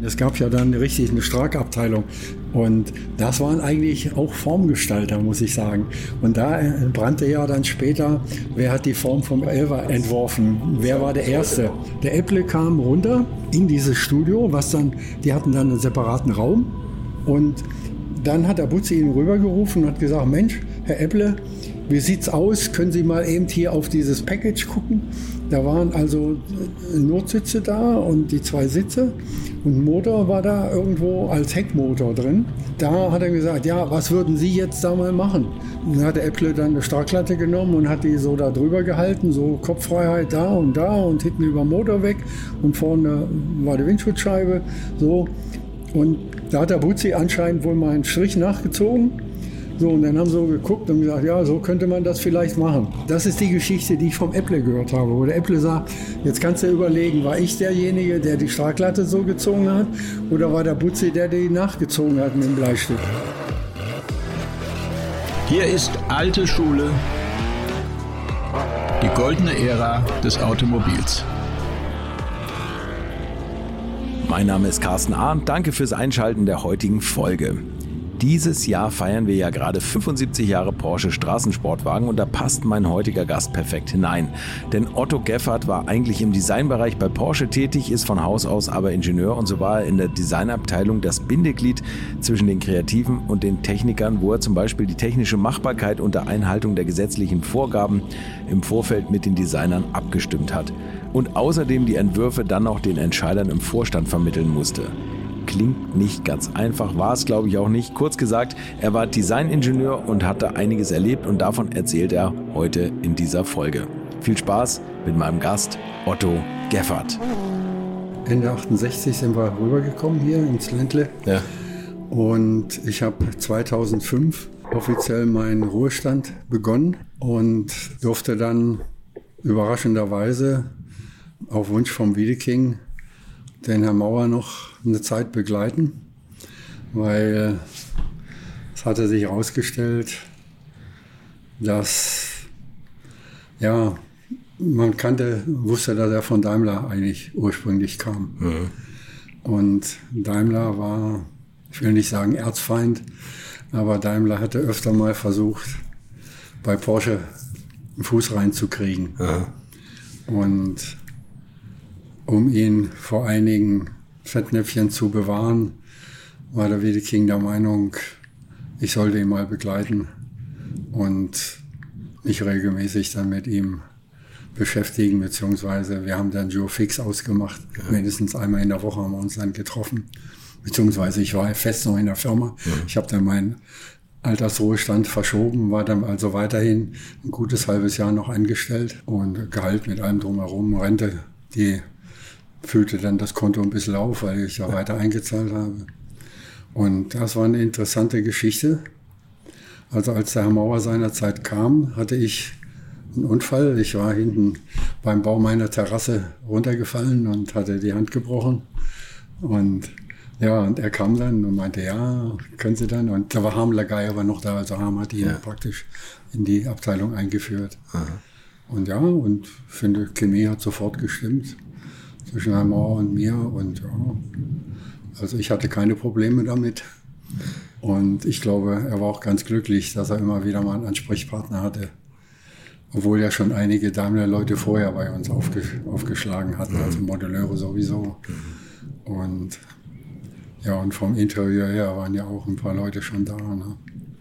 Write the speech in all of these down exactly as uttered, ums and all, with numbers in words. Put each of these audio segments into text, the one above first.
Es gab ja dann richtig eine Strack-Abteilung und das waren eigentlich auch Formgestalter, muss ich sagen. Und da brannte ja dann später, wer hat die Form vom Elva entworfen? Wer war der Erste? Der Epple kam runter in dieses Studio, was dann, die hatten dann einen separaten Raum und dann hat der Butzi ihn rübergerufen und hat gesagt, Mensch, Herr Epple, wie sieht's aus? Können Sie mal eben hier auf dieses Package gucken? Da waren also Notsitze da und die zwei Sitze und ein Motor war da irgendwo als Heckmotor drin. Da hat er gesagt, ja, was würden Sie jetzt da mal machen? Und dann hat der Epple dann eine Starklatte genommen und hat die so da drüber gehalten, so Kopffreiheit da und da und hinten über den Motor weg und vorne war die Windschutzscheibe, so. Und da hat der Butzi anscheinend wohl mal einen Strich nachgezogen. So, und dann haben sie so geguckt und gesagt, ja, so könnte man das vielleicht machen. Das ist die Geschichte, die ich vom Epple gehört habe, wo der Epple sagt, jetzt kannst du überlegen, war ich derjenige, der die Straklatte so gezogen hat oder war der Butzi, der die nachgezogen hat mit dem Bleistift? Hier ist alte Schule, die goldene Ära des Automobils. Mein Name ist Carsten Arndt, danke fürs Einschalten der heutigen Folge. Dieses Jahr feiern wir ja gerade fünfundsiebzig Jahre Porsche Straßensportwagen und da passt mein heutiger Gast perfekt hinein. Denn Otto Geffert war eigentlich im Designbereich bei Porsche tätig, ist von Haus aus aber Ingenieur und so war er in der Designabteilung das Bindeglied zwischen den Kreativen und den Technikern, wo er zum Beispiel die technische Machbarkeit unter Einhaltung der gesetzlichen Vorgaben im Vorfeld mit den Designern abgestimmt hat und außerdem die Entwürfe dann auch den Entscheidern im Vorstand vermitteln musste. Klingt nicht ganz einfach, war es glaube ich auch nicht. Kurz gesagt, er war Designingenieur und hatte einiges erlebt und davon erzählt er heute in dieser Folge. Viel Spaß mit meinem Gast Otto Geffert. Ende achtundsechzig sind wir rübergekommen hier ins Ländle. Ja. Und ich habe zweitausendfünf offiziell meinen Ruhestand begonnen und durfte dann überraschenderweise auf Wunsch vom Wiedeking den Herrn Mauer noch eine Zeit begleiten, weil es hatte sich herausgestellt, dass ja, man kannte, wusste, dass er von Daimler eigentlich ursprünglich kam. Mhm. Und Daimler war, ich will nicht sagen Erzfeind, aber Daimler hatte öfter mal versucht, bei Porsche einen Fuß reinzukriegen. Mhm. Und um ihn vor einigen Fettnäpfchen zu bewahren, war der Wiedeking der Meinung, ich sollte ihn mal begleiten und mich regelmäßig dann mit ihm beschäftigen, beziehungsweise wir haben dann Joe Fix ausgemacht. Ja. Mindestens einmal in der Woche haben wir uns dann getroffen. Beziehungsweise ich war fest noch in der Firma. Ja. Ich habe dann meinen Altersruhestand verschoben, war dann also weiterhin ein gutes halbes Jahr noch angestellt und Gehalt mit allem drumherum, Rente, die füllte dann das Konto ein bisschen auf, weil ich ja weiter eingezahlt habe. Und das war eine interessante Geschichte. Also als der Herr Mauer seinerzeit kam, hatte ich einen Unfall. Ich war hinten beim Bau meiner Terrasse runtergefallen und hatte die Hand gebrochen. Und ja, und er kam dann und meinte, ja, können Sie dann? Und da war Harm Lagay aber noch da, also Harm hat ihn ja. praktisch in die Abteilung eingeführt. Aha. Und ja, und ich finde, Chemie hat sofort gestimmt zwischen Herrn Mauer und mir. Und ja, also ich hatte keine Probleme damit. Und ich glaube, er war auch ganz glücklich, dass er immer wieder mal einen Ansprechpartner hatte. Obwohl ja schon einige Daimler-Leute vorher bei uns aufge- aufgeschlagen hatten, also Modelleure sowieso. Und ja, und vom Interieur her waren ja auch ein paar Leute schon da. Ne?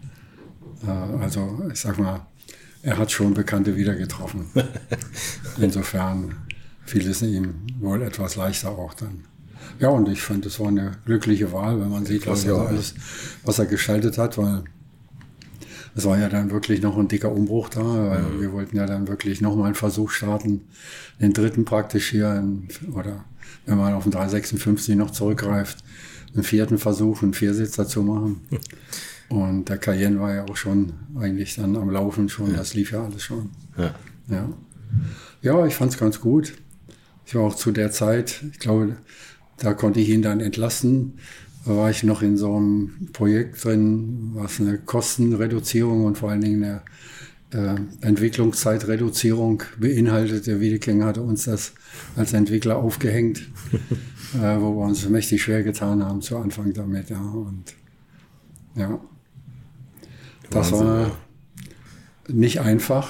Äh, also ich sag mal, er hat schon Bekannte wieder getroffen. Insofern fiel es ihm wohl etwas leichter auch dann. Ja, und ich fand, es war eine glückliche Wahl, wenn man sieht, was er alles, was er gestaltet hat, weil es war ja dann wirklich noch ein dicker Umbruch da, weil mhm. wir wollten ja dann wirklich nochmal einen Versuch starten, den dritten praktisch hier, in, oder wenn man auf den drei sechsundfünfzig noch zurückgreift, einen vierten Versuch, einen Viersitzer zu machen. Und der Cayenne war ja auch schon eigentlich dann am Laufen schon, ja. Das lief ja alles schon. Ja, ja. ja ich fand es ganz gut. Ich war auch zu der Zeit, ich glaube, da konnte ich ihn dann entlassen. Da war ich noch in so einem Projekt drin, was eine Kostenreduzierung und vor allen Dingen eine äh, Entwicklungszeitreduzierung beinhaltete. Wiedeking hatte uns das als Entwickler aufgehängt, äh, wo wir uns mächtig schwer getan haben zu Anfang damit. Ja, und ja, das Wahnsinn, war ja. nicht einfach,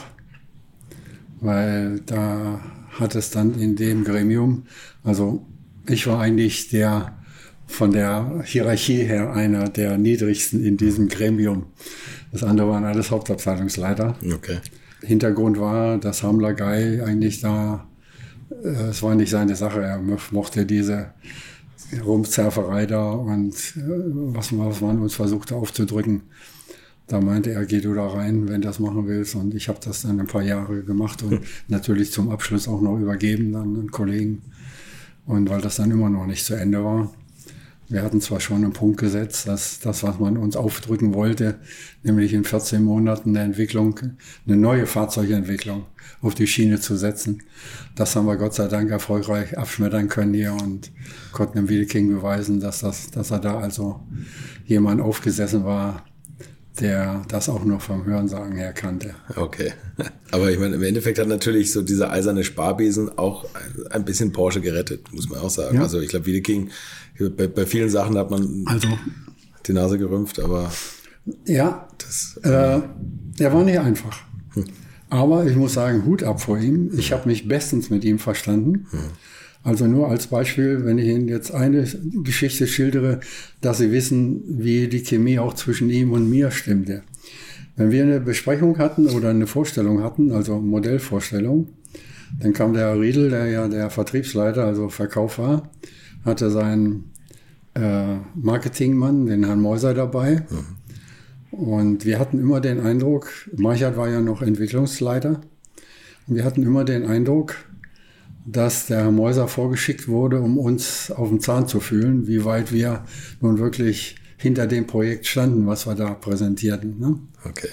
weil da hat es dann in dem Gremium, also ich war eigentlich der von der Hierarchie her einer der niedrigsten in diesem Gremium. Das andere waren alles Hauptabteilungsleiter. Okay. Hintergrund war, dass Hamler Guy eigentlich da, äh, es war nicht seine Sache, er mochte diese Rumzerferei da und äh, was, was man uns versuchte aufzudrücken. Da meinte er, geh du da rein, wenn du das machen willst. Und ich habe das dann ein paar Jahre gemacht und natürlich zum Abschluss auch noch übergeben dann an Kollegen. Und weil das dann immer noch nicht zu Ende war. Wir hatten zwar schon einen Punkt gesetzt, dass das, was man uns aufdrücken wollte, nämlich in vierzehn Monaten eine Entwicklung, eine neue Fahrzeugentwicklung auf die Schiene zu setzen. Das haben wir Gott sei Dank erfolgreich abschmettern können hier und konnten dem Wiedeking beweisen, dass, das, dass er da also jemand aufgesessen war, der das auch nur vom Hörensagen her kannte. Okay. Aber ich meine, im Endeffekt hat natürlich so dieser eiserne Sparbesen auch ein bisschen Porsche gerettet, muss man auch sagen. Ja. Also ich glaube, Wiedeking, bei, bei vielen Sachen hat man also, die Nase gerümpft, aber ja, das, äh, der war nicht einfach. Hm. Aber ich muss sagen, Hut ab vor ihm. Ich habe mich bestens mit ihm verstanden. Hm. Also nur als Beispiel, wenn ich Ihnen jetzt eine Geschichte schildere, dass Sie wissen, wie die Chemie auch zwischen ihm und mir stimmte. Wenn wir eine Besprechung hatten oder eine Vorstellung hatten, also Modellvorstellung, dann kam der Herr Riedel, der ja der Vertriebsleiter, also Verkauf war, hatte seinen äh, Marketingmann, den Herrn Meuser, dabei. Mhm. Und wir hatten immer den Eindruck, Marchard war ja noch Entwicklungsleiter, und wir hatten immer den Eindruck, dass der Herr Meuser vorgeschickt wurde, um uns auf den Zahn zu fühlen, wie weit wir nun wirklich hinter dem Projekt standen, was wir da präsentierten. Ne? Okay.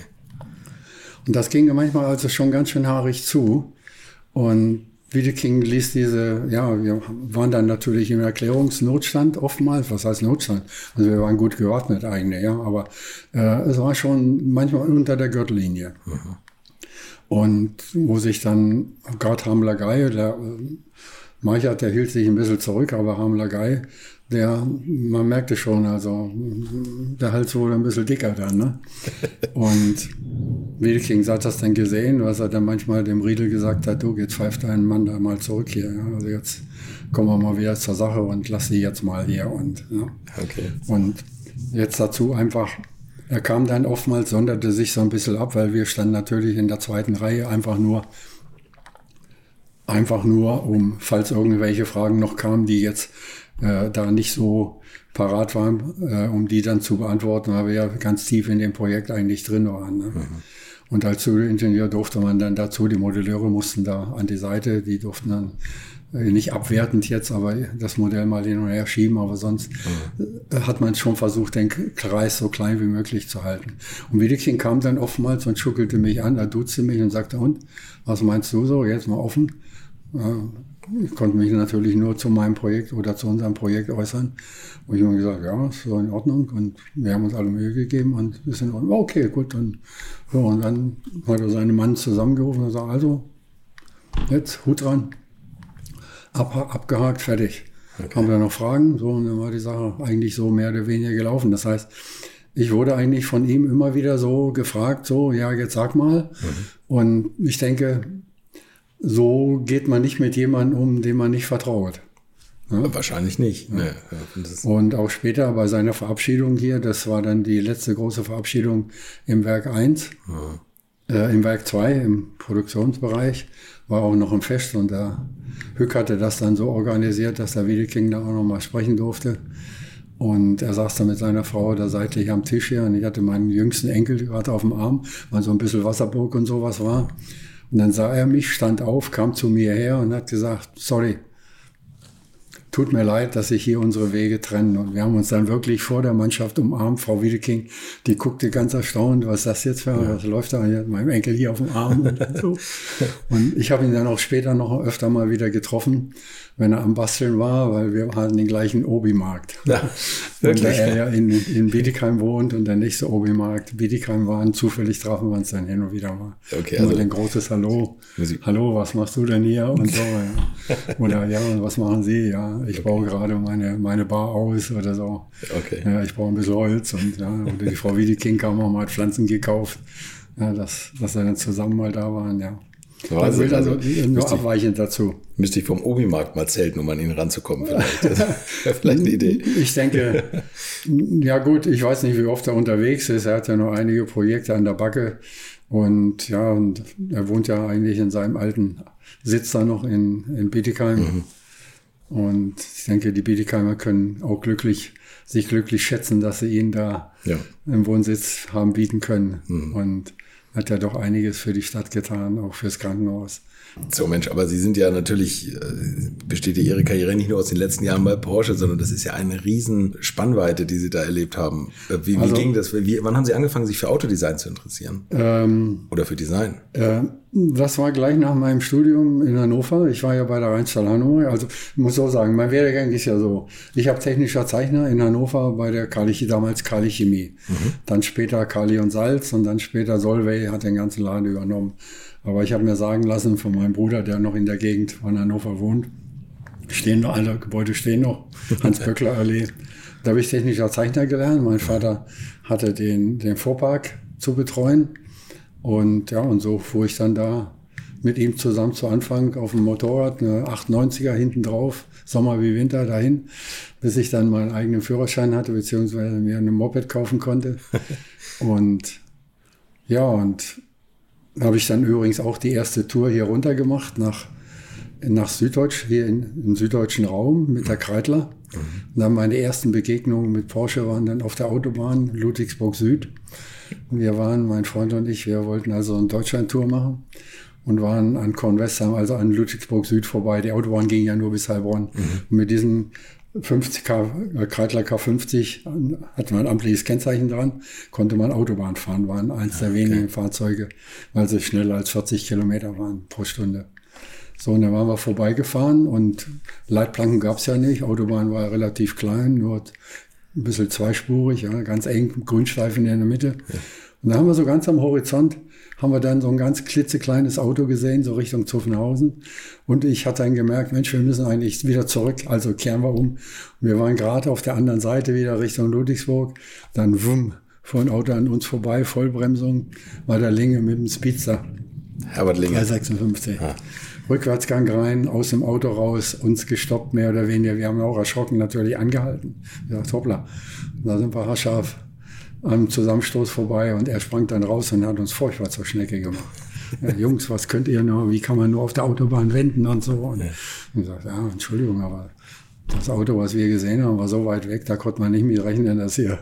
Und das ging manchmal also schon ganz schön haarig zu. Und Wiedeking ließ diese, ja, wir waren dann natürlich im Erklärungsnotstand oftmals. Was heißt Notstand? Also wir waren gut gewappnet eigentlich, ja, aber äh, es war schon manchmal unter der Gürtellinie. Mhm. Und wo sich dann gerade Hamler Guy, der Marchard, der hielt sich ein bisschen zurück, aber Hamler Guy, der, man merkte schon, also der Hals wurde ein bisschen dicker dann, ne? Und Wiedeking hat das dann gesehen, was er dann manchmal dem Riedel gesagt hat, du, jetzt pfeift deinen Mann da mal zurück hier, ja? Also jetzt kommen wir mal wieder zur Sache und lass sie jetzt mal hier und, ja. Okay. Und jetzt dazu einfach, er kam dann oftmals, sonderte sich so ein bisschen ab, weil wir standen natürlich in der zweiten Reihe einfach nur, einfach nur, um, falls irgendwelche Fragen noch kamen, die jetzt äh, da nicht so parat waren, äh, um die dann zu beantworten, weil wir ja ganz tief in dem Projekt eigentlich drin waren. Ne? Mhm. Und als Ingenieur durfte man dann dazu, die Modelleure mussten da an die Seite, die durften dann nicht abwertend jetzt, aber das Modell mal hin und her schieben, aber sonst mhm. hat man schon versucht, den Kreis so klein wie möglich zu halten. Und Wiedeking kam dann oftmals und schuckelte mich an, er duzte mich und sagte, und, was meinst du so, jetzt mal offen? Ich konnte mich natürlich nur zu meinem Projekt oder zu unserem Projekt äußern. Und ich habe gesagt, ja, ist so in Ordnung und wir haben uns alle Mühe gegeben und ist in Ordnung. Okay, gut, dann, so, und dann hat er seinen Mann zusammengerufen und gesagt, also, jetzt Hut dran. Ab, abgehakt, fertig. Okay. Haben wir noch Fragen? So, und dann war die Sache eigentlich so mehr oder weniger gelaufen. Das heißt, ich wurde eigentlich von ihm immer wieder so gefragt, so, ja, jetzt sag mal. Mhm. Und ich denke, so geht man nicht mit jemandem um, dem man nicht vertraut. Ja? Wahrscheinlich nicht. Ja. Nee. Und auch später bei seiner Verabschiedung hier, das war dann die letzte große Verabschiedung im Werk eins, mhm. äh, im Werk zwei, im Produktionsbereich, war auch noch ein Fest und der Hück hatte das dann so organisiert, dass der Wiedeking da auch noch mal sprechen durfte. Und er saß dann mit seiner Frau da seitlich am Tisch hier und ich hatte meinen jüngsten Enkel gerade auf dem Arm, weil so ein bisschen Wasserburg und sowas war. Und dann sah er mich, stand auf, kam zu mir her und hat gesagt, sorry, tut mir leid, dass sich hier unsere Wege trennen. Und wir haben uns dann wirklich vor der Mannschaft umarmt. Frau Wiedeking, die guckte ganz erstaunt, was ist das jetzt für, ja. was läuft da mit meinem Enkel hier auf dem Arm und so. Und ich habe ihn dann auch später noch öfter mal wieder getroffen, wenn er am Basteln war, weil wir hatten den gleichen Obi-Markt. Ja, und da er ja in, in Bietigheim wohnt und der nächste Obi-Markt Bietigheim waren, zufällig trafen wir uns dann hin und wieder mal. Okay, also also ein großes Hallo. Hallo, was machst du denn hier? Und so, ja. Oder ja, was machen Sie? Ja, ich okay. baue gerade meine, meine Bar aus oder so. Okay. Ja, ich brauche ein bisschen Holz und ja, oder die Frau Wiedeking kam auch mal, hat Pflanzen gekauft. Ja, dass, dass wir dann zusammen mal da waren, ja. Also, also, also nur ich, abweichend dazu. Müsste ich vom Obi-Markt mal zelten, um an ihn ranzukommen vielleicht. Das wäre vielleicht eine Idee. Ich denke, ja gut, ich weiß nicht, wie oft er unterwegs ist. Er hat ja noch einige Projekte an der Backe. Und ja, und er wohnt ja eigentlich in seinem alten Sitz da noch in, in Bietigheim. Mhm. Und ich denke, die Bietigheimer können auch glücklich, sich glücklich schätzen, dass sie ihn da ja. im Wohnsitz haben bieten können. Mhm. Und hat ja doch einiges für die Stadt getan, auch fürs Krankenhaus. So Mensch, aber Sie sind ja natürlich, besteht ja Ihre Karriere nicht nur aus den letzten Jahren bei Porsche, sondern das ist ja eine riesen Spannweite, die Sie da erlebt haben. Wie, also, wie ging das? Wie, wann haben Sie angefangen, sich für Autodesign zu interessieren? Ähm, Oder für Design? Äh, das war gleich nach meinem Studium in Hannover. Ich war ja bei der Rheinstahl Hannover. Also ich muss so sagen, mein Werdegang ist ja so. Ich habe technischer Zeichner in Hannover bei der Kali, damals Kali Chemie. Mhm. Dann später Kali und Salz und dann später Solvay hat den ganzen Laden übernommen. Aber ich habe mir sagen lassen von meinem Bruder, der noch in der Gegend von Hannover wohnt, stehen noch, alle Gebäude stehen noch, Hans-Böckler-Allee. Da habe ich technischer Zeichner gelernt. Mein Vater hatte den, den Fuhrpark zu betreuen. Und ja, und so fuhr ich dann da mit ihm zusammen zu Anfang auf dem Motorrad, eine achtundneunziger hinten drauf, Sommer wie Winter dahin, bis ich dann meinen eigenen Führerschein hatte, beziehungsweise mir ein Moped kaufen konnte. Und ja, und habe ich dann übrigens auch die erste Tour hier runter gemacht nach, nach Süddeutsch, hier in, im süddeutschen Raum mit der Kreidler. Mhm. Und dann meine ersten Begegnungen mit Porsche waren dann auf der Autobahn Ludwigsburg Süd. Und wir waren, mein Freund und ich, wir wollten also eine Deutschlandtour machen und waren an Kornwestheim, also an Ludwigsburg Süd vorbei. Die Autobahn ging ja nur bis Heilbronn. Mhm. Und mit diesen fünfzig K, Kreidler K fünfzig hatte man ein amtliches Kennzeichen dran, konnte man Autobahn fahren, waren eins der okay. wenigen Fahrzeuge, weil sie schneller als vierzig Kilometer waren pro Stunde. So, und dann waren wir vorbeigefahren und Leitplanken gab es ja nicht, Autobahn war relativ klein, nur ein bisschen zweispurig, ja, ganz eng, Grünstreifen in der Mitte. Ja. Und da haben wir so ganz am Horizont, haben wir dann so ein ganz klitzekleines Auto gesehen, so Richtung Zuffenhausen. Und ich hatte dann gemerkt, Mensch, wir müssen eigentlich wieder zurück, also kehren wir um. Und wir waren gerade auf der anderen Seite wieder Richtung Ludwigsburg. Dann wumm, fuhr ein Auto an uns vorbei, Vollbremsung, war der Linge mit dem Speedster. Herbert Linge. drei sechsundfünfzig. Ja. Rückwärtsgang rein, aus dem Auto raus, uns gestoppt, mehr oder weniger. Wir haben auch erschrocken natürlich angehalten. Ich dachte, hoppla, da sind wir haarscharf am Zusammenstoß vorbei und er sprang dann raus und hat uns furchtbar zur Schnecke gemacht. Ja, Jungs, was könnt ihr nur, wie kann man nur auf der Autobahn wenden und so. Und ich sagte, ja, Entschuldigung, aber das Auto, was wir gesehen haben, war so weit weg, da konnte man nicht mit rechnen, dass wir,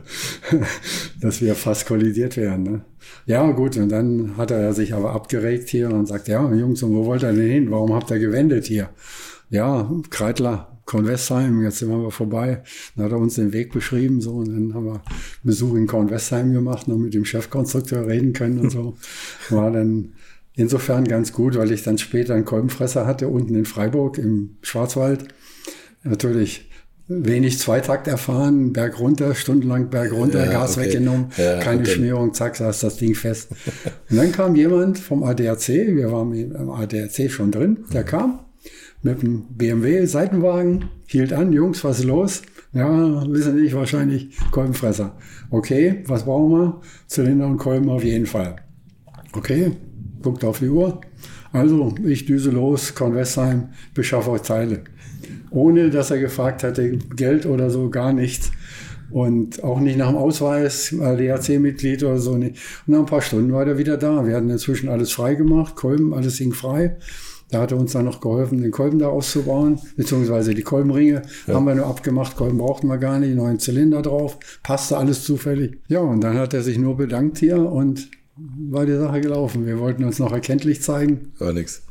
dass wir fast kollidiert werden. Ne? Ja, gut, und dann hat er sich aber abgeregt hier und sagt, ja, Jungs, und wo wollt ihr denn hin? Warum habt ihr gewendet hier? Ja, Kreidler, Kornwestheim, jetzt sind wir vorbei. Dann hat er uns den Weg beschrieben, so, und dann haben wir Besuch in Kornwestheim gemacht, noch mit dem Chefkonstrukteur reden können und so. War dann insofern ganz gut, weil ich dann später einen Kolbenfresser hatte, unten in Freiburg im Schwarzwald. Natürlich wenig Zweitakt erfahren, Berg runter, stundenlang Berg runter, ja, Gas okay. weggenommen, ja, keine Schmierung, zack, saß das Ding fest. Und dann kam jemand vom A D A C, wir waren im A D A C schon drin, der kam mit einem B M W-Seitenwagen, hielt an, Jungs, was ist los? Ja, wissen nicht, wahrscheinlich Kolbenfresser. Okay, was brauchen wir? Zylinder und Kolben auf jeden Fall. Okay, guckt auf die Uhr. Also, ich düse los, Kornwestheim, beschaffe euch Teile. Ohne, dass er gefragt hatte, Geld oder so, gar nichts. Und auch nicht nach dem Ausweis, A D A C-Mitglied oder so. Nicht. Und nach ein paar Stunden war er wieder da. Wir hatten inzwischen alles frei gemacht, Kolben, alles hing frei. Da hat er uns dann noch geholfen, den Kolben da auszubauen, beziehungsweise die Kolbenringe ja. haben wir nur abgemacht, Kolben brauchten wir gar nicht, neuen Zylinder drauf, passte alles zufällig. Ja, und dann hat er sich nur bedankt hier und war die Sache gelaufen. Wir wollten uns noch erkenntlich zeigen. War nix.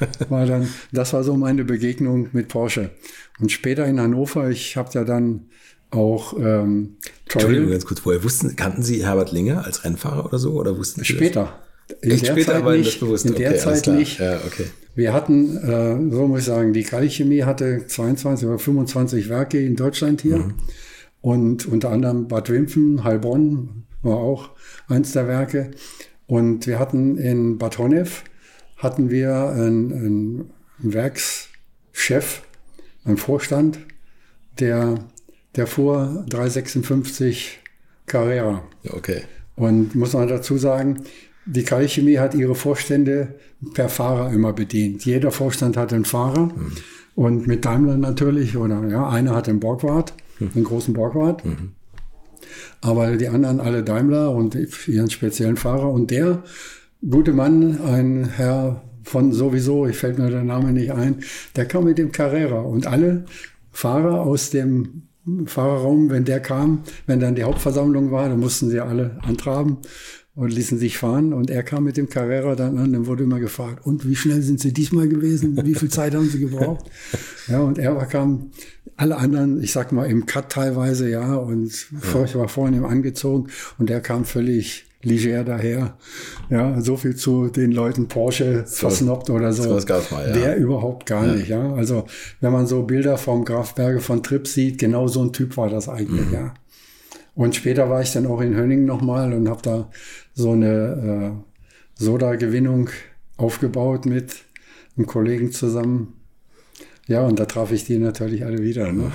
war dann, das war so meine Begegnung mit Porsche. Und später in Hannover, ich habe ja dann auch ähm, Entschuldigung, ganz kurz, woher wussten, kannten Sie Herbert Linger als Rennfahrer oder so? Oder wussten Sie später. Das? In Echt der später, Zeit aber nicht, das bewusst. in der okay, Zeit nicht. Ja, okay. Wir hatten, äh, so muss ich sagen, die Kalichemie hatte zweiundzwanzig oder fünfundzwanzig Werke in Deutschland hier. Mhm. Und unter anderem Bad Wimpfen, Heilbronn war auch eins der Werke. Und wir hatten in Bad Honnef, hatten wir einen, einen Werkschef, einen Vorstand, der, der fuhr dreihundertsechsundfünfzig Carrera. Okay. Und muss man dazu sagen, die Kalichemie hat ihre Vorstände per Fahrer immer bedient. Jeder Vorstand hatte einen Fahrer. Mhm. Und mit Daimler natürlich, oder ja, einer hatte einen Borgward, mhm. einen großen Borgward. Mhm. Aber die anderen alle Daimler und ihren speziellen Fahrer. Und der gute Mann, ein Herr von sowieso, ich fällt mir der Name nicht ein, der kam mit dem Carrera. Und alle Fahrer aus dem Fahrerraum, wenn der kam, wenn dann die Hauptversammlung war, dann mussten sie alle antraben und ließen sich fahren. Und er kam mit dem Carrera dann an, dann wurde immer gefragt, und wie schnell sind Sie diesmal gewesen? Wie viel Zeit haben Sie gebraucht? Ja, und er kam, alle anderen, ich sag mal, im Cut teilweise, ja, und ja. ich war vorhin angezogen und der kam völlig leger daher. Ja, so viel zu den Leuten Porsche so, versnobbt oder so. Das gab's mal, ja. Der überhaupt gar ja. nicht, ja. Also, wenn man so Bilder vom Graf Berge von Tripp sieht, genau so ein Typ war das eigentlich, mhm. ja. Und später war ich dann auch in Hönningen nochmal und habe da so eine äh, Soda-Gewinnung aufgebaut mit einem Kollegen zusammen. Ja, und da traf ich die natürlich alle wieder. Ne?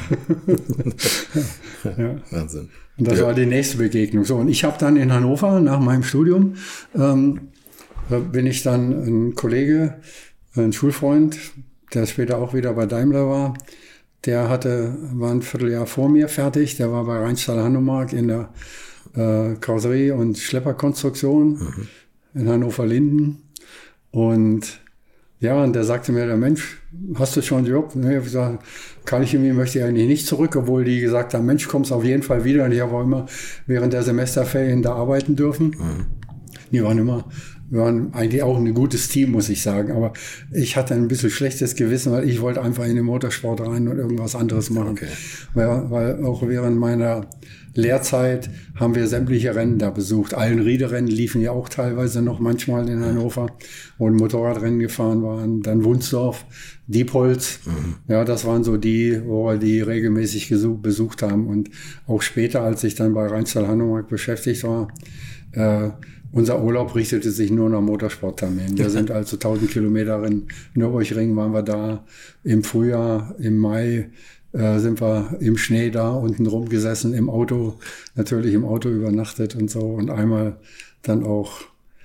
ja. Wahnsinn. Und das ja. war die nächste Begegnung. So, und ich habe dann in Hannover nach meinem Studium, ähm, bin ich dann ein Kollege, ein Schulfreund, der später auch wieder bei Daimler war, der hatte, war ein Vierteljahr vor mir fertig, der war bei Rheinstahl Hanomag in der äh, Karosserie- und Schlepperkonstruktion mhm. in Hannover-Linden. Und ja, und der sagte mir, der Mensch, hast du schon einen Job? Ne, ich habe gesagt, Kalichemie möchte ich eigentlich nicht zurück, obwohl die gesagt haben, Mensch, kommst auf jeden Fall wieder. Und ich habe auch immer während der Semesterferien da arbeiten dürfen. Mhm. Die waren immer, wir waren eigentlich auch ein gutes Team, muss ich sagen. Aber ich hatte ein bisschen schlechtes Gewissen, weil ich wollte einfach in den Motorsport rein und irgendwas anderes machen. Okay. Weil, weil auch während meiner Lehrzeit haben wir sämtliche Rennen da besucht. Allenriede-Rennen liefen ja auch teilweise noch manchmal in Hannover, wo Motorradrennen gefahren waren. Dann Wunsdorf, Diepholz. Mhm. Ja, das waren so die, wo wir die regelmäßig gesucht, besucht haben. Und auch später, als ich dann bei Rheinstahl Hanomag beschäftigt war, äh, unser Urlaub richtete sich nur nach Motorsportterminen. Wir sind also tausend Kilometer in Nürburgring waren wir da. Im Frühjahr, im Mai äh, sind wir im Schnee da unten rumgesessen, im Auto, natürlich im Auto übernachtet und so. Und einmal dann auch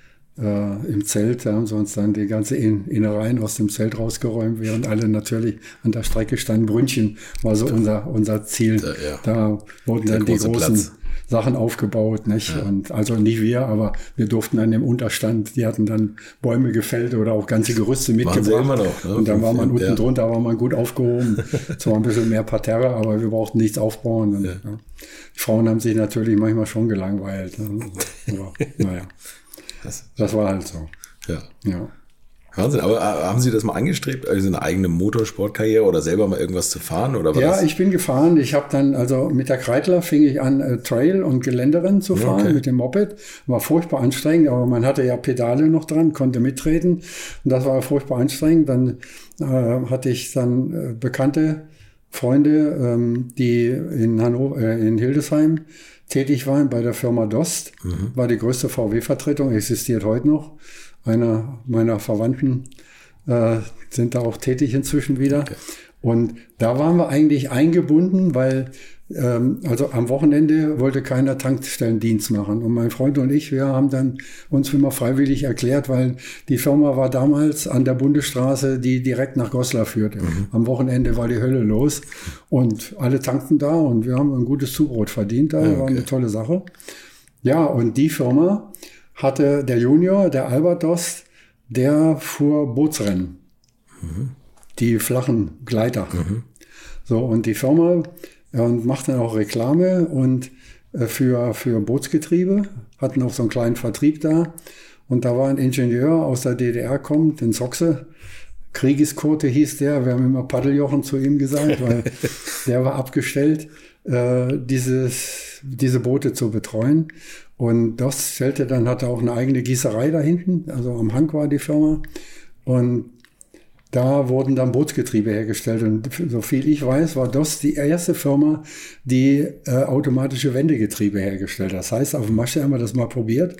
äh, im Zelt, da haben sie uns dann die ganze in Innereien aus dem Zelt rausgeräumt, während alle natürlich an der Strecke standen. Brünnchen war so unser, unser Ziel. Da, ja. da wurden der dann die großen Platz. Sachen aufgebaut, nicht? Ja. Und also nicht wir, aber wir durften dann im Unterstand, die hatten dann Bäume gefällt oder auch ganze Gerüste mitgebracht. Immer noch, ne? Und dann war man unten ja. drunter, war man gut aufgehoben. Zwar ein bisschen mehr Parterre, aber wir brauchten nichts aufbauen. Und, ja. Ja. Die Frauen haben sich natürlich manchmal schon gelangweilt. Ne? Aber, naja, das, das war halt so. Ja. ja. Wahnsinn, aber haben Sie das mal angestrebt, also eine eigene Motorsportkarriere oder selber mal irgendwas zu fahren? Oder war ja, das? Ich bin gefahren. Ich habe dann, also mit der Kreidler fing ich an, äh, Trail- und Geländerennen zu fahren okay. mit dem Moped. War furchtbar anstrengend, aber man hatte ja Pedale noch dran, konnte mitreden. Und das war furchtbar anstrengend. Dann äh, hatte ich dann äh, bekannte Freunde, ähm, die in Hannover, äh, in Hildesheim tätig waren bei der Firma Dost. Mhm. War die größte V W-Vertretung, existiert heute noch. Einer meiner Verwandten äh, sind da auch tätig inzwischen wieder. Okay. Und da waren wir eigentlich eingebunden, weil ähm, also am Wochenende wollte keiner Tankstellendienst machen. Und mein Freund und ich, wir haben dann uns immer freiwillig erklärt, weil die Firma war damals an der Bundesstraße, die direkt nach Goslar führte. Mhm. Am Wochenende war die Hölle los und alle tankten da und wir haben ein gutes Zubrot verdient. Da okay. war eine tolle Sache. Ja, und die Firma hatte der Junior, der Albert Dost, der fuhr Bootsrennen. Mhm. Die flachen Gleiter. Mhm. So, und die Firma und machte dann auch Reklame und äh, für, für Bootsgetriebe, hatten auch so einen kleinen Vertrieb da. Und da war ein Ingenieur aus der D D R kommt, den Soxe, Kriegeskote hieß der, wir haben immer Paddeljochen zu ihm gesagt, weil der war abgestellt, äh, dieses, diese Boote zu betreuen. Und das stellte dann, hatte auch eine eigene Gießerei da hinten, also am Hang war die Firma. Und da wurden dann Bootsgetriebe hergestellt. Und so viel ich weiß, war das die erste Firma, die äh, automatische Wendegetriebe hergestellt hat. Das heißt, auf dem Masche haben wir das mal probiert.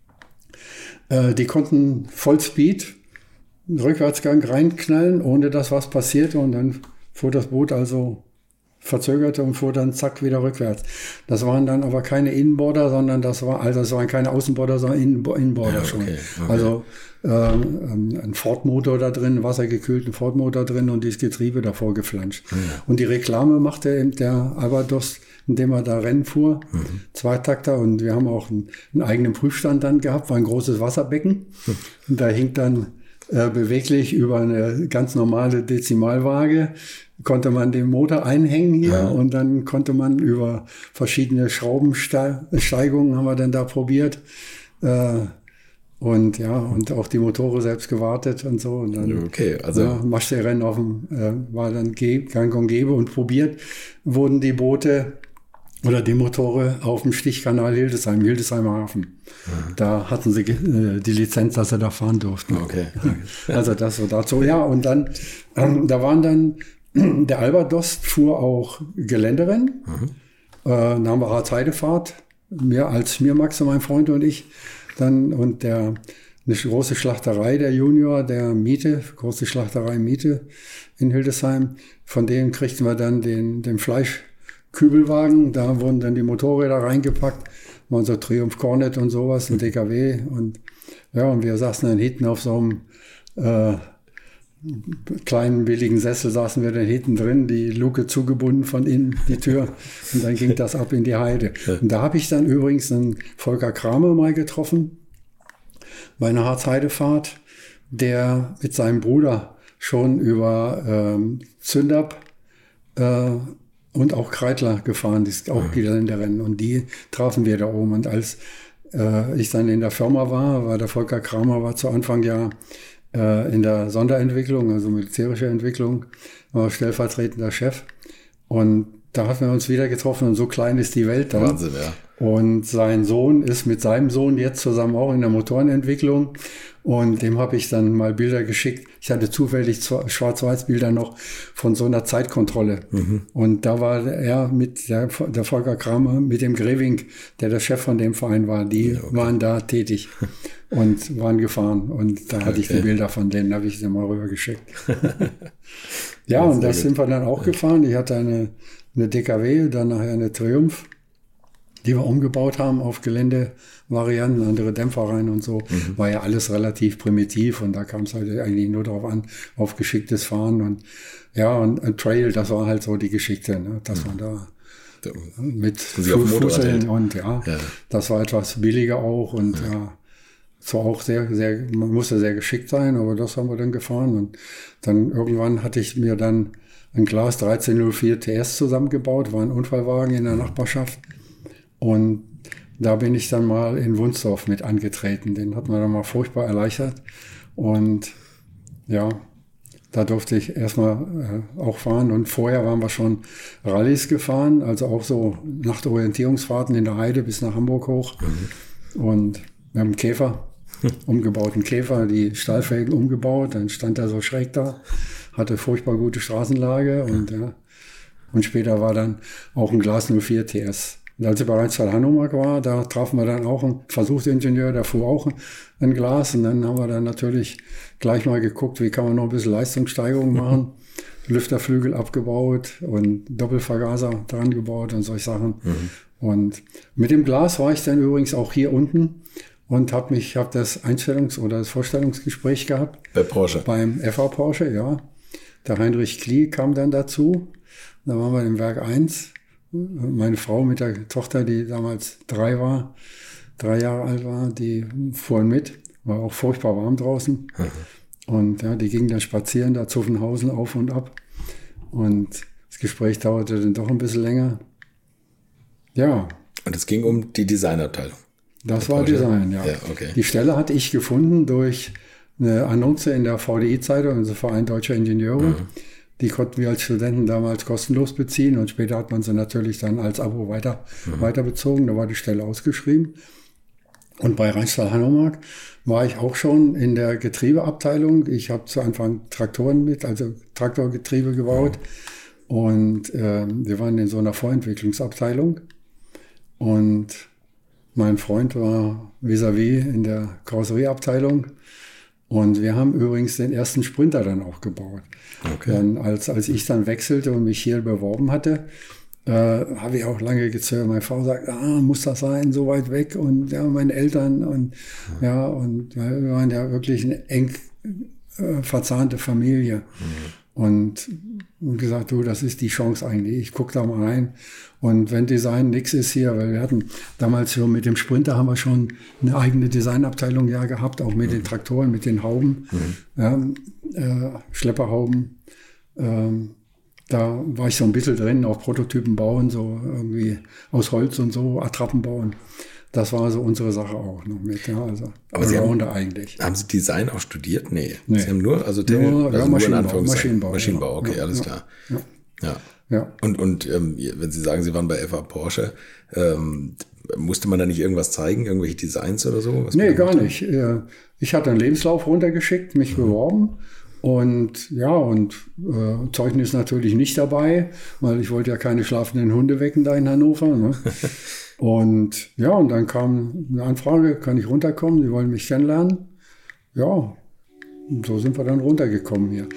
Äh, die konnten Vollspeed, Rückwärtsgang reinknallen, ohne dass was passierte. Und dann fuhr das Boot also verzögerte und fuhr dann zack wieder rückwärts. Das waren dann aber keine Innenborder, sondern das war, also das waren keine Außenborder, sondern Innenborder ja, okay, schon. Okay. Also ähm, ein Ford-Motor da drin, wassergekühlten Ford-Motor drin und dieses Getriebe davor geflanscht. Ja. Und die Reklame machte eben der Albatros, indem er da Rennen fuhr, mhm. Zweitakter, und wir haben auch einen, einen eigenen Prüfstand dann gehabt, war ein großes Wasserbecken. Mhm. Und da hing dann äh, beweglich über eine ganz normale Dezimalwaage konnte man den Motor einhängen hier ja. und dann konnte man über verschiedene Schraubensteigungen haben wir dann da probiert äh, und ja und auch die Motore selbst gewartet und so und dann okay, also ja, Maschsee-Rennen auf dem äh, war dann gang und gäbe und probiert wurden die Boote oder die Motore auf dem Stichkanal Hildesheim, Hildesheimer Hafen. Mhm. Da hatten sie äh, die Lizenz, dass sie da fahren durften. Okay. Also das so dazu. Ja, und dann, ähm, da waren dann, der Albatros fuhr auch Geländerennen. Mhm. Äh, dann haben wir Harzheidefahrt, mehr als mir, Max und mein Freund und ich. Dann, und der, eine große Schlachterei, der Junior, der Miete, große Schlachterei Miete in Hildesheim. Von dem kriegten wir dann den, den Fleisch, Kübelwagen, da wurden dann die Motorräder reingepackt, waren so Triumph Cornet und sowas, ein D K W und ja, und wir saßen dann hinten auf so einem äh, kleinen billigen Sessel, saßen wir dann hinten drin, die Luke zugebunden von innen, die Tür, und dann ging das ab in die Heide. Und da habe ich dann übrigens einen Volker Kramer mal getroffen, bei einer Harzheidefahrt, der mit seinem Bruder schon über ähm, Zündab äh, und auch Kreidler gefahren, die ist auch Geländerennen. Und die trafen wir da oben. Und als äh, ich dann in der Firma war, war der Volker Kramer war zu Anfang ja äh, in der Sonderentwicklung, also militärische Entwicklung, war stellvertretender Chef. Und da hatten wir uns wieder getroffen und so klein ist die Welt dann. Wahnsinn, ja. Und sein Sohn ist mit seinem Sohn jetzt zusammen auch in der Motorenentwicklung. Und dem habe ich dann mal Bilder geschickt. Ich hatte zufällig Schwarz-Weiß-Bilder noch von so einer Zeitkontrolle. Mhm. Und da war er mit der, der Volker Kramer, mit dem Greving, der der Chef von dem Verein war. Die ja, okay. waren da tätig und waren gefahren. Und da hatte okay. ich die Bilder von denen, habe ich sie mal rüber geschickt. Ja, und das gut. sind wir dann auch ja. gefahren. Ich hatte eine, eine D K W, dann nachher eine Triumph, die wir umgebaut haben auf Geländevarianten, andere Dämpfer rein und so. Mhm. War ja alles relativ primitiv und da kam es halt eigentlich nur darauf an, auf geschicktes Fahren und ja, und ein Trail, das war halt so die Geschichte, ne? Dass mhm. man da mit Fusseln und ja, ja, das war etwas billiger auch und ja, ja zwar auch sehr, sehr, man musste sehr geschickt sein, aber das haben wir dann gefahren und dann irgendwann hatte ich mir dann ein Glas dreizehn null vier T S zusammengebaut, war ein Unfallwagen in der mhm. Nachbarschaft. Und da bin ich dann mal in Wunsdorf mit angetreten. Den hat man dann mal furchtbar erleichtert. Und ja, da durfte ich erstmal äh, auch fahren. Und vorher waren wir schon Rallyes gefahren, also auch so Nachtorientierungsfahrten in der Heide bis nach Hamburg hoch. Mhm. Und wir haben einen Käfer, umgebauten Käfer, die Stahlfelgen umgebaut. Dann stand er so schräg da, hatte furchtbar gute Straßenlage. Und, ja, und später war dann auch ein Glas null vier T S. Und als ich bei Rheinstadt Hanomag war, da trafen wir dann auch einen Versuchsingenieur, der fuhr auch ein Glas. Und dann haben wir dann natürlich gleich mal geguckt, wie kann man noch ein bisschen Leistungssteigerung machen. Lüfterflügel abgebaut und Doppelvergaser dran gebaut und solche Sachen. Mhm. Und mit dem Glas war ich dann übrigens auch hier unten und habe mich, habe das Einstellungs- oder das Vorstellungsgespräch gehabt. Bei Porsche? Beim F A Porsche, ja. Der Heinrich Klie kam dann dazu. Da waren wir im Werk eins. Meine Frau mit der Tochter, die damals drei war, drei Jahre alt war, die fuhren mit. War auch furchtbar warm draußen. Mhm. Und ja, die gingen dann spazieren, da Zuffenhausen auf und ab. Und das Gespräch dauerte dann doch ein bisschen länger. Ja. Und es ging um die Designabteilung. Das war Design, ja. ja okay. Die Stelle hatte ich gefunden durch eine Annonce in der V D I-Zeitung, also Verein Deutscher Ingenieure. Mhm. Die konnten wir als Studenten damals kostenlos beziehen und später hat man sie natürlich dann als Abo weiter, mhm. weiter bezogen. Da war die Stelle ausgeschrieben. Und bei Rheinstahl-Hanomag war ich auch schon in der Getriebeabteilung. Ich habe zu Anfang Traktoren mit, also Traktorgetriebe gebaut. Mhm. Und äh, wir waren in so einer Vorentwicklungsabteilung. Und mein Freund war vis-à-vis in der Karosserieabteilung. Und wir haben übrigens den ersten Sprinter dann auch gebaut. Okay. Dann, als, als ich dann wechselte und mich hier beworben hatte, äh, habe ich auch lange gezögert. Meine Frau sagt, ah, muss das sein, so weit weg? Und ja, meine Eltern und ja, ja und ja, wir waren ja wirklich eine eng äh, verzahnte Familie. Mhm. Und, und gesagt, du, das ist die Chance eigentlich. Ich gucke da mal rein. Und wenn Design nix ist hier, weil wir hatten damals schon mit dem Sprinter haben wir schon eine eigene Designabteilung ja gehabt, auch mit mhm. den Traktoren, mit den Hauben, mhm. ja, äh, Schlepperhauben. Ähm, da war ich so ein bisschen drin, auch Prototypen bauen, so irgendwie aus Holz und so, Attrappen bauen. Das war so unsere Sache auch noch mit, ja, also aber Sie haben, eigentlich. Haben Sie Design auch studiert? Nee. nee. Sie haben nur, also, nur, also ja, nur Maschinenbau, Maschinenbau. Maschinenbau, okay, ja, alles ja, klar. Ja. ja. ja. Und, und ähm, wenn Sie sagen, Sie waren bei F A Porsche, ähm, musste man da nicht irgendwas zeigen, irgendwelche Designs oder so? Was nee, gar nicht. Ich hatte einen Lebenslauf runtergeschickt, mich mhm. beworben. Und ja, und äh, Zeugnis natürlich nicht dabei, weil ich wollte ja keine schlafenden Hunde wecken da in Hannover. Ne? Und ja, und dann kam eine Anfrage, kann ich runterkommen? Sie wollen mich kennenlernen. Ja, und so sind wir dann runtergekommen hier.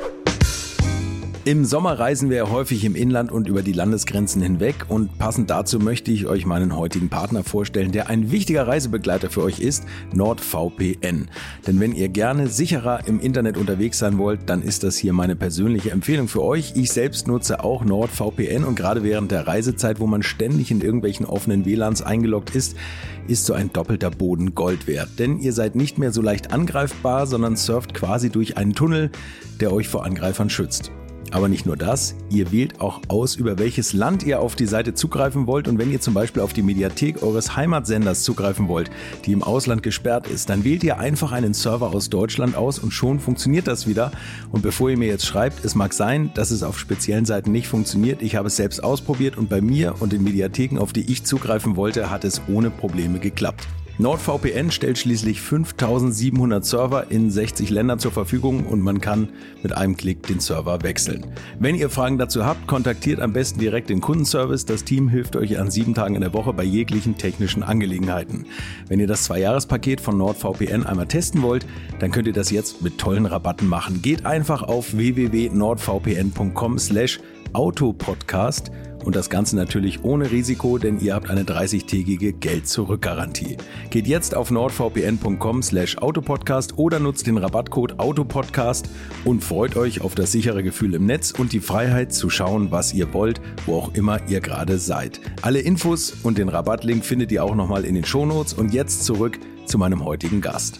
Im Sommer reisen wir ja häufig im Inland und über die Landesgrenzen hinweg und passend dazu möchte ich euch meinen heutigen Partner vorstellen, der ein wichtiger Reisebegleiter für euch ist, NordVPN. Denn wenn ihr gerne sicherer im Internet unterwegs sein wollt, dann ist das hier meine persönliche Empfehlung für euch. Ich selbst nutze auch NordVPN und gerade während der Reisezeit, wo man ständig in irgendwelchen offenen W L A Ns eingeloggt ist, ist so ein doppelter Boden Gold wert. Denn ihr seid nicht mehr so leicht angreifbar, sondern surft quasi durch einen Tunnel, der euch vor Angreifern schützt. Aber nicht nur das, ihr wählt auch aus, über welches Land ihr auf die Seite zugreifen wollt und wenn ihr zum Beispiel auf die Mediathek eures Heimatsenders zugreifen wollt, die im Ausland gesperrt ist, dann wählt ihr einfach einen Server aus Deutschland aus und schon funktioniert das wieder. Und bevor ihr mir jetzt schreibt, es mag sein, dass es auf speziellen Seiten nicht funktioniert, ich habe es selbst ausprobiert und bei mir und den Mediatheken, auf die ich zugreifen wollte, hat es ohne Probleme geklappt. NordVPN stellt schließlich fünftausendsiebenhundert Server in sechzig Ländern zur Verfügung und man kann mit einem Klick den Server wechseln. Wenn ihr Fragen dazu habt, kontaktiert am besten direkt den Kundenservice. Das Team hilft euch an sieben Tagen in der Woche bei jeglichen technischen Angelegenheiten. Wenn ihr das Zwei-Jahres-Paket von NordVPN einmal testen wollt, dann könnt ihr das jetzt mit tollen Rabatten machen. Geht einfach auf w w w punkt nordvpn punkt com slash autopodcast und das Ganze natürlich ohne Risiko, denn ihr habt eine dreißigtägige Geld-Zurück-Garantie. Geht jetzt auf nordvpn punkt com slash autopodcast oder nutzt den Rabattcode autopodcast und freut euch auf das sichere Gefühl im Netz und die Freiheit zu schauen, was ihr wollt, wo auch immer ihr gerade seid. Alle Infos und den Rabattlink findet ihr auch nochmal in den Shownotes und jetzt zurück zu meinem heutigen Gast.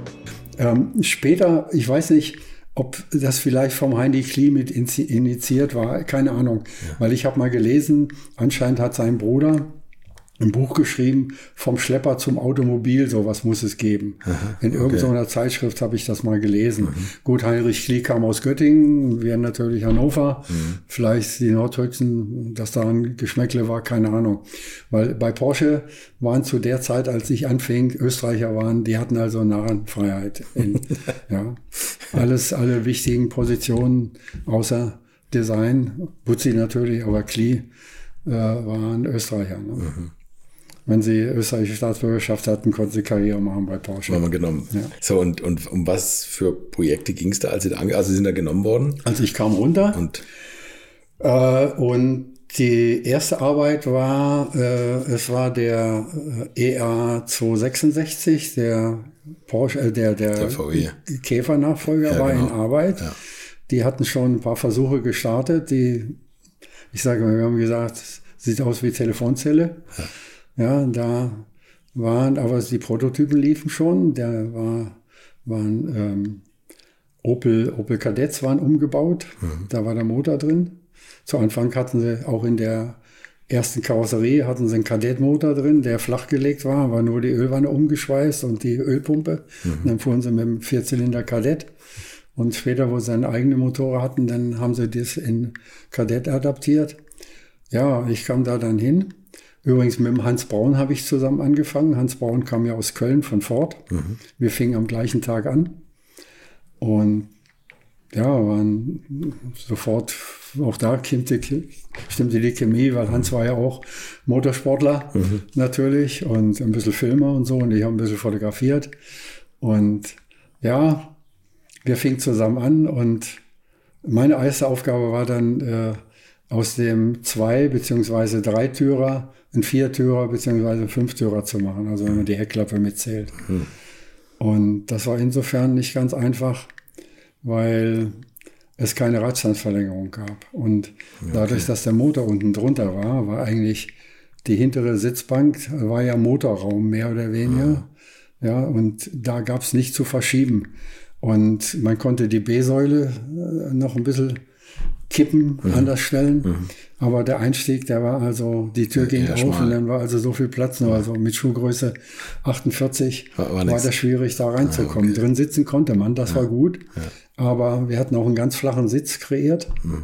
Ähm, später, ich weiß nicht, ob das vielleicht vom Heini Klee mit initiiert war, keine Ahnung. Ja. Weil ich habe mal gelesen, anscheinend hat sein Bruder ein Buch geschrieben, vom Schlepper zum Automobil, sowas muss es geben. Aha, in irgendeiner okay. Zeitschrift habe ich das mal gelesen. Mhm. Gut, Heinrich Klee kam aus Göttingen, wir natürlich Hannover. Mhm. Vielleicht die Norddeutschen, dass da ein Geschmäckle war, keine Ahnung. Weil bei Porsche waren zu der Zeit, als ich anfing, Österreicher waren, die hatten also Narrenfreiheit. In, ja, alles, alle wichtigen Positionen außer Design, Buzzi natürlich, aber Klee äh, waren Österreicher. Ne? Mhm. Wenn sie österreichische Staatsbürgerschaft hatten, konnten sie Karriere machen bei Porsche. Haben wir genommen. Ja. So, und, und um was für Projekte ging es da, als Sie da ange- also Sie sind da genommen worden? Also ich kam runter und, äh, und die erste Arbeit war, äh, es war der äh, E A zweihundertsechsundsechzig, der Porsche, äh, der, der, der V W. Käfer-Nachfolger ja, war genau. in Arbeit. Ja. Die hatten schon ein paar Versuche gestartet, die, ich sage mal, wir haben gesagt, sieht aus wie Telefonzelle. Ja. Ja, da waren, aber die Prototypen liefen schon. Der war, waren ähm, Opel, Opel Kadetts waren umgebaut. Mhm. Da war der Motor drin. Zu Anfang hatten sie auch in der ersten Karosserie hatten sie einen Kadettmotor drin, der flachgelegt war, war nur die Ölwanne umgeschweißt und die Ölpumpe. Mhm. Und dann fuhren sie mit dem Vierzylinder Kadett. Und später, wo sie einen eigenen Motor hatten, dann haben sie das in Kadett adaptiert. Ja, ich kam da dann hin. Übrigens mit dem Hans Braun habe ich zusammen angefangen. Hans Braun kam ja aus Köln von Ford. Mhm. Wir fingen am gleichen Tag an. Und ja, waren sofort, auch da stimmte, stimmte die Chemie, weil Hans war ja auch Motorsportler mhm. natürlich und ein bisschen Filmer und so und ich habe ein bisschen fotografiert und ja, wir fingen zusammen an und meine erste Aufgabe war dann äh, aus dem Zwei- bzw. Dreitürer einen Viertürer bzw. einen Fünftürer zu machen, also wenn man die Heckklappe mitzählt. Mhm. Und das war insofern nicht ganz einfach, weil es keine Radstandsverlängerung gab. Und okay. dadurch, dass der Motor unten drunter war, war eigentlich die hintere Sitzbank, war ja Motorraum mehr oder weniger. Ja, ja und da gab es nichts zu verschieben. Und man konnte die B-Säule noch ein bisschen kippen, mhm. anders stellen. Mhm. Aber der Einstieg, der war also, die Tür ging ja, auf schmal. Und dann war also so viel Platz noch. Also mit Schuhgröße achtundvierzig war, war, war das schwierig, da reinzukommen. Ah, okay. Drin sitzen konnte man, das ja. war gut. Ja. Aber wir hatten auch einen ganz flachen Sitz kreiert. Mhm.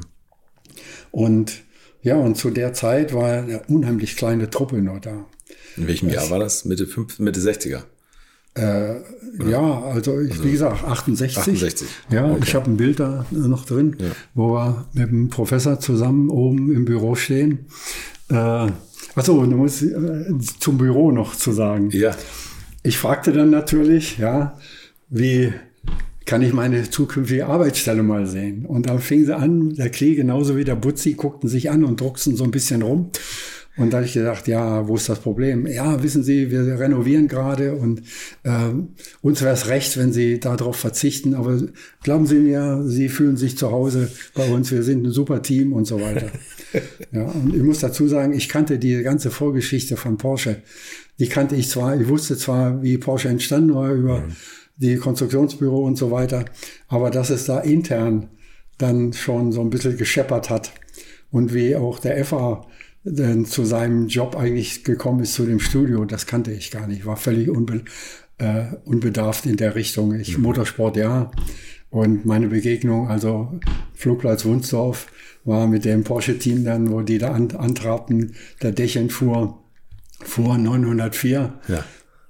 Und ja, und zu der Zeit war eine unheimlich kleine Truppe noch da. In welchem das, Jahr war das? Mitte, fünf, Mitte sechziger? Äh, ja, also, ich, also wie gesagt, achtundsechzig. achtundsechzig. Ja, okay. Ich habe ein Bild da noch drin, ja. wo wir mit dem Professor zusammen oben im Büro stehen. Äh, achso, du musst äh, zum Büro noch zu sagen. Ja. Ich fragte dann natürlich, ja, wie kann ich meine zukünftige Arbeitsstelle mal sehen? Und dann fing sie an, der Klee genauso wie der Butzi guckten sich an und drucksten so ein bisschen rum. Und da habe ich gedacht, ja, wo ist das Problem? Ja, wissen Sie, wir renovieren gerade und äh, uns wäre es recht, wenn Sie darauf verzichten. Aber glauben Sie mir, Sie fühlen sich zu Hause bei uns. Wir sind ein super Team und so weiter. Ja, und ich muss dazu sagen, ich kannte die ganze Vorgeschichte von Porsche. Die kannte ich zwar, ich wusste zwar, wie Porsche entstanden war über mhm. die Konstruktionsbüro und so weiter, aber dass es da intern dann schon so ein bisschen gescheppert hat und wie auch der F A denn zu seinem Job eigentlich gekommen ist, zu dem Studio, das kannte ich gar nicht. War völlig unbe äh, unbedarft in der Richtung. Ich mhm. Motorsport, ja. Und meine Begegnung, also Flugplatz Wunsdorf, war mit dem Porsche-Team dann, wo die da an, antrabten, der Dächen fuhr, fuhr neunhundertvier. Ja.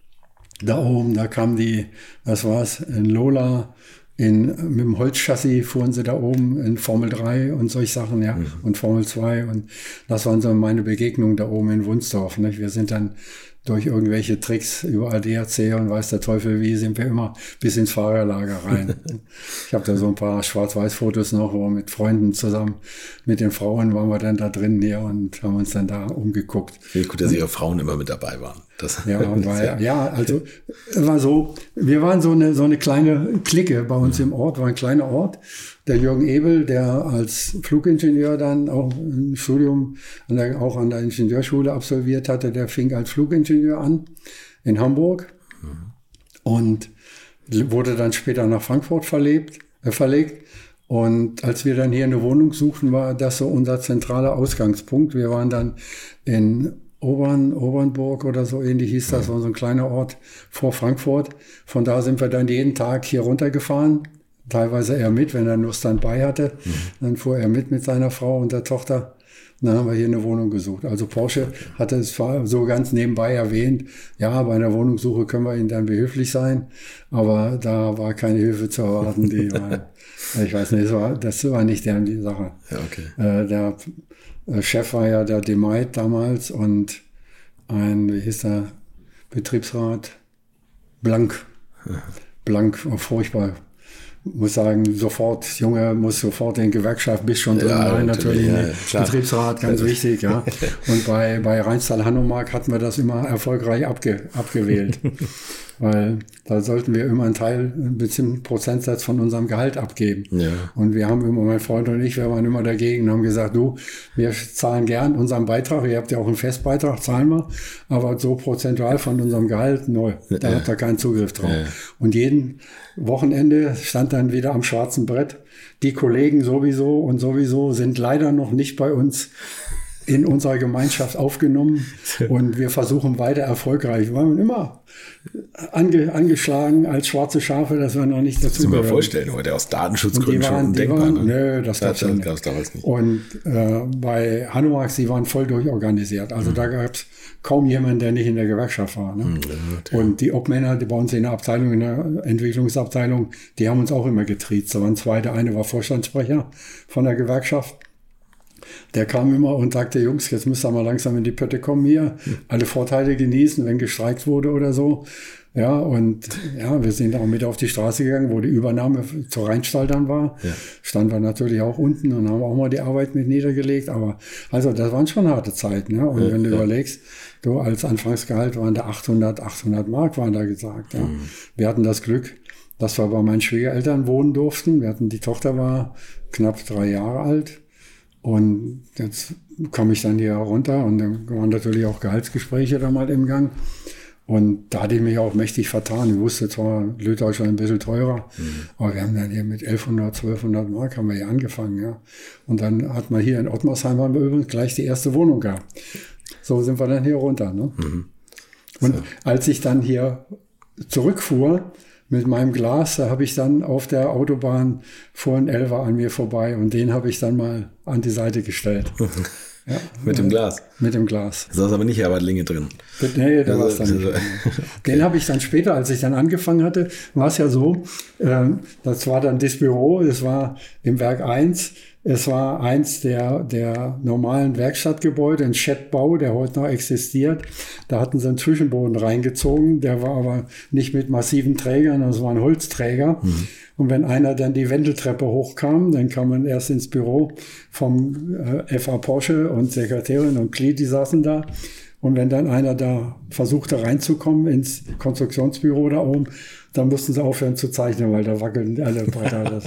Da oben, da kam die, was war's, in Lola, In, mit dem Holzchassis fuhren sie da oben in Formel drei und solche Sachen, ja, mhm. und Formel zwei. Und das waren so meine Begegnungen da oben in Wunsdorf. Nicht? Wir sind dann durch irgendwelche Tricks über A D A C und weiß der Teufel wie, sind wir immer bis ins Fahrerlager rein. Ich habe da so ein paar Schwarz-Weiß-Fotos noch, wo wir mit Freunden zusammen, mit den Frauen waren wir dann da drin hier und haben uns dann da umgeguckt. Finde ich gut, dass und, Ihre Frauen immer mit dabei waren. Das ja, und war, ja, also war so, wir waren so eine so eine kleine Clique bei uns im Ort, war ein kleiner Ort. Der Jürgen Ebel, der als Flugingenieur dann auch ein Studium an der, auch an der Ingenieurschule absolviert hatte, der fing als Flugingenieur an in Hamburg mhm. und wurde dann später nach Frankfurt verlebt, äh, verlegt. Und als wir dann hier eine Wohnung suchten, war das so unser zentraler Ausgangspunkt. Wir waren dann in Obern, Obernburg oder so ähnlich hieß das, war so ein kleiner Ort vor Frankfurt. Von da sind wir dann jeden Tag hier runtergefahren. Teilweise er mit, wenn er nur Standby hatte. Mhm. Dann fuhr er mit mit seiner Frau und der Tochter. Und dann haben wir hier eine Wohnung gesucht. Also Porsche hatte es zwar so ganz nebenbei erwähnt, ja, bei einer Wohnungssuche können wir Ihnen dann behilflich sein. Aber da war keine Hilfe zu erwarten. Die war, ich weiß nicht, das war, das war nicht deren die Sache. Ja, okay. Äh, der Chef war ja der Demeit damals und ein, wie hieß der, Betriebsrat? Blank. Blank, oh, furchtbar. Muss sagen, sofort, Junge, muss sofort in Gewerkschaft, bist schon drin, ja, rein, natürlich, natürlich ja, Betriebsrat, ganz ja. wichtig, ja. Und bei, bei Rheinstahl-Hanomag hatten wir das immer erfolgreich abge, abgewählt. Weil da sollten wir immer einen Teil, einen bestimmten Prozentsatz von unserem Gehalt abgeben. Ja. Und wir haben immer, mein Freund und ich, wir waren immer dagegen und haben gesagt, du, wir zahlen gern unseren Beitrag, ihr habt ja auch einen Festbeitrag, zahlen wir, aber so prozentual von unserem Gehalt, neu, da ja. habt ihr keinen Zugriff drauf. Ja. Und jeden Wochenende stand dann wieder am schwarzen Brett, die Kollegen sowieso und sowieso sind leider noch nicht bei uns in unserer Gemeinschaft aufgenommen und wir versuchen weiter erfolgreich. Wir waren immer ange, angeschlagen als schwarze Schafe, dass wir noch nicht dazu gehören. Das muss man vorstellen, heute aus Datenschutzgründen schon undenkbar. Waren, ne? Nö, das gab es damals nicht. Und äh, bei Hanomag, die waren voll durchorganisiert. Also mhm. da gab es kaum jemanden, der nicht in der Gewerkschaft war. Ne? Mhm, ja, und die Obmänner, die bei uns in der Abteilung, in der Entwicklungsabteilung, die haben uns auch immer getriezt. Da waren zwei, der eine war Vorstandssprecher von der Gewerkschaft. Der kam immer und sagte, Jungs, jetzt müsst ihr mal langsam in die Pötte kommen hier, alle Vorteile genießen, wenn gestreikt wurde oder so. Ja, und ja, wir sind auch mit auf die Straße gegangen, wo die Übernahme zur Rheinstall dann war. Ja. Standen wir natürlich auch unten und haben auch mal die Arbeit mit niedergelegt. Aber also das waren schon harte Zeiten. Ja. Und ja, wenn du ja. überlegst, du als Anfangsgehalt waren da achthundert, achthundert Mark waren da gesagt. Ja. Mhm. Wir hatten das Glück, dass wir bei meinen Schwiegereltern wohnen durften. Wir hatten, die Tochter war knapp drei Jahre alt. Und jetzt komme ich dann hier runter und dann waren natürlich auch Gehaltsgespräche da mal im Gang. Und da hatte ich mich auch mächtig vertan. Ich wusste zwar, Lüttdeutschland ein bisschen teurer, mhm. aber wir haben dann hier mit elfhundert, zwölfhundert Mark haben wir hier angefangen. Ja. Und dann hat man hier in Ottmarsheim haben wir übrigens gleich die erste Wohnung gehabt. So sind wir dann hier runter. Ne? Mhm. So. Und als ich dann hier zurückfuhr, mit meinem Glas, da habe ich dann auf der Autobahn vor ein Elfer an mir vorbei und den habe ich dann mal an die Seite gestellt. Ja, mit dem Glas? Mit dem Glas. Da saß aber nicht Herbert-Linge drin. Nee, da war es dann nicht. Okay. Den habe ich dann später, als ich dann angefangen hatte, war es ja so, äh, das war dann das Büro, das war im Werk eins, es war eins der, der normalen Werkstattgebäude, ein Schettbau, der heute noch existiert. Da hatten sie einen Zwischenboden reingezogen, der war aber nicht mit massiven Trägern, das war ein Holzträger. Mhm. Und wenn einer dann die Wendeltreppe hochkam, dann kam man erst ins Büro vom äh, F A Porsche und Sekretärin und Glied, die saßen da. Und wenn dann einer da versuchte reinzukommen ins Konstruktionsbüro da oben, dann mussten sie aufhören zu zeichnen, weil da wackeln alle Bretter. Das.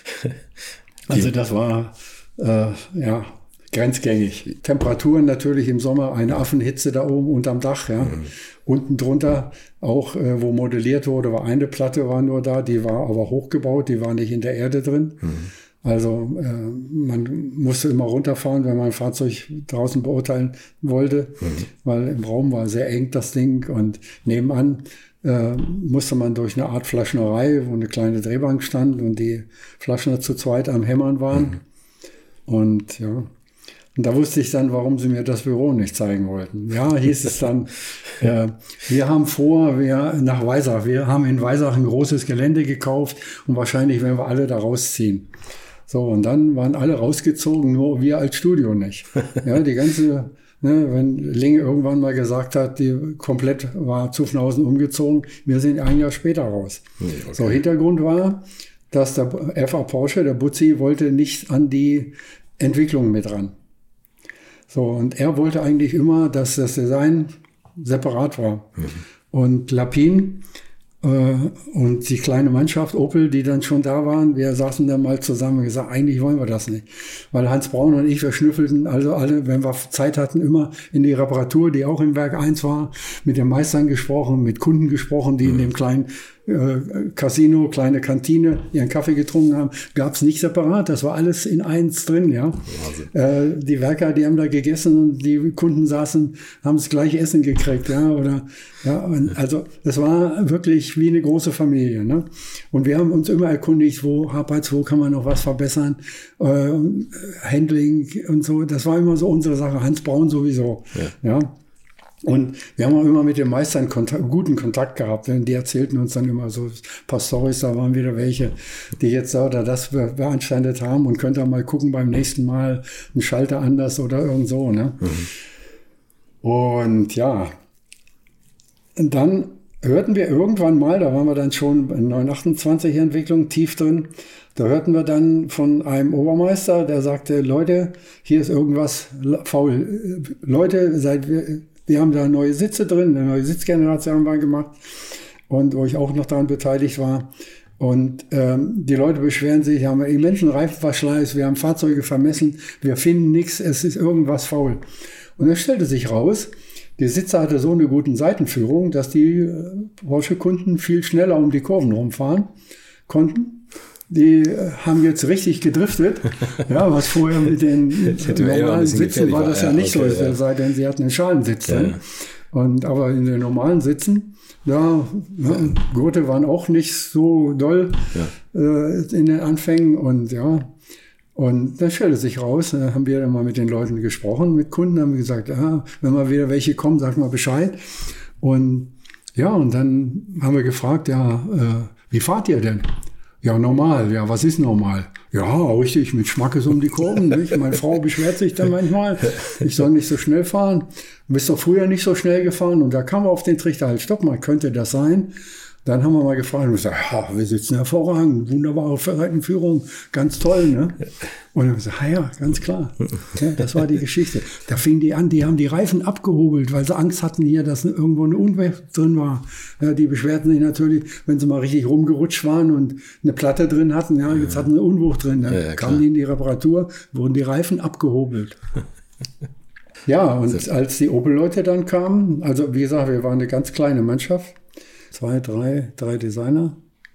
Also das war, äh, ja, grenzgängig. Temperaturen natürlich im Sommer, eine Affenhitze da oben unterm Dach, ja. Mhm. Unten drunter auch, äh, wo modelliert wurde, war eine Platte, war nur da, die war aber hochgebaut, die war nicht in der Erde drin. Mhm. Also äh, man musste immer runterfahren, wenn man ein Fahrzeug draußen beurteilen wollte, mhm. weil im Raum war sehr eng das Ding und nebenan äh, musste man durch eine Art Flaschnerei, wo eine kleine Drehbank stand und die Flaschner zu zweit am Hämmern waren. Mhm. Und ja, und da wusste ich dann, warum sie mir das Büro nicht zeigen wollten. Ja, hieß es dann, äh, wir haben vor, wir nach Weisach, wir haben in Weisach ein großes Gelände gekauft und wahrscheinlich werden wir alle da rausziehen. So, und dann waren alle rausgezogen, nur wir als Studio nicht. Ja, die ganze, ne, wenn Linge irgendwann mal gesagt hat, die komplett war Zuffenhausen umgezogen, wir sind ein Jahr später raus. Okay. So, Hintergrund war, dass der F A Porsche, der Butzi, wollte nicht an die Entwicklung mit ran. So, und er wollte eigentlich immer, dass das Design separat war. Mhm. Und Lapin äh, und die kleine Mannschaft, Opel, die dann schon da waren, wir saßen dann mal zusammen und gesagt, eigentlich wollen wir das nicht. Weil Hans Braun und ich, wir schnüffelten also alle, wenn wir Zeit hatten, immer in die Reparatur, die auch im Werk eins war, mit den Meistern gesprochen, mit Kunden gesprochen, die mhm. in dem kleinen äh, Casino, kleine Kantine, ihren Kaffee getrunken haben, gab es nicht separat, das war alles in eins drin, ja. Äh, die Werker, die haben da gegessen und die Kunden saßen, haben das gleiche Essen gekriegt, ja, oder, ja, und also, das war wirklich wie eine große Familie, ne. Und wir haben uns immer erkundigt, wo hapert, wo kann man noch was verbessern, äh, Handling und so, das war immer so unsere Sache, Hans Braun sowieso, ja. ja. Und wir haben auch immer mit den Meistern Kontakt, guten Kontakt gehabt. Die erzählten uns dann immer so ein paar Storys, da waren wieder welche, die jetzt da oder das beanstandet haben und könnt ihr mal gucken beim nächsten Mal einen Schalter anders oder irgend so. Ne? Mhm. Und ja, und dann hörten wir irgendwann mal, da waren wir dann schon in neun achtundzwanzig Entwicklung tief drin, da hörten wir dann von einem Obermeister, der sagte, Leute, hier ist irgendwas faul. Leute, seit wir... Wir haben da neue Sitze drin, eine neue Sitzgeneration haben wir gemacht und wo ich auch noch daran beteiligt war. Und ähm, die Leute beschweren sich, haben wir immensen Reifenverschleiß, wir haben Fahrzeuge vermessen, wir finden nichts, es ist irgendwas faul. Und es stellte sich raus, die Sitze hatte so eine gute Seitenführung, dass die äh, Porsche-Kunden viel schneller um die Kurven rumfahren konnten. die haben jetzt richtig gedriftet. Ja, was vorher mit den normalen Sitzen war das ja nicht ja, okay, so, ja. sei denn sie hatten einen Schalensitz drin. Ja. Und, aber in den normalen Sitzen, ja, ne, Gurte waren auch nicht so doll ja. äh, in den Anfängen und ja, und dann stellte sich raus, da haben wir dann mal mit den Leuten gesprochen, mit Kunden, haben wir gesagt, ja, wenn mal wieder welche kommen, sag mal Bescheid. Und ja, und dann haben wir gefragt, ja, äh, wie fahrt ihr denn? Ja, normal. Ja, was ist normal? Ja, richtig, mit Schmackes um die Kurven. Nicht? Meine Frau beschwert sich dann manchmal, ich soll nicht so schnell fahren. Du bist doch früher nicht so schnell gefahren. Und da kam er auf den Trichter, halt, stopp mal, könnte das sein? Dann haben wir mal gefragt und gesagt, ja, wir sitzen hervorragend, wunderbare Seitenführung, ganz toll, ne? Und dann haben wir gesagt, ja, ja, ganz klar. Ja, das war die Geschichte. Da fingen die an, die haben die Reifen abgehobelt, weil sie Angst hatten hier, dass irgendwo eine Unwetter drin war. Ja, die beschwerten sich natürlich, wenn sie mal richtig rumgerutscht waren und eine Platte drin hatten, ja, jetzt hatten sie eine Unwucht drin. Dann ja, ja, kamen die in die Reparatur, wurden die Reifen abgehobelt. Ja, und als die Opel-Leute dann kamen, also wie gesagt, wir waren eine ganz kleine Mannschaft, Zwei, drei, drei Designer.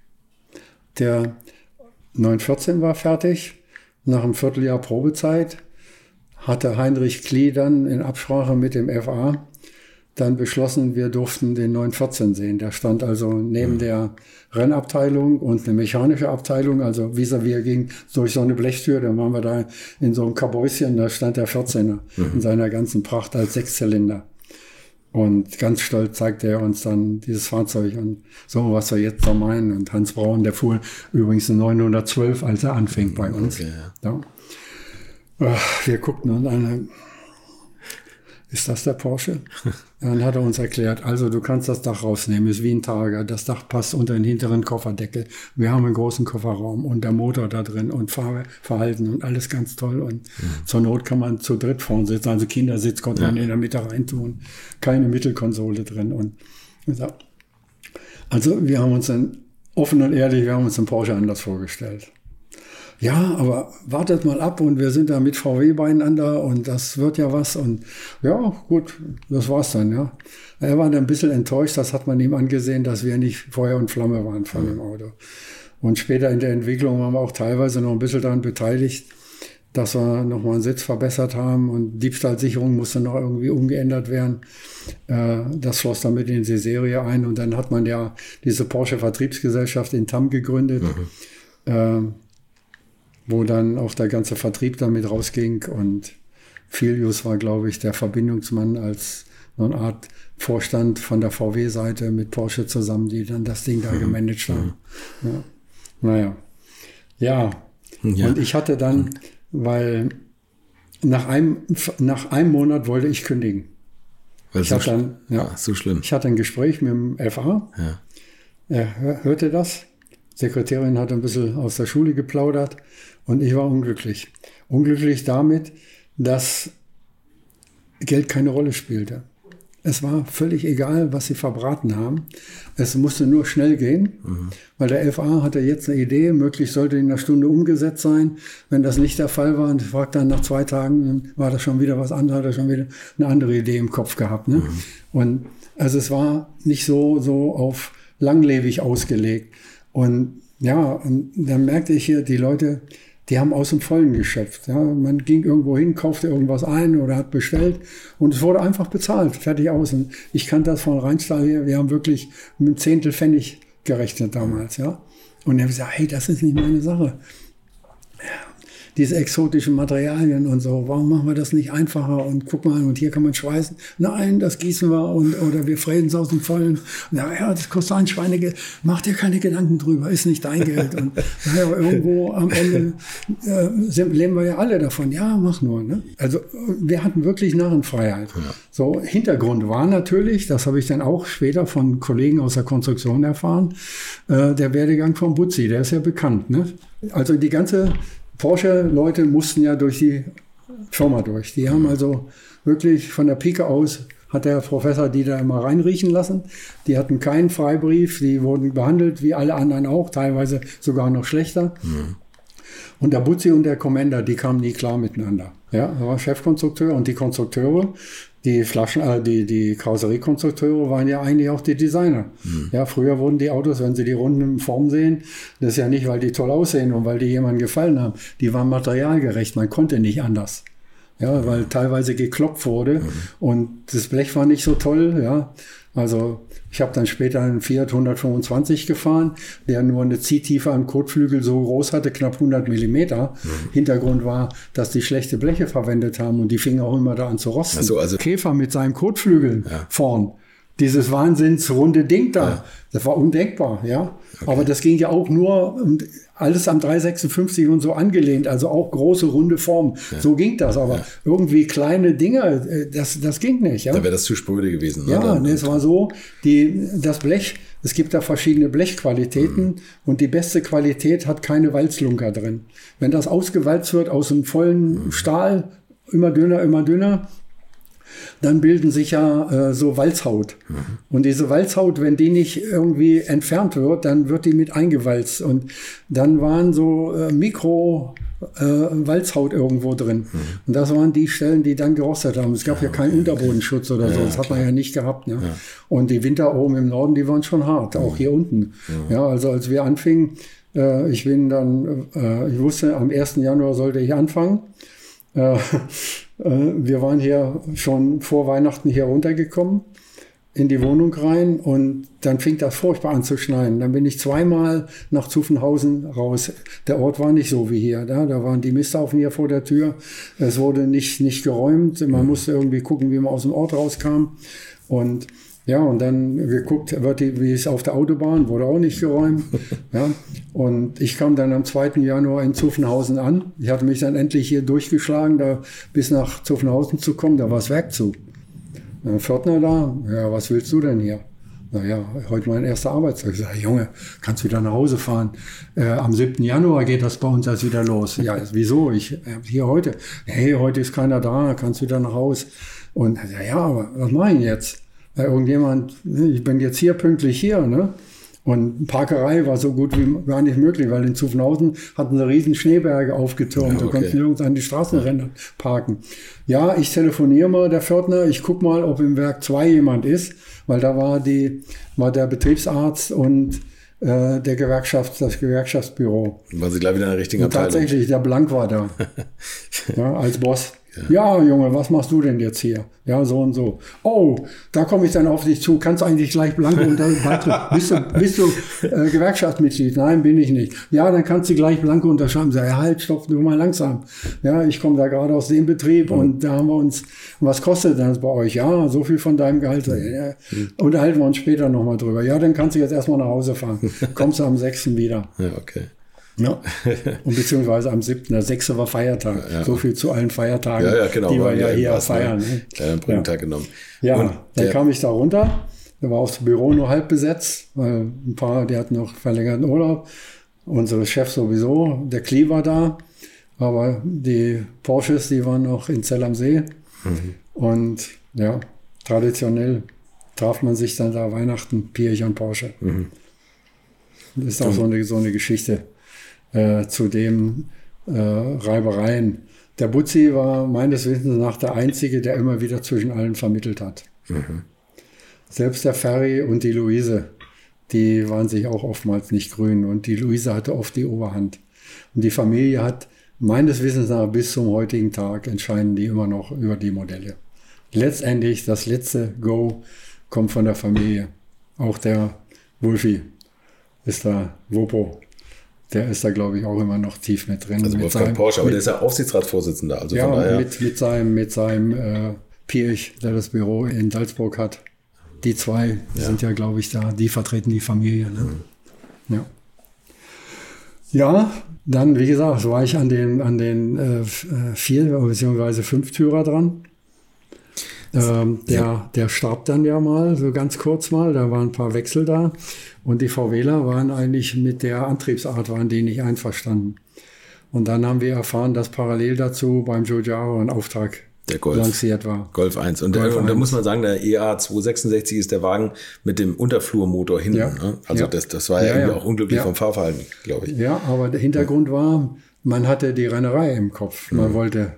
Der neun vierzehn war fertig. Nach einem Vierteljahr Probezeit hatte Heinrich Klee dann in Absprache mit dem F A dann beschlossen, wir durften den neun vierzehn sehen. Der stand also neben mhm. der Rennabteilung und eine mechanische Abteilung, also vis-à-vis ging durch so eine Blechtür, dann waren wir da in so einem Kabäuschen, da stand der vierzehner mhm. in seiner ganzen Pracht als Sechszylinder. Und ganz stolz zeigte er uns dann dieses Fahrzeug und so, was wir jetzt da meinen. Und Hans Braun, der fuhr übrigens in neunhundertzwölf, als er anfing bei uns. Okay, ja. Ja. Wir guckten und an, ist das der Porsche? Dann hat er uns erklärt, also du kannst das Dach rausnehmen, ist wie ein Targa. Das Dach passt unter den hinteren Kofferdeckel. Wir haben einen großen Kofferraum und der Motor da drin und Fahrverhalten und alles ganz toll. Und mhm. zur Not kann man zu dritt vorn sitzen. Also Kindersitz konnte ja. man in der Mitte reintun. Keine Mittelkonsole drin. Und also wir haben uns dann offen und ehrlich, wir haben uns den Porsche anders vorgestellt. Ja, aber wartet mal ab und wir sind da mit V W beieinander und das wird ja was und ja, gut, das war's dann, ja. Er war dann ein bisschen enttäuscht, das hat man ihm angesehen, dass wir nicht Feuer und Flamme waren von dem Auto. Und später in der Entwicklung waren wir auch teilweise noch ein bisschen daran beteiligt, dass wir nochmal einen Sitz verbessert haben und Diebstahlsicherung musste noch irgendwie umgeändert werden. Das schloss dann mit in die Serie ein und dann hat man ja diese Porsche Vertriebsgesellschaft in Tamm gegründet. Mhm. Wo dann auch der ganze Vertrieb damit rausging und Filius war, glaube ich, der Verbindungsmann als so eine Art Vorstand von der V W-Seite mit Porsche zusammen, die dann das Ding da gemanagt haben. Ja. Naja, ja. ja. Und ich hatte dann, weil nach einem, nach einem Monat wollte ich kündigen. Was ich hatte dann, ja, ah, so schlimm. Ich hatte ein Gespräch mit dem F A. Ja. Er hörte das. Sekretärin hat ein bisschen aus der Schule geplaudert und ich war unglücklich. Unglücklich damit, dass Geld keine Rolle spielte. Es war völlig egal, was sie verbraten haben. Es musste nur schnell gehen, mhm. weil der F A hatte jetzt eine Idee, möglichst sollte in einer Stunde umgesetzt sein. Wenn das nicht der Fall war und ich fragte dann nach zwei Tagen, dann war das schon wieder was anderes, hat er schon wieder eine andere Idee im Kopf gehabt. Ne? Mhm. Und also es war nicht so, so auf langlebig ausgelegt. Und ja, und dann merkte ich hier, die Leute, die haben aus dem Vollen geschöpft. Ja, man ging irgendwo hin, kaufte irgendwas ein oder hat bestellt und es wurde einfach bezahlt, fertig aus. Und ich kannte das von Rheinstahl her, wir haben wirklich mit einem Zehntel Pfennig gerechnet damals. Ja. Und dann habe ich gesagt, hey, das ist nicht meine Sache. Ja, diese exotischen Materialien und so, warum machen wir das nicht einfacher und guck mal, und hier kann man schweißen. Nein, das gießen wir und oder wir fräsen es aus dem Vollen. Und ja, ja, das kostet ein Schweinegeld. Mach dir keine Gedanken drüber, ist nicht dein Geld. Und naja, irgendwo am Ende äh, sind, leben wir ja alle davon. Ja, mach nur. Ne? Also wir hatten wirklich Narrenfreiheit. Ja. So, Hintergrund war natürlich, das habe ich dann auch später von Kollegen aus der Konstruktion erfahren, äh, der Werdegang von Butzi, der ist ja bekannt. Ne? Also die ganze Porsche-Leute mussten ja durch die Firma durch. Die haben also wirklich von der Pike aus, hat der Professor die da immer reinriechen lassen. Die hatten keinen Freibrief, die wurden behandelt wie alle anderen auch, teilweise sogar noch schlechter. Mhm. Und der Butzi und der Commander, die kamen nie klar miteinander. Ja, er war Chefkonstrukteur und die Konstrukteure, die Flaschen, äh, die, die Karosseriekonstrukteure waren ja eigentlich auch die Designer. Mhm. Ja, früher wurden die Autos, wenn Sie die runden Form sehen, das ist ja nicht, weil die toll aussehen und weil die jemandem gefallen haben. Die waren materialgerecht, man konnte nicht anders. Ja, weil teilweise geklopft wurde mhm. und das Blech war nicht so toll, ja. Also ich habe dann später einen Fiat hundertfünfundzwanzig gefahren, der nur eine Ziehtiefe am Kotflügel so groß hatte, knapp hundert Millimeter. Mhm. Hintergrund war, dass die schlechte Bleche verwendet haben und die fingen auch immer da an zu rosten. Ach so, also Käfer mit seinem Kotflügel ja. vorn. Dieses wahnsinnsrunde Ding da, ja. das war undenkbar, ja. Okay. Aber das ging ja auch nur, alles am drei sechsundfünfzig und so angelehnt, also auch große, runde Form. Ja. So ging das, aber ja. irgendwie kleine Dinge, das, das ging nicht. Ja? Da wäre das zu spröde gewesen. Ja, ne? Nee, es war so, die, das Blech, es gibt da verschiedene Blechqualitäten mhm. und die beste Qualität hat keine Walzlunker drin. Wenn das ausgewalzt wird aus einem vollen mhm. Stahl, immer dünner, immer dünner, dann bilden sich ja äh, so Walzhaut. Mhm. Und diese Walzhaut, wenn die nicht irgendwie entfernt wird, dann wird die mit eingewalzt. Und dann waren so äh, Mikro äh, Walzhaut irgendwo drin. Mhm. Und das waren die Stellen, die dann gerostet haben. Es gab ja, ja keinen okay, Unterbodenschutz oder ja, so. Das hat man ja nicht gehabt. Ne? Ja. Und die Winter oben im Norden, die waren schon hart, auch mhm. hier unten. Ja. Ja, also als wir anfingen, äh, ich bin dann, äh, ich wusste, am ersten Januar sollte ich anfangen. Äh, Wir waren hier schon vor Weihnachten hier runtergekommen, in die Wohnung rein und dann fing das furchtbar an zu schneien. Dann bin ich zweimal nach Zuffenhausen raus. Der Ort war nicht so wie hier. Da, da waren die Misthaufen hier vor der Tür. Es wurde nicht, nicht geräumt. Man musste irgendwie gucken, wie man aus dem Ort rauskam. Und ja, und dann geguckt, wird die, wie es auf der Autobahn, wurde auch nicht geräumt. Ja. Und ich kam dann am zweiten Januar in Zuffenhausen an. Ich hatte mich dann endlich hier durchgeschlagen, da bis nach Zuffenhausen zu kommen, da war das Werk zu. Ein Pförtner da, ja, was willst du denn hier? Naja, heute mein erster Arbeitstag. Ich sage, Junge, kannst wieder nach Hause fahren. Äh, am siebten Januar geht das bei uns erst wieder los. Ja, wieso? Ich, äh, hier heute. Hey, heute ist keiner da, kannst wieder nach Hause. Und ja, aber was mache ich jetzt? Weil irgendjemand, ich bin jetzt hier pünktlich hier, ne? Und Parkerei war so gut wie gar nicht möglich, weil in Zuffenhausen hatten sie riesen Schneeberge aufgetürmt. Ja, okay. Da konnten nirgends an die Straßenränder parken. Ja, ich telefoniere mal, der Pförtner, ich guck mal, ob im Werk zwei jemand ist, weil da war die, war der Betriebsarzt und äh, der Gewerkschaft, das Gewerkschaftsbüro. War sie gleich wieder in der richtigen und Abteilung? Tatsächlich, der Blank war da, ja, als Boss. Ja. ja, Junge, was machst du denn jetzt hier? Ja, so und so. Oh, da komme ich dann auf dich zu. Kannst du eigentlich gleich Blanco unterschreiben? Bist du, bist du äh, Gewerkschaftsmitglied? Nein, bin ich nicht. Ja, dann kannst du gleich Blanco unterschreiben. Sag, ja, halt, stopp, du mal langsam. Ja, ich komme da gerade aus dem Betrieb mhm. und da haben wir uns, was kostet das bei euch? Ja, so viel von deinem Gehalt. Ja, mhm. Unterhalten wir uns später nochmal drüber. Ja, dann kannst du jetzt erstmal nach Hause fahren. Kommst du am sechsten wieder. Ja, okay. Ja, und beziehungsweise am siebten Der sechste war Feiertag. Ja. So viel zu allen Feiertagen, ja, ja, genau, die wir ja hier feiern. Ne? Kleiner Brückentag ja. genommen. Ja, und dann kam ich da runter. Da war auch das Büro nur halb besetzt, weil ein paar, die hatten noch verlängerten Urlaub. Unsere Chef sowieso, der Klee war da. Aber die Porsches, die waren noch in Zell am See. Mhm. Und ja, traditionell traf man sich dann da Weihnachten, Pirch und Porsche. Mhm. Das ist auch mhm. so eine, so eine Geschichte. Äh, zu dem äh, Reibereien. Der Butzi war meines Wissens nach der Einzige, der immer wieder zwischen allen vermittelt hat. Mhm. Selbst der Ferry und die Luise, die waren sich auch oftmals nicht grün und die Luise hatte oft die Oberhand. Und die Familie hat meines Wissens nach bis zum heutigen Tag entscheiden die immer noch über die Modelle. Letztendlich, das letzte Go kommt von der Familie. Auch der Wulfi ist da, Wopo. Der ist da, glaube ich, auch immer noch tief mit drin. Also mit Wolfgang seinem, Porsche, aber mit, der ist ja Aufsichtsratsvorsitzender. Also ja, von daher. Mit, mit seinem, mit seinem äh, Pirch, der das Büro in Salzburg hat. Die zwei ja. sind ja, glaube ich, da. Die vertreten die Familie. Ne? Mhm. Ja. Ja, dann, wie gesagt, so war ich an den, an den äh, vier bzw. Fünftürer dran. Ähm, der, ja. der starb dann ja mal, so ganz kurz mal. Da waren ein paar Wechsel da. Und die VWler waren eigentlich mit der Antriebsart, waren die nicht einverstanden. Und dann haben wir erfahren, dass parallel dazu beim Giugiaro ein Auftrag der Golf. lanciert war. Golf eins. Und, Golf der, und da muss man sagen, der E A zweihundertsechsundsechzig ist der Wagen mit dem Unterflurmotor hinten. Ja. Ne? Also ja. das, das war ja, ja, irgendwie ja. auch unglücklich ja. vom Fahrverhalten, glaube ich. Ja, aber der Hintergrund war, man hatte die Rennerei im Kopf. Man mhm. wollte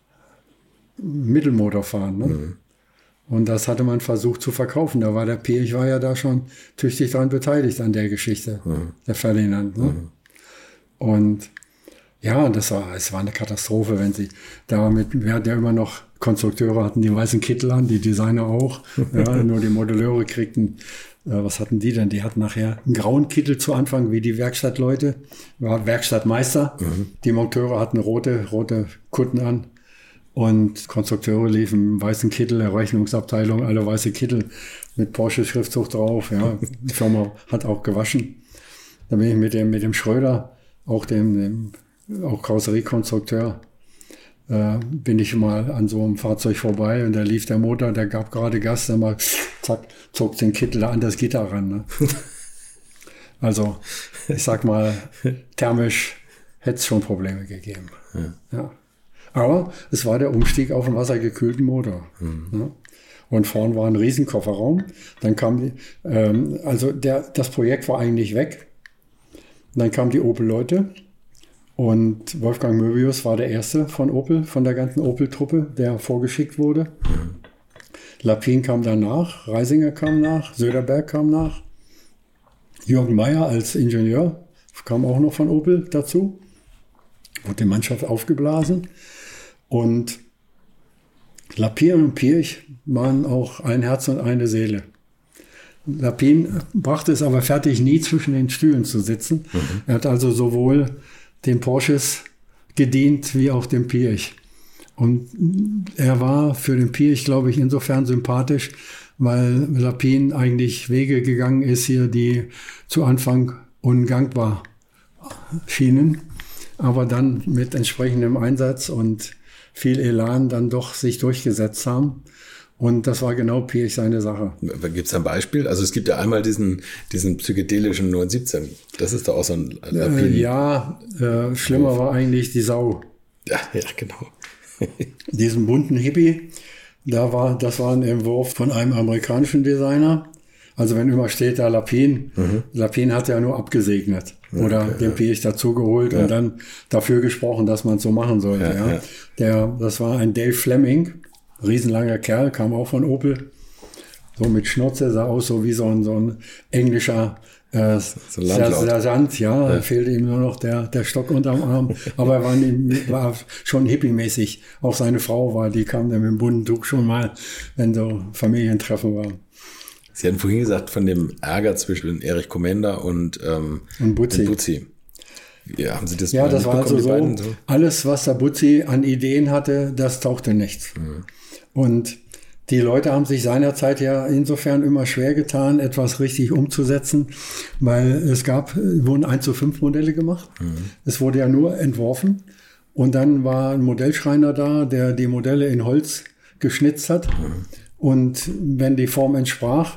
Mittelmotor fahren. Ne? Mhm. Und das hatte man versucht zu verkaufen. Da war der Piëch war ja da schon tüchtig daran beteiligt an der Geschichte, mhm. der Ferdinand. Ne? Mhm. Und ja, das war, es war eine Katastrophe, wenn sie damit, wir hatten ja immer noch Konstrukteure, hatten die weißen Kittel an, die Designer auch. Ja, nur die Modelleure kriegten, äh, was hatten die denn? Die hatten nachher einen grauen Kittel zu Anfang, wie die Werkstattleute, war Werkstattmeister. Mhm. Die Monteure hatten rote, rote Kutten an. Und Konstrukteure liefen im weißen Kittel, der Rechnungsabteilung, alle weiße Kittel mit Porsche-Schriftzug drauf. Ja, die Firma hat auch gewaschen. Dann bin ich mit dem, mit dem Schröder, auch dem, dem auch Karosseriekonstrukteur, äh, bin ich mal an so einem Fahrzeug vorbei und da lief der Motor, der gab gerade Gas, dann mal zack, zog den Kittel an das Gitter ran. Ne? Also, ich sag mal, thermisch hätte es schon Probleme gegeben. Ja. Ja. Aber es war der Umstieg auf einen wassergekühlten Motor. Mhm. Ne? Und vorn war ein Riesenkofferraum. Dann kam die, ähm, also der, das Projekt war eigentlich weg. Dann kamen die Opel-Leute und Wolfgang Möbius war der Erste von Opel, von der ganzen Opel-Truppe, der vorgeschickt wurde. Mhm. Lapin kam danach, Reisinger kam nach, Söderberg kam nach. Jürgen Meyer als Ingenieur kam auch noch von Opel dazu. Wurde die Mannschaft aufgeblasen. Und Lapin und Piëch waren auch ein Herz und eine Seele. Lapin brachte es aber fertig, nie zwischen den Stühlen zu sitzen. Mhm. Er hat also sowohl den Porsches gedient wie auch dem Piëch. Und er war für den Piëch, glaube ich, insofern sympathisch, weil Lapin eigentlich Wege gegangen ist hier, die zu Anfang ungangbar schienen, aber dann mit entsprechendem Einsatz und viel Elan dann doch sich durchgesetzt haben. Und das war genau Piëch seine Sache. Gibt es ein Beispiel? Also es gibt ja einmal diesen, diesen psychedelischen neun siebzehn. Das ist doch auch so ein Lapin. Äh, ja, äh, schlimmer war eigentlich die Sau. Ja, ja, genau. Diesen bunten Hippie, da war, das war ein Entwurf von einem amerikanischen Designer. Also wenn immer steht da Lapin, mhm. Lapin hat ja nur abgesegnet oder okay, den Piëch ja. dazugeholt ja. und dann dafür gesprochen, dass man es so machen sollte. Ja, ja. Ja. Der, das war ein Dave Fleming, riesenlanger Kerl, kam auch von Opel, so mit Schnurze, sah aus so wie so ein, so ein englischer äh, so Sergeant, ja, ja. fehlte ihm nur noch der, der Stock unterm Arm, aber er war, nicht, war schon hippie-mäßig. Auch seine Frau war, die kam dann mit dem bunten Tuch schon mal, wenn so Familientreffen waren. Sie hatten vorhin gesagt von dem Ärger zwischen Erich Komenda und, ähm, und Buzzi. Buzzi. Ja, haben Sie das Ja, das war also so, so, alles, was der Buzzi an Ideen hatte, das tauchte nicht. Mhm. Und die Leute haben sich seinerzeit ja insofern immer schwer getan, etwas richtig umzusetzen, weil es gab, wurden eins zu fünf Modelle gemacht. Mhm. Es wurde ja nur entworfen. Und dann war ein Modellschreiner da, der die Modelle in Holz geschnitzt hat. Mhm. Und wenn die Form entsprach,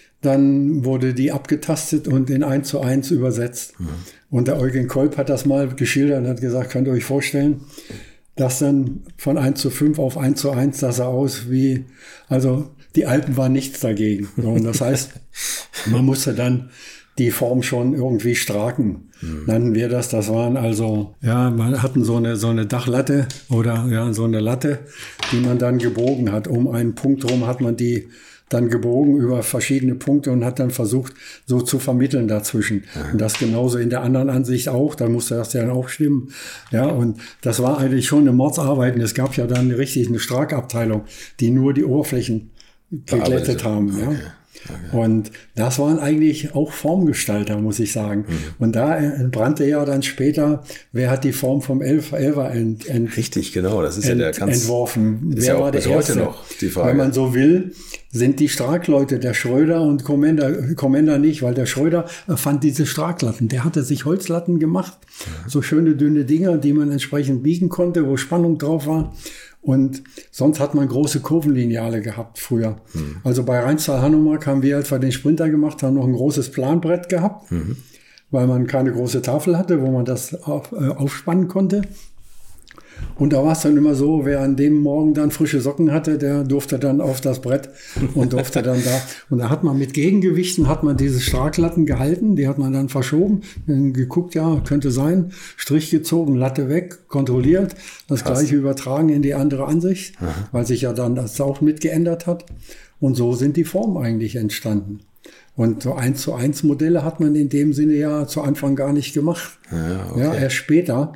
dann wurde die abgetastet und in eins zu eins übersetzt. Mhm. Und der Eugen Kolb hat das mal geschildert und hat gesagt, könnt ihr euch vorstellen, dass dann von eins zu fünf auf eins zu eins, das sah aus wie, also die Alpen waren nichts dagegen. Und das heißt, man musste dann die Form schon irgendwie straken, mhm. nannten wir das. Das waren also, ja, man hatten so eine, so eine Dachlatte oder ja, so eine Latte, die man dann gebogen hat. Um einen Punkt rum hat man die dann gebogen über verschiedene Punkte und hat dann versucht, so zu vermitteln dazwischen. Ja. Und das genauso in der anderen Ansicht auch, da musste das ja dann auch stimmen. Ja, und das war eigentlich schon eine Mordsarbeit. Und es gab ja dann richtig eine Strakabteilung, die nur die Oberflächen geglättet haben. Okay. Ja. Okay. Und das waren eigentlich auch Formgestalter, muss ich sagen. Mhm. Und da entbrannte ja dann später, wer hat die Form vom Elfer ent, ent, Richtig, genau, das ist ent, ja der ganz entworfen. Ist wer ja war der Erste? Heute noch die Frage. Wenn man so will, sind die Strakleute, der Schröder und Komenda, Komenda nicht, weil der Schröder fand diese Straklatten. Der hatte sich Holzlatten gemacht, mhm. so schöne dünne Dinger, die man entsprechend biegen konnte, wo Spannung drauf war. Und sonst hat man große Kurvenlineale gehabt früher. Mhm. Also bei Rheinstahl Hanomag haben wir, als wir den Sprinter gemacht haben, noch ein großes Planbrett gehabt, mhm. weil man keine große Tafel hatte, wo man das auf, äh, aufspannen konnte. Und da war es dann immer so, wer an dem Morgen dann frische Socken hatte, der durfte dann auf das Brett und durfte dann da. Und da hat man mit Gegengewichten, hat man diese Strahlatten gehalten, die hat man dann verschoben, dann geguckt, ja, könnte sein, Strich gezogen, Latte weg, kontrolliert, das Krass. Gleiche übertragen in die andere Ansicht, Aha. weil sich ja dann das auch mitgeändert hat. Und so sind die Formen eigentlich entstanden. Und so eins zu eins Modelle hat man in dem Sinne ja zu Anfang gar nicht gemacht. Ja, okay. ja erst später.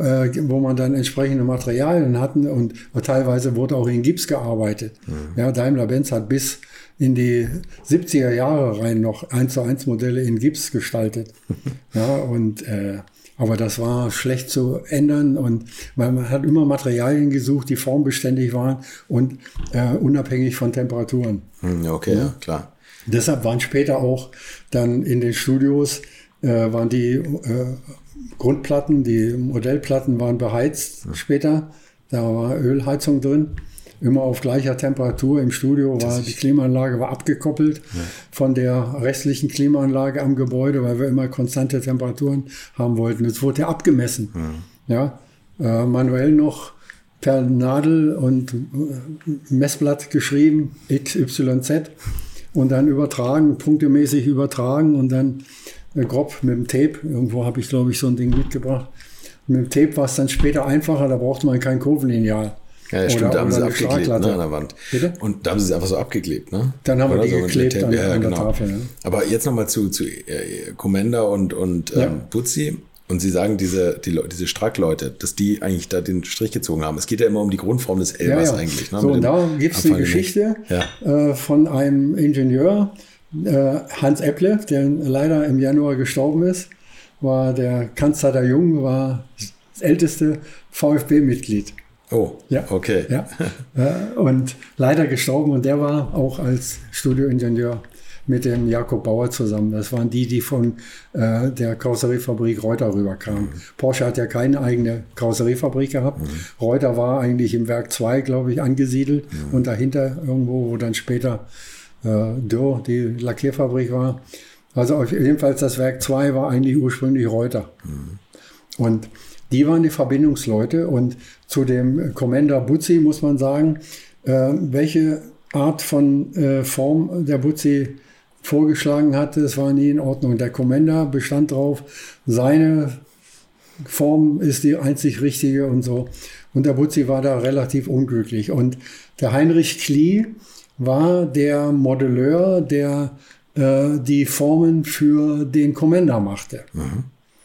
Wo man dann entsprechende Materialien hatten und teilweise wurde auch in Gips gearbeitet. Mhm. Ja, Daimler-Benz hat bis in die siebziger Jahre rein noch eins zu eins Modelle in Gips gestaltet. ja, und, äh, aber das war schlecht zu ändern und man hat immer Materialien gesucht, die formbeständig waren und äh, unabhängig von Temperaturen. Okay, ja, ja klar. Deshalb waren später auch dann in den Studios äh, waren die äh, Grundplatten, die Modellplatten waren beheizt ja. später. Da war Ölheizung drin, immer auf gleicher Temperatur. Im Studio war die Klimaanlage war abgekoppelt ja. von der restlichen Klimaanlage am Gebäude, weil wir immer konstante Temperaturen haben wollten. Es wurde ja abgemessen. Ja, ja äh, manuell noch per Nadel und Messblatt geschrieben, X, Y, Z und dann übertragen, punktemäßig übertragen und dann grob mit dem Tape. Irgendwo habe ich, glaube ich, so ein Ding mitgebracht. Mit dem Tape war es dann später einfacher, da brauchte man kein Kurvenlineal. Ja, ja, stimmt, oder, da haben sie abgeklebt ne, an der Wand. Bitte? Und da haben sie es einfach so abgeklebt, ne? Dann haben oder wir die so geklebt an, ja, an der genau. Tafel. Ne? Aber jetzt nochmal zu, zu äh, Commander und, und ähm, ja. Buzzi. Und Sie sagen, diese, die, diese Strack-Leute, dass die eigentlich da den Strich gezogen haben. Es geht ja immer um die Grundform des Elbers ja, ja. eigentlich. Ne? So, und da gibt es die Geschichte ja. äh, von einem Ingenieur, äh, Hans Epple, der leider im Januar gestorben ist, war der Kanzler der Jungen, war das älteste VfB-Mitglied. Oh, ja, okay. Ja, äh, und leider gestorben und der war auch als Studioingenieur mit dem Jakob Bauer zusammen. Das waren die, die von äh, der Karosseriefabrik Reuter rüberkamen. Mhm. Porsche hat ja keine eigene Karosseriefabrik gehabt. Mhm. Reuter war eigentlich im Werk zwei, glaube ich, angesiedelt mhm. und dahinter irgendwo, wo dann später äh, Dürr die Lackierfabrik war. Also jedenfalls das Werk zwei war eigentlich ursprünglich Reuter. Mhm. Und die waren die Verbindungsleute und zu dem Commander Buzzi muss man sagen, äh, welche Art von äh, Form der Buzzi vorgeschlagen hatte, das war nie in Ordnung. Der Commander bestand drauf, seine Form ist die einzig richtige und so. Und der Buzzi war da relativ unglücklich. Und der Heinrich Klie war der Modelleur, der äh, die Formen für den Commander machte. Mhm.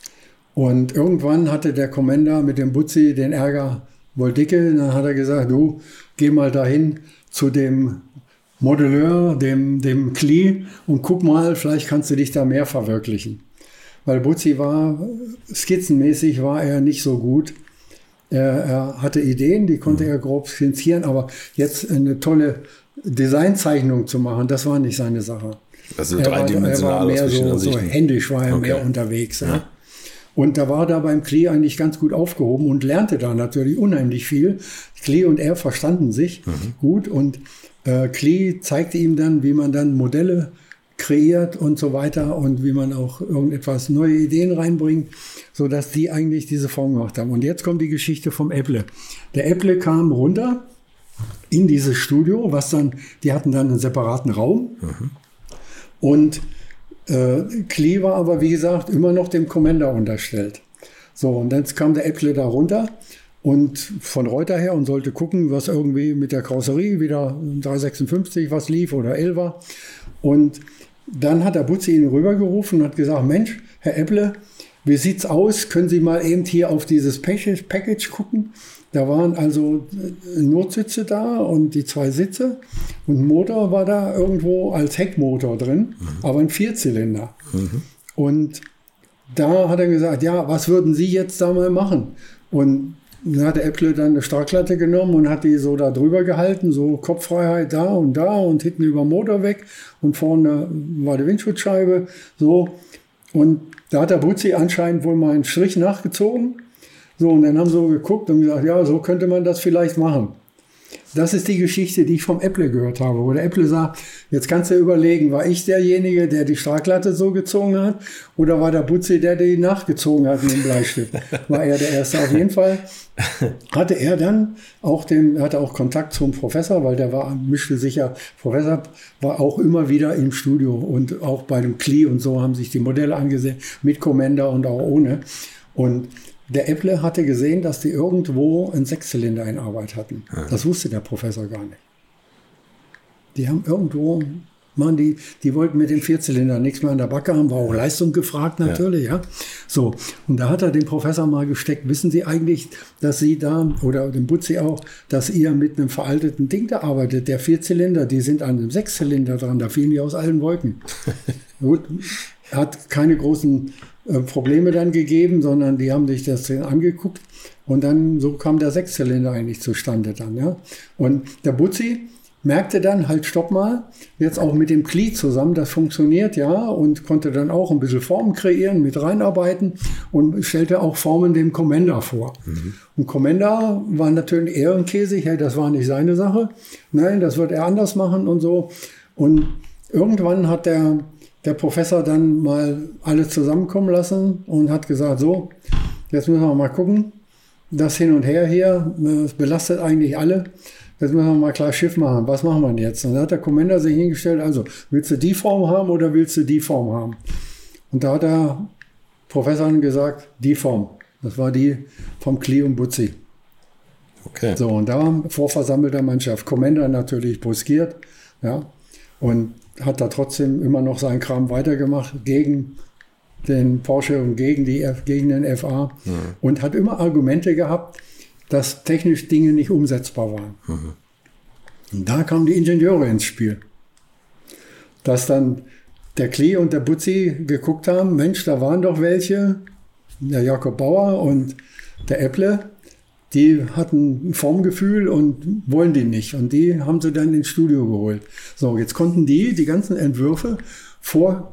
Und irgendwann hatte der Commander mit dem Buzzi den Ärger wohl dicke. Dann hat er gesagt, du, geh mal dahin zu dem Modelleur, dem, dem Klie und guck mal, vielleicht kannst du dich da mehr verwirklichen. Weil Buzzi war, skizzenmäßig war er nicht so gut. Er, er hatte Ideen, die konnte er grob skizzieren, aber jetzt eine tolle Designzeichnung zu machen, das war nicht seine Sache. Also dreidimensional er war, er war mehr so, so händisch, war er okay. mehr unterwegs. Ja. Ja. Und da war da beim Klie eigentlich ganz gut aufgehoben und lernte da natürlich unheimlich viel. Klie und er verstanden sich mhm. gut und äh, Klie zeigte ihm dann, wie man dann Modelle kreiert und so weiter und wie man auch irgendetwas neue Ideen reinbringt, sodass die eigentlich diese Form gemacht haben. Und jetzt kommt die Geschichte vom Epple. Der Epple kam runter in dieses Studio, was dann, die hatten dann einen separaten Raum mhm. und Äh, Klie war aber, wie gesagt, immer noch dem Commander unterstellt. So, und jetzt kam der Epple da runter und von Reuter her und sollte gucken, was irgendwie mit der Karosserie wieder dreihundertsechsundfünfzig was lief oder elfer. Und dann hat der Buzzi ihn rübergerufen und hat gesagt, Mensch, Herr Epple, wie sieht's aus? Können Sie mal eben hier auf dieses Package, Package gucken? Da waren also Notsitze da und die zwei Sitze und ein Motor war da irgendwo als Heckmotor drin, mhm. aber ein Vierzylinder. Mhm. Und da hat er gesagt, ja, was würden Sie jetzt da mal machen? Und dann hat der Epple dann eine Strahlatte genommen und hat die so da drüber gehalten, so Kopffreiheit da und da und hinten über den Motor weg und vorne war die Windschutzscheibe, so. Und da hat der Buzzi anscheinend wohl mal einen Strich nachgezogen. So, und dann haben sie so geguckt und gesagt, ja, so könnte man das vielleicht machen. das ist die Geschichte, die ich vom Epple gehört habe, wo der Epple sagt, jetzt kannst du überlegen, war ich derjenige, der die Strahlklatte so gezogen hat, oder war der Butzi, der die nachgezogen hat mit dem Bleistift? War er der Erste? Auf jeden Fall hatte er dann auch den, hatte auch Kontakt zum Professor, weil der war, mischte sich ja, Professor war auch immer wieder im Studio und auch bei dem Klee und so haben sich die Modelle angesehen, mit Commander und auch ohne. Und der Epple hatte gesehen, dass die irgendwo einen Sechszylinder in Arbeit hatten. Ja. Das wusste der Professor gar nicht. Die haben irgendwo, man, die, die wollten mit dem Vierzylinder nichts mehr an der Backe haben, war auch Leistung gefragt natürlich, ja. ja. So, und da hat er den Professor mal gesteckt, wissen Sie eigentlich, dass Sie da, oder den Butzi auch, dass ihr mit einem veralteten Ding da arbeitet, der Vierzylinder, die sind an einem Sechszylinder dran, da fielen die aus allen Wolken. Gut, hat keine großen Probleme dann gegeben, sondern die haben sich das angeguckt und dann so kam der Sechszylinder eigentlich zustande dann, ja. Und der Butzi merkte dann, halt stopp mal, jetzt auch mit dem Klee zusammen, das funktioniert, ja, und konnte dann auch ein bisschen Formen kreieren, mit reinarbeiten und stellte auch Formen dem Commander vor. Mhm. Und Commander war natürlich ehrenkäsig, hey, das war nicht seine Sache, nein, das wird er anders machen und so. Und irgendwann hat der der Professor dann mal alle zusammenkommen lassen und hat gesagt, so, jetzt müssen wir mal gucken, das Hin und Her hier, das belastet eigentlich alle, jetzt müssen wir mal klar Schiff machen, was machen wir denn jetzt? Und dann hat der Commander sich hingestellt, also, willst du die Form haben oder willst du die Form haben? Und da hat der Professor gesagt, die Form, das war die vom Klee und Butzi. Okay. So, und da vor versammelter Mannschaft, Commander natürlich bruskiert, ja, und hat da trotzdem immer noch seinen Kram weitergemacht gegen den Porsche und gegen, die, gegen den F A mhm. und hat immer Argumente gehabt, dass technisch Dinge nicht umsetzbar waren. Mhm. Und da kamen die Ingenieure ins Spiel. Dass dann der Klee und der Butzi geguckt haben, Mensch, da waren doch welche, der Jakob Bauer und der Epple, die hatten ein Formgefühl und wollen die nicht. Und die haben sie dann ins Studio geholt. So, jetzt konnten die die ganzen Entwürfe vor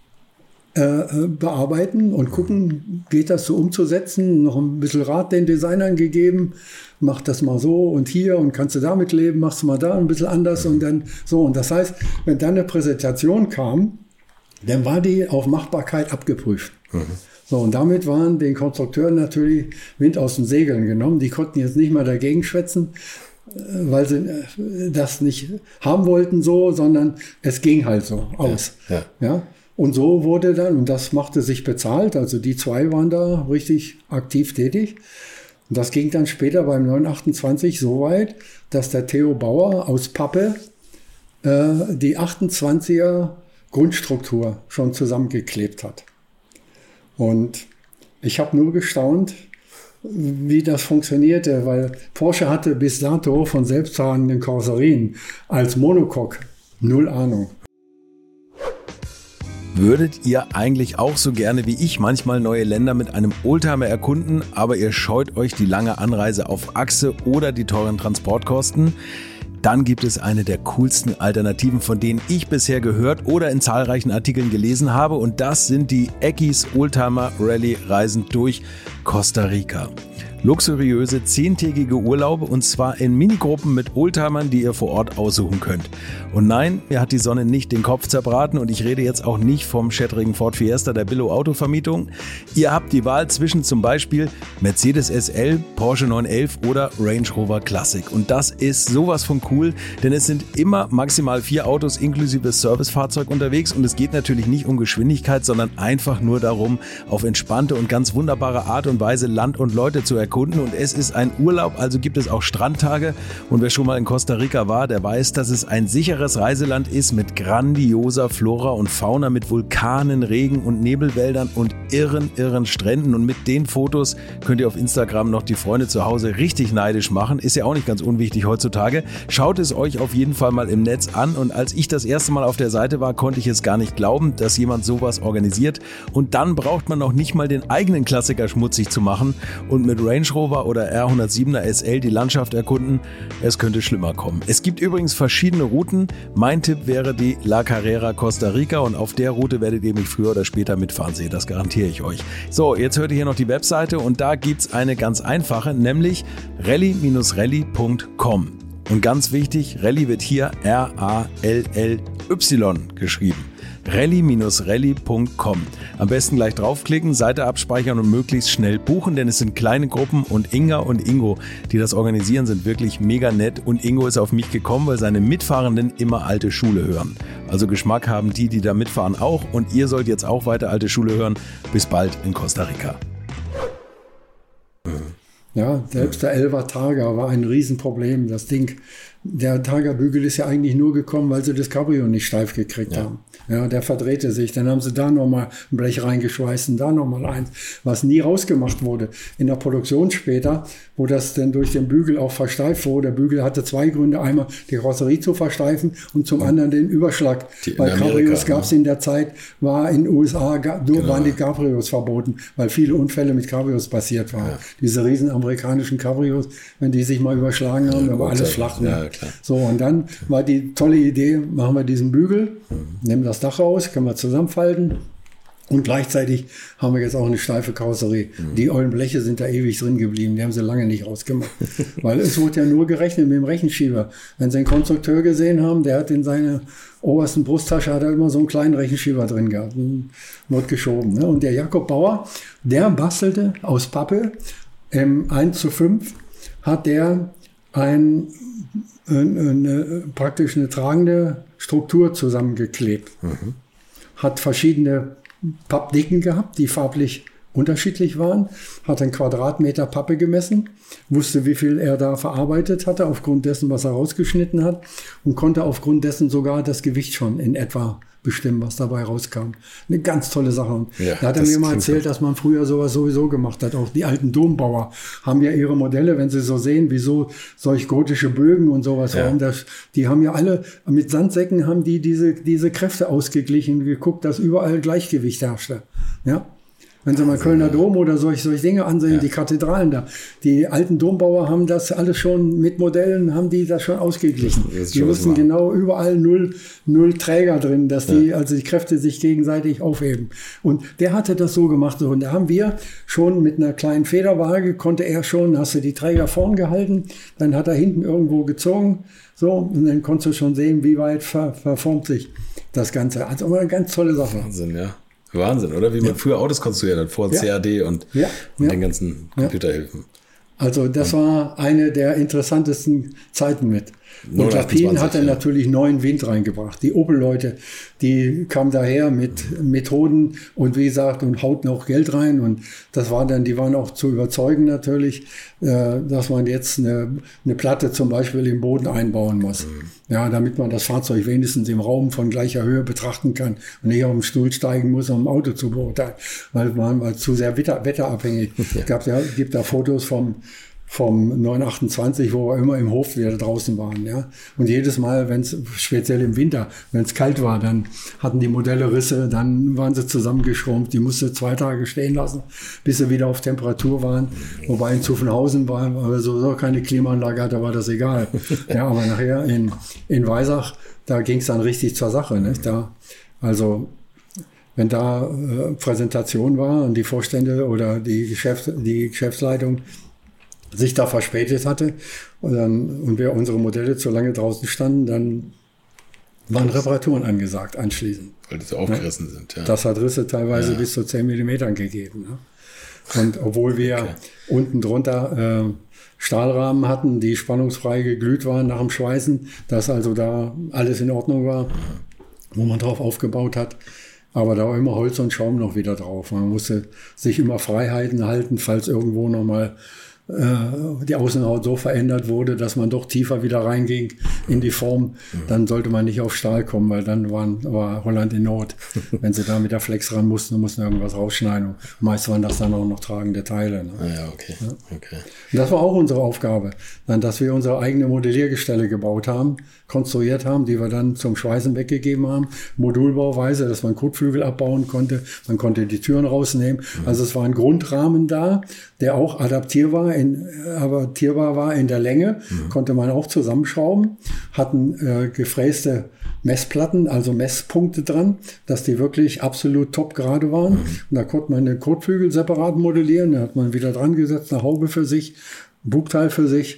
äh, bearbeiten und gucken, geht das so umzusetzen. Noch ein bisschen Rat den Designern gegeben. Mach das mal so und hier und kannst du damit leben, machst du mal da ein bisschen anders und dann so. Und das heißt, wenn dann eine Präsentation kam, dann war die auf Machbarkeit abgeprüft. Mhm. So, und damit waren den Konstrukteuren natürlich Wind aus den Segeln genommen. Die konnten jetzt nicht mal dagegen schwätzen, weil sie das nicht haben wollten so, sondern es ging halt so aus. Ja, ja. Ja? Und so wurde dann, und das machte sich bezahlt, also die zwei waren da richtig aktiv tätig. Und das ging dann später beim neun achtundzwanzig so weit, dass der Theo Bauer aus Pappe äh, die achtundzwanziger Grundstruktur schon zusammengeklebt hat. Und ich habe nur gestaunt, wie das funktionierte, weil Porsche hatte bis dato von selbsttragenden Karosserien als Monocoque null Ahnung. Würdet ihr eigentlich auch so gerne wie ich manchmal neue Länder mit einem Oldtimer erkunden, aber ihr scheut euch die lange Anreise auf Achse oder die teuren Transportkosten? Dann gibt es eine der coolsten Alternativen, von denen ich bisher gehört oder in zahlreichen Artikeln gelesen habe. Und das sind die Eckis Oldtimer Rallye Reisen durch Costa Rica. Luxuriöse zehntägige Urlaube und zwar in Minigruppen mit Oldtimern, die ihr vor Ort aussuchen könnt. Und nein, mir hat die Sonne nicht den Kopf zerbraten und ich rede jetzt auch nicht vom schättrigen Ford Fiesta der Billo-Autovermietung. Ihr habt die Wahl zwischen zum Beispiel Mercedes S L, Porsche neun elf oder Range Rover Classic. Und das ist sowas von cool, denn es sind immer maximal vier Autos inklusive Servicefahrzeug unterwegs und es geht natürlich nicht um Geschwindigkeit, sondern einfach nur darum, auf entspannte und ganz wunderbare Art und Weise Land und Leute zu erkunden. Und es ist ein Urlaub, also gibt es auch Strandtage. Und wer schon mal in Costa Rica war, der weiß, dass es ein sicheres Reiseland ist mit grandioser Flora und Fauna, mit Vulkanen, Regen- und Nebelwäldern und irren, irren Stränden. Und mit den Fotos könnt ihr auf Instagram noch die Freunde zu Hause richtig neidisch machen. Ist ja auch nicht ganz unwichtig heutzutage. Schaut es euch auf jeden Fall mal im Netz an. Und als ich das erste Mal auf der Seite war, konnte ich es gar nicht glauben, dass jemand sowas organisiert. Und dann braucht man noch nicht mal den eigenen Klassiker schmutzig zu machen und mit Range Rover oder R hundertsiebener S L die Landschaft erkunden. Es könnte schlimmer kommen. Es gibt übrigens verschiedene Routen. Mein Tipp wäre die La Carrera Costa Rica und auf der Route werdet ihr mich früher oder später mitfahren sehen. Das garantiere ich euch. So, jetzt hört ihr hier noch die Webseite und da gibt es eine ganz einfache, nämlich rally Bindestrich rally Punkt com. Und ganz wichtig, Rally wird hier R A L L Y geschrieben. rally Bindestrich rally Punkt com. Am besten gleich draufklicken, Seite abspeichern und möglichst schnell buchen, denn es sind kleine Gruppen und Inga und Ingo, die das organisieren, sind wirklich mega nett. Und Ingo ist auf mich gekommen, weil seine Mitfahrenden immer alte Schule hören. Also Geschmack haben die, die da mitfahren auch, und ihr sollt jetzt auch weiter alte Schule hören. Bis bald in Costa Rica. Ja, selbst der Elva Targa war ein Riesenproblem. Das Ding, der Targa-Bügel ist ja eigentlich nur gekommen, weil sie das Cabrio nicht steif gekriegt ja. haben. Ja, der verdrehte sich. Dann haben sie da nochmal ein Blech reingeschweißt und da nochmal eins, was nie rausgemacht wurde. In der Produktion später, wo das dann durch den Bügel auch versteift wurde. Der Bügel hatte zwei Gründe. Einmal die Karosserie zu versteifen und zum anderen den Überschlag. Die, weil Cabrios gab es in der Zeit, war in den U S A, nur genau. waren die Cabrios verboten, weil viele Unfälle mit Cabrios passiert waren. Ja. Diese riesen amerikanischen Cabrios, wenn die sich mal überschlagen haben, ja, da war alles flach. Ne? Ja, klar. So, und dann war die tolle Idee, machen wir diesen Bügel, mhm. nehmen das Dach raus, können wir zusammenfalten. Und gleichzeitig haben wir jetzt auch eine steife Karosserie. Mhm. Die ollen Bleche sind da ewig drin geblieben. Die haben sie lange nicht rausgemacht. Weil es wurde ja nur gerechnet mit dem Rechenschieber. Wenn Sie einen Konstrukteur gesehen haben, der hat in seiner obersten Brusttasche hat er immer so einen kleinen Rechenschieber drin gehabt. Und wurde geschoben. Ne? Und der Jakob Bauer, der bastelte aus Pappe im eins zu fünf, hat der ein, eine, praktisch eine tragende Struktur zusammengeklebt. Mhm. Hat verschiedene Pappdicken gehabt, die farblich unterschiedlich waren, hat einen Quadratmeter Pappe gemessen, wusste, wie viel er da verarbeitet hatte, aufgrund dessen, was er rausgeschnitten hat, und konnte aufgrund dessen sogar das Gewicht schon in etwa bestimmen, was dabei rauskam. Eine ganz tolle Sache. Und ja, da hat er mir mal erzählt, dass man früher sowas sowieso gemacht hat. Auch die alten Dombauer haben ja ihre Modelle, wenn sie so sehen, wieso solch gotische Bögen und sowas. Ja. Warum das, die haben ja alle, mit Sandsäcken haben die diese, diese Kräfte ausgeglichen, geguckt, dass überall Gleichgewicht herrschte. Ja. Wenn Sie mal Kölner Dom oder solche, solche Dinge ansehen, ja. die Kathedralen da. Die alten Dombauer haben das alles schon mit Modellen, haben die das schon ausgeglichen. Die wussten genau überall null, null Träger drin, dass die, ja. also die Kräfte sich gegenseitig aufheben. Und der hatte das so gemacht. Und da haben wir schon mit einer kleinen Federwaage, konnte er schon, hast du die Träger vorn gehalten, dann hat er hinten irgendwo gezogen, so, und dann konntest du schon sehen, wie weit ver, verformt sich das Ganze. Also eine ganz tolle Sache. Wahnsinn, ja. Wahnsinn, oder? Wie man ja. früher Autos konstruiert hat, vor ja. C A D und, ja. und ja. den ganzen Computerhilfen. Also das war eine der interessantesten Zeiten mit. Und Lapin hatte ja. natürlich neuen Wind reingebracht. Die Opel-Leute, die kamen daher mit Methoden und wie gesagt, und hauten auch Geld rein. Und das war dann, die waren auch zu überzeugen natürlich, äh, dass man jetzt eine, eine Platte zum Beispiel im Boden einbauen muss. Mhm. Ja, damit man das Fahrzeug wenigstens im Raum von gleicher Höhe betrachten kann und nicht auf den Stuhl steigen muss, um ein Auto zu beurteilen, weil man war zu sehr wetter, wetterabhängig. Es ja. gab ja, gibt da Fotos vom vom neun achtundzwanzig, wo wir immer im Hof wieder draußen waren, ja. Und jedes Mal, wenn es, speziell im Winter, wenn es kalt war, dann hatten die Modelle Risse, dann waren sie zusammengeschrumpft, die musste zwei Tage stehen lassen, bis sie wieder auf Temperatur waren. Wobei in Zuffenhausen war, aber sowieso keine Klimaanlage hatte, war das egal. Ja, aber nachher in, in Weisach, da ging es dann richtig zur Sache, nicht? Da, also, wenn da äh, Präsentation war und die Vorstände oder die Geschäfts-, die Geschäftsleitung sich da verspätet hatte und, dann, und wir unsere Modelle zu lange draußen standen, dann waren Reparaturen angesagt anschließend. Weil die so aufgerissen ja. sind, ja. Das hat Risse teilweise ja. bis zu zehn Millimeter gegeben. Ne? Und obwohl wir okay. unten drunter äh, Stahlrahmen hatten, die spannungsfrei geglüht waren nach dem Schweißen, dass also da alles in Ordnung war, wo man drauf aufgebaut hat. Aber da war immer Holz und Schaum noch wieder drauf. Man musste sich immer Freiheiten halten, falls irgendwo nochmal die Außenhaut so verändert wurde, dass man doch tiefer wieder reinging in die Form, dann sollte man nicht auf Stahl kommen, weil dann waren, war Holland in Not. Wenn sie da mit der Flex ran mussten, mussten irgendwas rausschneiden. Und meist waren das dann auch noch tragende Teile. Ne? Ah ja, okay. Ja. okay. Und das war auch unsere Aufgabe, dann, dass wir unsere eigene Modelliergestelle gebaut haben, konstruiert haben, die wir dann zum Schweißen weggegeben haben, Modulbauweise, dass man Kotflügel abbauen konnte, man konnte die Türen rausnehmen. Mhm. Also es war ein Grundrahmen da, der auch adaptierbar In, adaptierbar war in der Länge, mhm. konnte man auch zusammenschrauben, hatten äh, gefräste Messplatten, also Messpunkte dran, dass die wirklich absolut top gerade waren. Mhm. Und da konnte man den Kotflügel separat modellieren, da hat man wieder dran gesetzt, eine Haube für sich, ein Bugteil für sich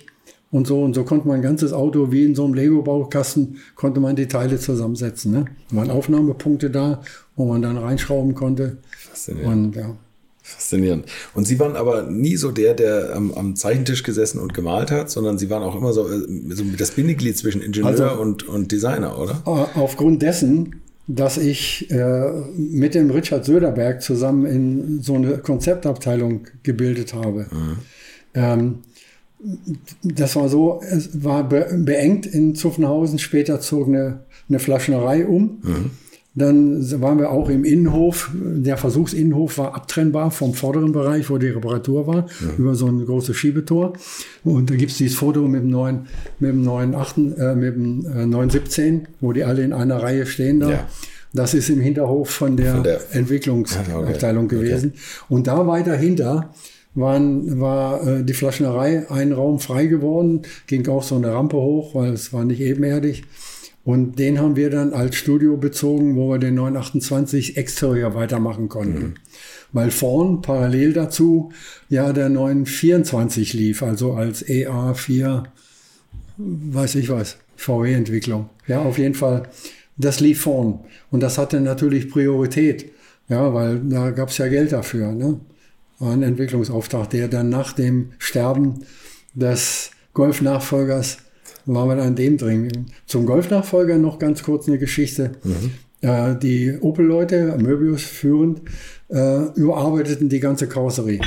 und so. Und so konnte man ein ganzes Auto wie in so einem Lego-Baukasten, konnte man die Teile zusammensetzen. Ne? Da waren Aufnahmepunkte da, wo man dann reinschrauben konnte. Faszinierend. Und, ja. Faszinierend. Und Sie waren aber nie so der, der am, am Zeichentisch gesessen und gemalt hat, sondern Sie waren auch immer so, so das Bindeglied zwischen Ingenieur also, und, und Designer, oder? Aufgrund dessen, dass ich äh, mit dem Richard Söderberg zusammen in so eine Konzeptabteilung gebildet habe. Mhm. Ähm, das war so, es war be- beengt in Zuffenhausen, später zog eine, eine Flaschnerei um. Mhm. Dann waren wir auch im Innenhof. Der Versuchsinnenhof war abtrennbar vom vorderen Bereich, wo die Reparatur war, ja. über so ein großes Schiebetor. Und da gibt es dieses Foto mit dem neuen, mit dem neuen achten, äh, mit dem äh, neun siebzehn, wo die alle in einer Reihe stehen da. Ja. Das ist im Hinterhof von der, von der Entwicklungsabteilung okay. gewesen. Okay. Und da weiter hinter waren, war äh, die Flaschnerei ein Raum frei geworden, ging auch so eine Rampe hoch, weil es war nicht ebenerdig. Und den haben wir dann als Studio bezogen, wo wir den neun achtundzwanzig Exterior weitermachen konnten. Mhm. Weil vorn parallel dazu ja der neun vierundzwanzig lief, also als E A vier, weiß ich was, V W-Entwicklung. Ja, auf jeden Fall, das lief vorn. Und das hatte natürlich Priorität, ja, weil da gab es ja Geld dafür, ne? War ein Entwicklungsauftrag, der dann nach dem Sterben des Golf-Nachfolgers waren wir an dem drin. Zum Golf-Nachfolger noch ganz kurz eine Geschichte. Mhm. Äh, die Opel-Leute, Möbius führend, äh, überarbeiteten die ganze Karosserie.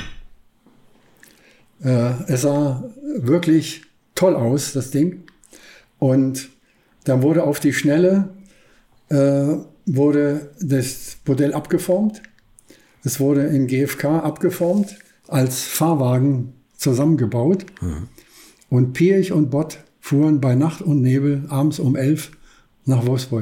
Äh, es sah wirklich toll aus, das Ding. Und dann wurde auf die Schnelle äh, wurde das Modell abgeformt. Es wurde in G F K abgeformt, als Fahrwagen zusammengebaut. Mhm. Und Piëch und Bott fuhren bei Nacht und Nebel abends um elf nach Wolfsburg.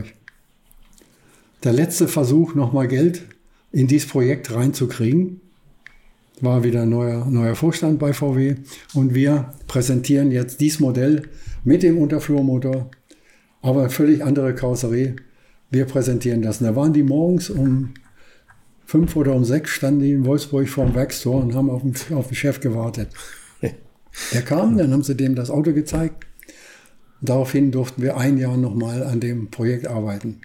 Der letzte Versuch, nochmal Geld in dieses Projekt reinzukriegen, war wieder ein neuer, neuer Vorstand bei V W. Und wir präsentieren jetzt dieses Modell mit dem Unterflurmotor, aber völlig andere Karosserie. Wir präsentieren das. Und da waren die morgens um fünf oder um sechs, standen die in Wolfsburg vor dem Werkstor und haben auf den, auf den Chef gewartet. Der kam, dann haben sie dem das Auto gezeigt. Daraufhin durften wir ein Jahr nochmal an dem Projekt arbeiten.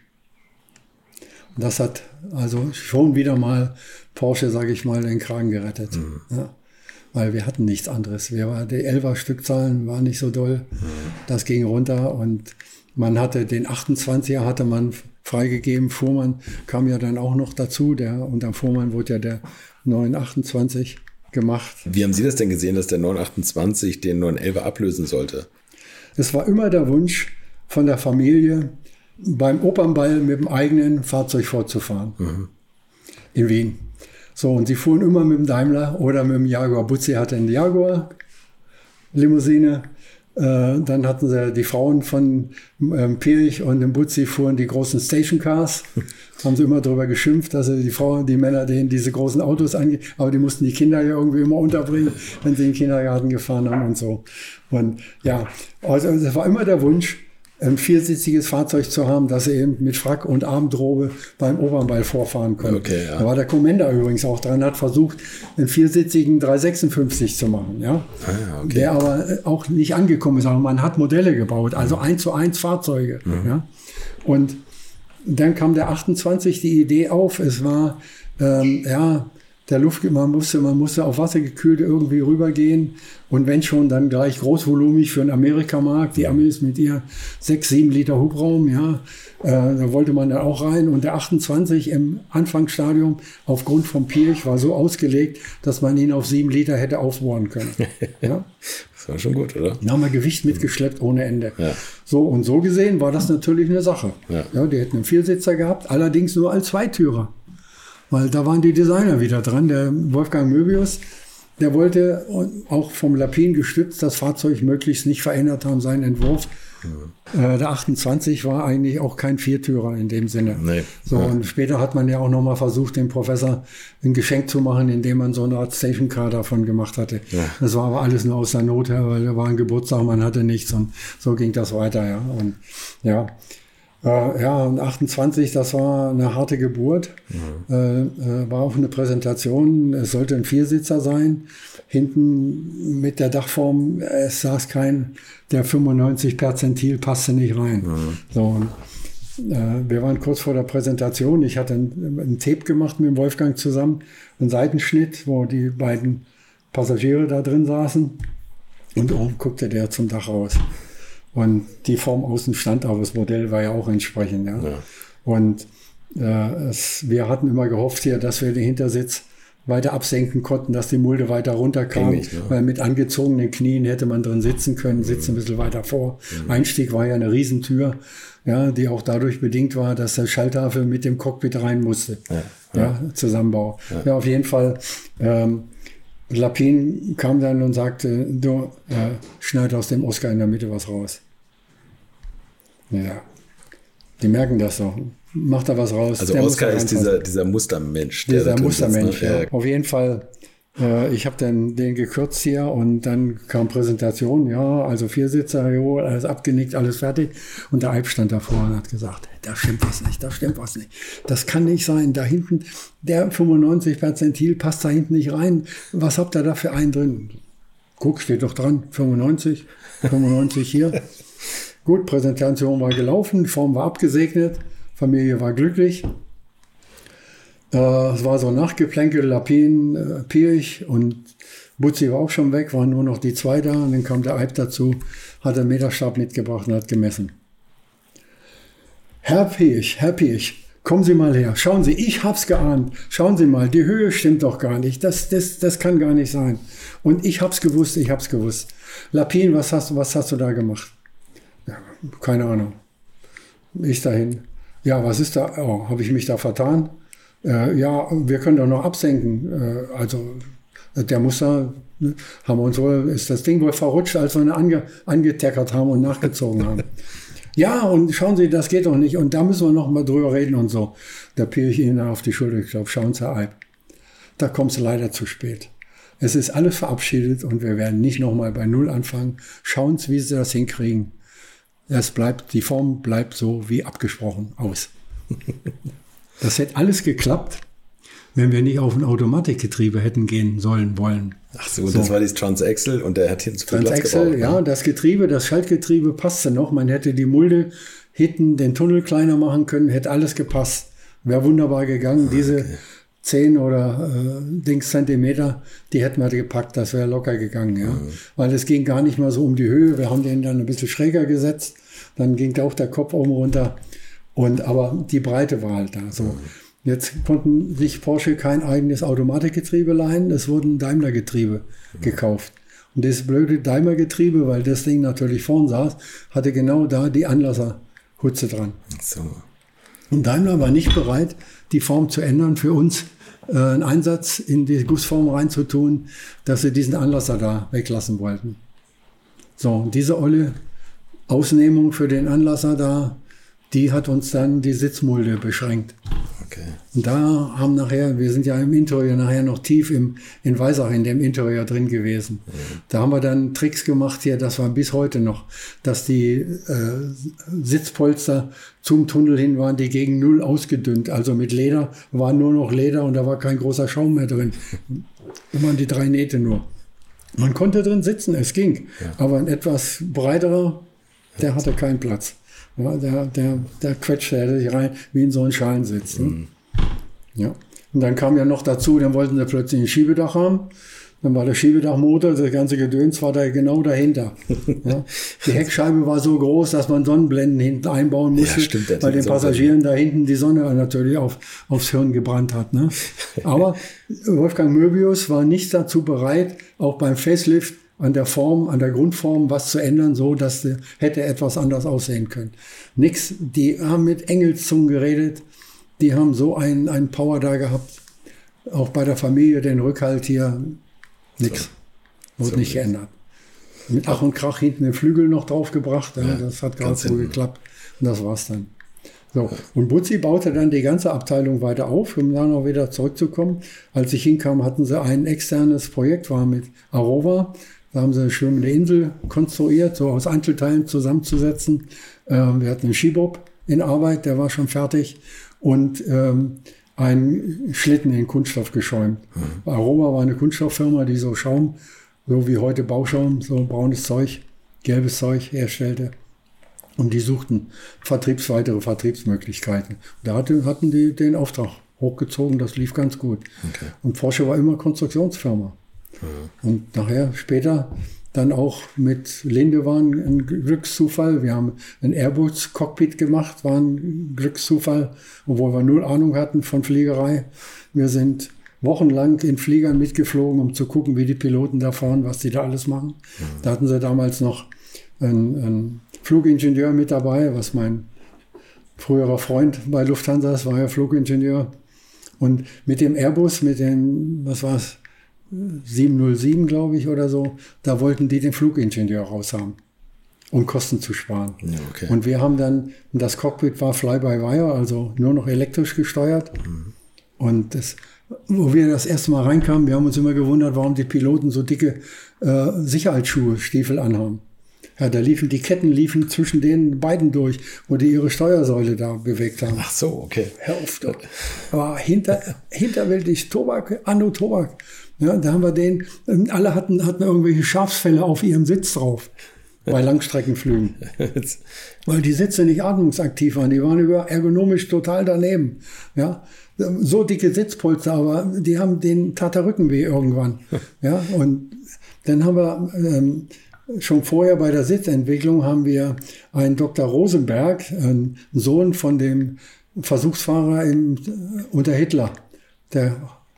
Und das hat also schon wieder mal Porsche, sage ich mal, den Kragen gerettet. Mhm. Ja, weil wir hatten nichts anderes. Wir war, die elfer Stückzahlen waren nicht so doll. Mhm. Das ging runter und man hatte den achtundzwanziger hatte man freigegeben. Fuhrmann kam ja dann auch noch dazu. Der, unter Fuhrmann wurde ja der neun achtundzwanzig gemacht. Wie haben Sie das denn gesehen, dass der neun achtundzwanzig den neun elfer ablösen sollte? Es war immer der Wunsch von der Familie, beim Opernball mit dem eigenen Fahrzeug fortzufahren. Mhm. In Wien. So, und sie fuhren immer mit dem Daimler oder mit dem Jaguar. Butzi hatte einen Jaguar-Limousine. Äh, dann hatten sie die Frauen von ähm, Piëch und dem Butzi fuhren die großen Stationcars. Haben sie immer darüber geschimpft, dass sie die Frauen, die Männer, denen diese großen Autos angehen, aber die mussten die Kinder ja irgendwie immer unterbringen, wenn sie in den Kindergarten gefahren haben und so. Und ja, also es war immer der Wunsch, ein viersitziges Fahrzeug zu haben, das sie eben mit Frack und Abendrobe beim Opernball vorfahren konnte. Okay, ja. Da war der Commander übrigens auch dran, hat versucht, einen viersitzigen dreihundertsechsundfünfzig zu machen, ja. Ah, ja, okay. Der aber auch nicht angekommen ist, aber man hat Modelle gebaut, also mhm. eins zu eins Fahrzeuge, mhm. ja. Und dann kam der achtundzwanzig die Idee auf, es war, ähm, ja, der Luft, man musste, man musste auf Wasser gekühlt irgendwie rübergehen und wenn schon, dann gleich großvolumig für den Amerikamarkt, die Amis mit ihr sechs, sieben Liter Hubraum, ja, äh, da wollte man dann auch rein und der achtundzwanzig im Anfangsstadium aufgrund vom Piëch war so ausgelegt, dass man ihn auf sieben Liter hätte aufbohren können. Ja? Das war schon gut, oder? Dann haben wir Gewicht mitgeschleppt ohne Ende. Ja. So, und so gesehen war das natürlich eine Sache. Ja. Ja, die hätten einen Viersitzer gehabt, allerdings nur als Zweitürer. Weil da waren die Designer wieder dran. Der Wolfgang Möbius, der wollte auch vom Lapin gestützt das Fahrzeug möglichst nicht verändert haben, seinen Entwurf. Ja. Äh, der achtundzwanzig war eigentlich auch kein Viertürer in dem Sinne. Nee. So, ja. Und später hat man ja auch nochmal versucht, dem Professor ein Geschenk zu machen, indem man so eine Art Stationcar davon gemacht hatte. Ja. Das war aber alles nur aus der Not her, weil da war ein Geburtstag, man hatte nichts und so ging das weiter. Ja. Und ja, Äh, ja, und achtundzwanzig, das war eine harte Geburt. Mhm. Äh, äh, war auch eine Präsentation. Es sollte ein Viersitzer sein. Hinten mit der Dachform, es saß kein, der fünfundneunzig Perzentil passte nicht rein. Mhm. So, und, äh, wir waren kurz vor der Präsentation. Ich hatte ein, ein Tape gemacht mit dem Wolfgang zusammen, einen Seitenschnitt, wo die beiden Passagiere da drin saßen. Und oben guckte der zum Dach raus. Und die Form außen stand, aber das Modell war ja auch entsprechend. Ja. ja. Und äh, es, wir hatten immer gehofft hier, dass wir den Hintersitz weiter absenken konnten, dass die Mulde weiter runterkam, nicht, ne? Weil mit angezogenen Knien hätte man drin sitzen können, sitzen mhm. ein bisschen weiter vor. Mhm. Einstieg war ja eine Riesentür, ja, die auch dadurch bedingt war, dass der Schalltafel mit dem Cockpit rein musste. Ja, ja. ja Zusammenbau. Ja. ja, auf jeden Fall. Ähm, Lapin kam dann und sagte, du, äh, schneid aus dem Oscar in der Mitte was raus. Ja, die merken das doch. Macht da was raus. Also der Oscar ist dieser, dieser Mustermensch. Der dieser Mustermensch, sitzt, ne? ja. Auf jeden Fall, äh, ich habe dann den gekürzt hier und dann kam Präsentation, ja, also Viersitzer, jo, alles abgenickt, alles fertig. Und der Alp stand davor und hat gesagt, da stimmt was nicht, da stimmt was nicht. Das kann nicht sein, da hinten, der fünfundneunzig Perzentil passt da hinten nicht rein. Was habt ihr da für einen drin? Guck, steht doch dran, fünfundneunzig, fünfundneunzig hier. Gut, Präsentation war gelaufen, Form war abgesegnet, Familie war glücklich. Äh, es war so Nachtgeplänkel, Lapin, äh, Pirch und Butzi war auch schon weg, waren nur noch die zwei da. Und dann kam der Eib dazu, hat einen Meterstab mitgebracht und hat gemessen. Herr Pirch, Herr Pirch, kommen Sie mal her, schauen Sie, ich hab's geahnt. Schauen Sie mal, die Höhe stimmt doch gar nicht, das, das, das kann gar nicht sein. Und ich hab's gewusst, ich hab's gewusst. Lapin, was hast, was hast du da gemacht? Ja, keine Ahnung. Ich dahin. Ja, was ist da? Oh, habe ich mich da vertan? Äh, ja, wir können doch noch absenken. Äh, also der muss da, ne, haben wir uns wohl, ist das Ding wohl verrutscht, als wir ihn ange, angeteckert haben und nachgezogen haben. Ja, und schauen Sie, das geht doch nicht. Und da müssen wir noch mal drüber reden und so. Da piere ich Ihnen auf die Schulter. Ich glaube, schauen Sie, Herr Eib, da kommt es leider zu spät. Es ist alles verabschiedet und wir werden nicht noch mal bei Null anfangen. Schauen Sie, wie Sie das hinkriegen. Es bleibt, die Form bleibt so wie abgesprochen aus. Das hätte alles geklappt, wenn wir nicht auf ein Automatikgetriebe hätten gehen sollen wollen. Ach so, so. Das war dieses Transaxle und der hat hinten zu viel Platz gebraucht. Transaxle, ja, das Getriebe, das Schaltgetriebe passte noch. Man hätte die Mulde hinten den Tunnel kleiner machen können, hätte alles gepasst. Wäre wunderbar gegangen. Ah, diese okay. zehn oder äh, Dings Zentimeter, die hätten wir gepackt, das wäre locker gegangen. Ja? Mhm. Weil es ging gar nicht mal so um die Höhe. Wir haben den dann ein bisschen schräger gesetzt. Dann ging auch der Kopf oben runter. Und, aber die Breite war halt da. So. Mhm. Jetzt konnten sich Porsche kein eigenes Automatikgetriebe leihen. Es wurden Daimler-Getriebe mhm. gekauft. Und das blöde Daimler-Getriebe, weil das Ding natürlich vorn saß, hatte genau da die Anlasserhutze dran. So. Und Daimler war nicht bereit, die Form zu ändern, für uns äh, einen Einsatz in die Gussform reinzutun, dass sie diesen Anlasser da weglassen wollten. So, und diese olle Ausnehmung für den Anlasser da, die hat uns dann die Sitzmulde beschränkt. Okay. Und da haben nachher, wir sind ja im Interieur nachher noch tief im, in Weisach in dem Interieur drin gewesen. Mhm. Da haben wir dann Tricks gemacht hier, das war bis heute noch, dass die äh, Sitzpolster zum Tunnel hin waren, die gegen Null ausgedünnt. Also mit Leder war nur noch Leder und da war kein großer Schaum mehr drin. Immer die drei Nähte nur. Man konnte drin sitzen, es ging. Ja. Aber ein etwas breiterer, der hatte keinen Platz. Ja, der, der, der quetschte der sich rein, wie in so einen Schalensitz. Ne? Mhm. Ja. Und dann kam ja noch dazu, dann wollten sie plötzlich ein Schiebedach haben. Dann war der Schiebedachmotor, das ganze Gedöns war da genau dahinter. Ja. Die Heckscheibe war so groß, dass man Sonnenblenden hinten einbauen musste, ja, stimmt, weil den Passagieren da hinten die Sonne natürlich auf, aufs Hirn gebrannt hat. Ne? Aber Wolfgang Möbius war nicht dazu bereit, auch beim Facelift an der Form, an der Grundform was zu ändern, so dass sie hätte etwas anders aussehen können. Nix, die haben mit Engelszungen geredet, die haben so einen, einen Power da gehabt, auch bei der Familie den Rückhalt hier, nix, so, wurde so nicht geändert. Mit Ach und Krach hinten den Flügel noch draufgebracht, ja, ja, das hat gerade so geklappt und das war's dann. So, und Butzi baute dann die ganze Abteilung weiter auf, um dann auch wieder zurückzukommen. Als ich hinkam, hatten sie ein externes Projekt, war mit Arova. Da haben sie eine schwimmende Insel konstruiert, so aus Einzelteilen zusammenzusetzen. Ähm, wir hatten einen Skibob in Arbeit, der war schon fertig. Und ähm, ein Schlitten in Kunststoff geschäumt. Mhm. Aroma war eine Kunststofffirma, die so Schaum, so wie heute Bauschaum, so braunes Zeug, gelbes Zeug herstellte. Und die suchten Vertriebs, weitere Vertriebsmöglichkeiten. Da hatte, hatten die den Auftrag hochgezogen, das lief ganz gut. Okay. Und Porsche war immer Konstruktionsfirma. Mhm. Und nachher, später, dann auch mit Linde war ein Glückszufall. Wir haben ein Airbus-Cockpit gemacht, war ein Glückszufall, obwohl wir null Ahnung hatten von Fliegerei. Wir sind wochenlang in Fliegern mitgeflogen, um zu gucken, wie die Piloten da fahren, was die da alles machen. Mhm. Da hatten sie damals noch einen, einen Flugingenieur mit dabei, was mein früherer Freund bei Lufthansa ist, war ja Flugingenieur. Und mit dem Airbus, mit dem, was war es, sieben null sieben, glaube ich, oder so, da wollten die den Flugingenieur raus haben, um Kosten zu sparen. Ja, okay. Und wir haben dann, das Cockpit war Fly-by-Wire, also nur noch elektrisch gesteuert. Mhm. Und das, wo wir das erste Mal reinkamen, wir haben uns immer gewundert, warum die Piloten so dicke äh, Sicherheitsschuhe, Stiefel anhaben. Ja, da liefen die Ketten liefen zwischen den beiden durch, wo die ihre Steuersäule da bewegt haben. Ach so, okay. Hör auf doch. Aber hinter, hinterwältig Tobak, Anno Tobak. Ja, da haben wir den, alle hatten, hatten irgendwelche Schafsfälle auf ihrem Sitz drauf. Bei Langstreckenflügen. Weil die Sitze nicht atmungsaktiv waren. Die waren über ergonomisch total daneben. Ja, so dicke Sitzpolster, aber die haben den tat der Rückenweh irgendwann. Ja, und dann haben wir, ähm, schon vorher bei der Sitzentwicklung haben wir einen Doktor Rosenberg, einen Sohn von dem Versuchsfahrer im, unter Hitler, der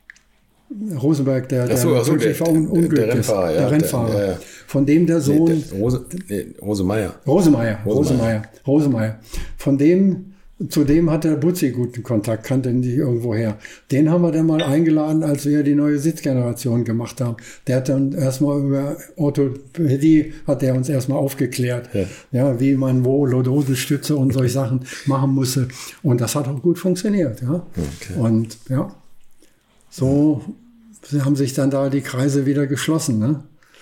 Rosenberg, der, der, so, so, wirklich der, un, unglücklich der Rennfahrer, ist, der ja, Rennfahrer, der, ja, ja. Von dem der Sohn... Nee, der Rose, nee, Rosemeyer. Rosemeyer, Rosemeyer, Rosemeyer. Von dem, zu dem hat der Butzi guten Kontakt, kannte ihn nicht irgendwo her. Den haben wir dann mal eingeladen, als wir die neue Sitzgeneration gemacht haben. Der hat dann erstmal über Orthopädie, hat der uns erstmal aufgeklärt, ja. Ja, wie man wo Lordosestütze und solche Sachen machen musste. Und das hat auch gut funktioniert. Ja. Okay. Und ja, so haben sich dann da die Kreise wieder geschlossen. Ne?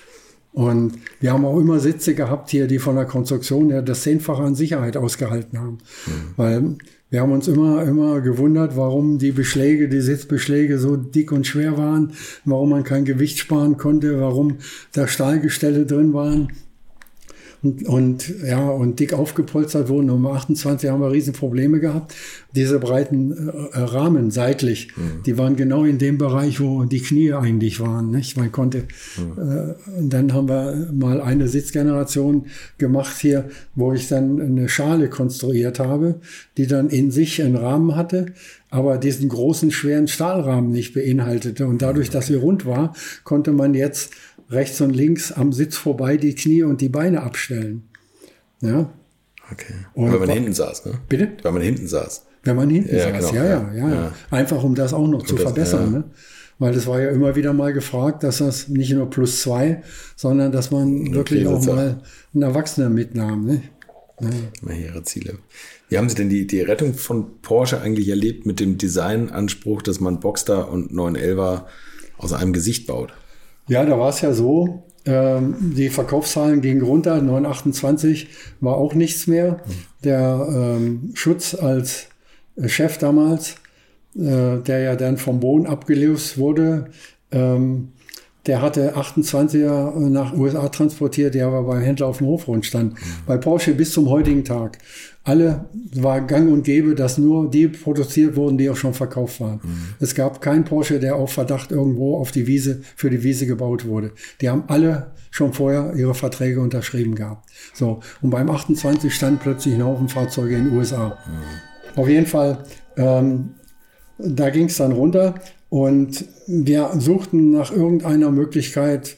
Und wir haben auch immer Sitze gehabt hier, die von der Konstruktion her das Zehnfache an Sicherheit ausgehalten haben. Mhm. Weil wir haben uns immer, immer gewundert, warum die Beschläge, die Sitzbeschläge so dick und schwer waren, warum man kein Gewicht sparen konnte, warum da Stahlgestelle drin waren. Und, und, ja, und dick aufgepolstert wurden. Um achtundzwanzig haben wir riesen Probleme gehabt. Diese breiten äh, Rahmen seitlich, mhm. die waren genau in dem Bereich, wo die Knie eigentlich waren. Nicht? Man konnte, mhm. äh, und dann haben wir mal eine Sitzgeneration gemacht hier, wo ich dann eine Schale konstruiert habe, die dann in sich einen Rahmen hatte, aber diesen großen, schweren Stahlrahmen nicht beinhaltete. Und dadurch, dass sie rund war, konnte man jetzt rechts und links am Sitz vorbei die Knie und die Beine abstellen. Ja. Okay. Und weil man war, hinten saß, ne? Bitte? Weil man hinten saß. Wenn man hinten ja, saß, genau. ja, ja, ja, ja. Einfach um das auch noch und zu das, verbessern, ja. Ne? Weil das war ja immer wieder mal gefragt, dass das nicht nur plus zwei, sondern dass man okay, wirklich auch mal einen Erwachsenen mitnahm, ne? Ja. Immer ihre Ziele. Wie haben Sie denn die, die Rettung von Porsche eigentlich erlebt mit dem Designanspruch, dass man Boxster und neun elfer aus einem Gesicht baut? Ja, da war es ja so, ähm, die Verkaufszahlen gingen runter, neun achtundzwanzig war auch nichts mehr. Der ähm, Schutz als Chef damals, äh, der ja dann vom Boden abgelöst wurde, ähm, der hatte achtundzwanziger nach U S A transportiert, der aber beim Händler auf dem Hofrund stand. Mhm. Bei Porsche bis zum heutigen Tag. Alle war gang und gäbe, dass nur die produziert wurden, die auch schon verkauft waren. Mhm. Es gab keinen Porsche, der auf Verdacht irgendwo auf die Wiese, für die Wiese gebaut wurde. Die haben alle schon vorher ihre Verträge unterschrieben gehabt. So. Und beim achtundzwanzig stand plötzlich ein Haufen Fahrzeuge in den U S A. Mhm. Auf jeden Fall, ähm, da ging es dann runter. Und wir suchten nach irgendeiner Möglichkeit,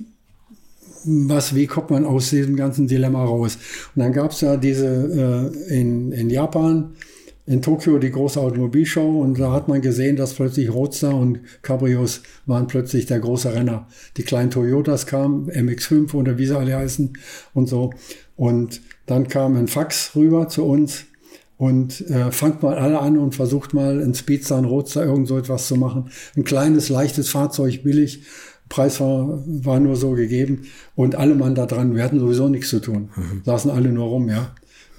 was, wie kommt man aus diesem ganzen Dilemma raus? Und dann gab es ja diese äh, in, in Japan, in Tokio, die große Automobilshow. Und da hat man gesehen, dass plötzlich Roadster und Cabrios waren plötzlich der große Renner. Die kleinen Toyotas kamen, M X fünf oder wie sie alle heißen und so. Und dann kam ein Fax rüber zu uns. Und äh, fangt mal alle an und versucht mal einen Speedster, einen Roadster, irgend so etwas zu machen. Ein kleines, leichtes Fahrzeug, billig. Preis war, war nur so gegeben. Und alle Mann da dran, wir hatten sowieso nichts zu tun. Mhm. Saßen alle nur rum, ja.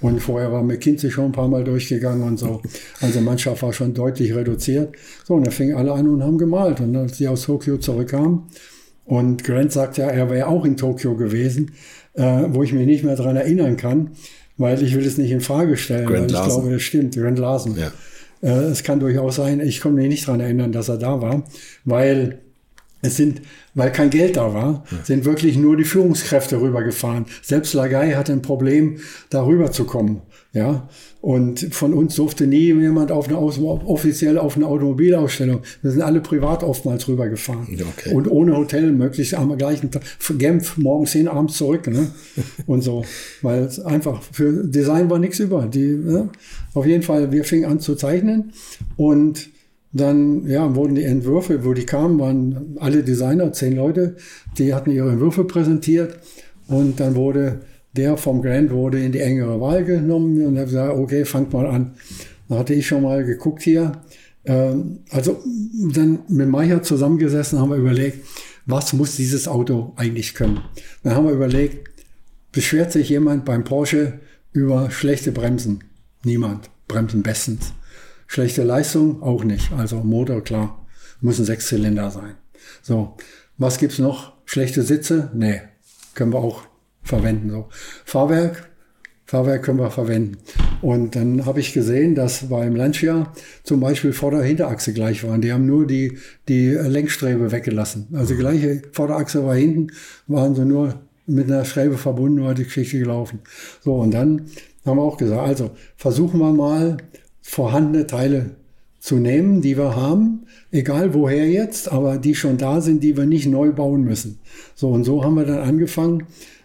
Und vorher war McKinsey schon ein paar Mal durchgegangen und so. Also Mannschaft war schon deutlich reduziert. So, und da fingen alle an und haben gemalt. Und als die aus Tokio zurückkamen, und Grant sagt ja, er wäre auch in Tokio gewesen, äh, wo ich mich nicht mehr dran erinnern kann, weil ich will es nicht in Frage stellen, Grant weil ich Larson. glaube, das stimmt, Grant Larson. Ja. Äh, es kann durchaus sein, ich komme mich nicht dran erinnern, dass er da war, weil es sind, weil kein Geld da war, ja. sind wirklich nur die Führungskräfte rübergefahren. Selbst Lagai hatte ein Problem, da rüber zu kommen. Ja, und von uns durfte nie jemand auf eine, offiziell auf eine Automobilausstellung. Wir sind alle privat oftmals rübergefahren. Okay. Und ohne Hotel, möglichst am gleichen Tag. Genf, morgens hin, abends zurück. Ne? Und so. Weil es einfach für Design war nichts über. Die, ne? Auf jeden Fall, wir fingen an zu zeichnen. Und dann ja, wurden die Entwürfe, wo die kamen, waren alle Designer, zehn Leute, die hatten ihre Entwürfe präsentiert. Und dann wurde der vom Grant wurde in die engere Wahl genommen und er gesagt, okay, fangt mal an. Da hatte ich schon mal geguckt hier. Ähm, also dann mit Meicher zusammengesessen, haben wir überlegt, was muss dieses Auto eigentlich können? Dann haben wir überlegt, beschwert sich jemand beim Porsche über schlechte Bremsen? Niemand. Bremsen bestens. Schlechte Leistung? Auch nicht. Also Motor, klar, muss ein Sechszylinder sein. So, was gibt's noch? Schlechte Sitze? Nee, können wir auch verwenden. So. Fahrwerk, Fahrwerk können wir verwenden. Und dann habe ich gesehen, dass beim Lancia zum Beispiel Vorder- und Hinterachse gleich waren. Die haben nur die, die Lenkstrebe weggelassen. Also die gleiche Vorderachse war hinten, waren sie nur mit einer Strebe verbunden, nur die Geschichte gelaufen. So, und dann haben wir auch gesagt, also versuchen wir mal vorhandene Teile zu nehmen, die wir haben, egal woher jetzt, aber die schon da sind, die wir nicht neu bauen müssen. So, und so haben wir dann angefangen,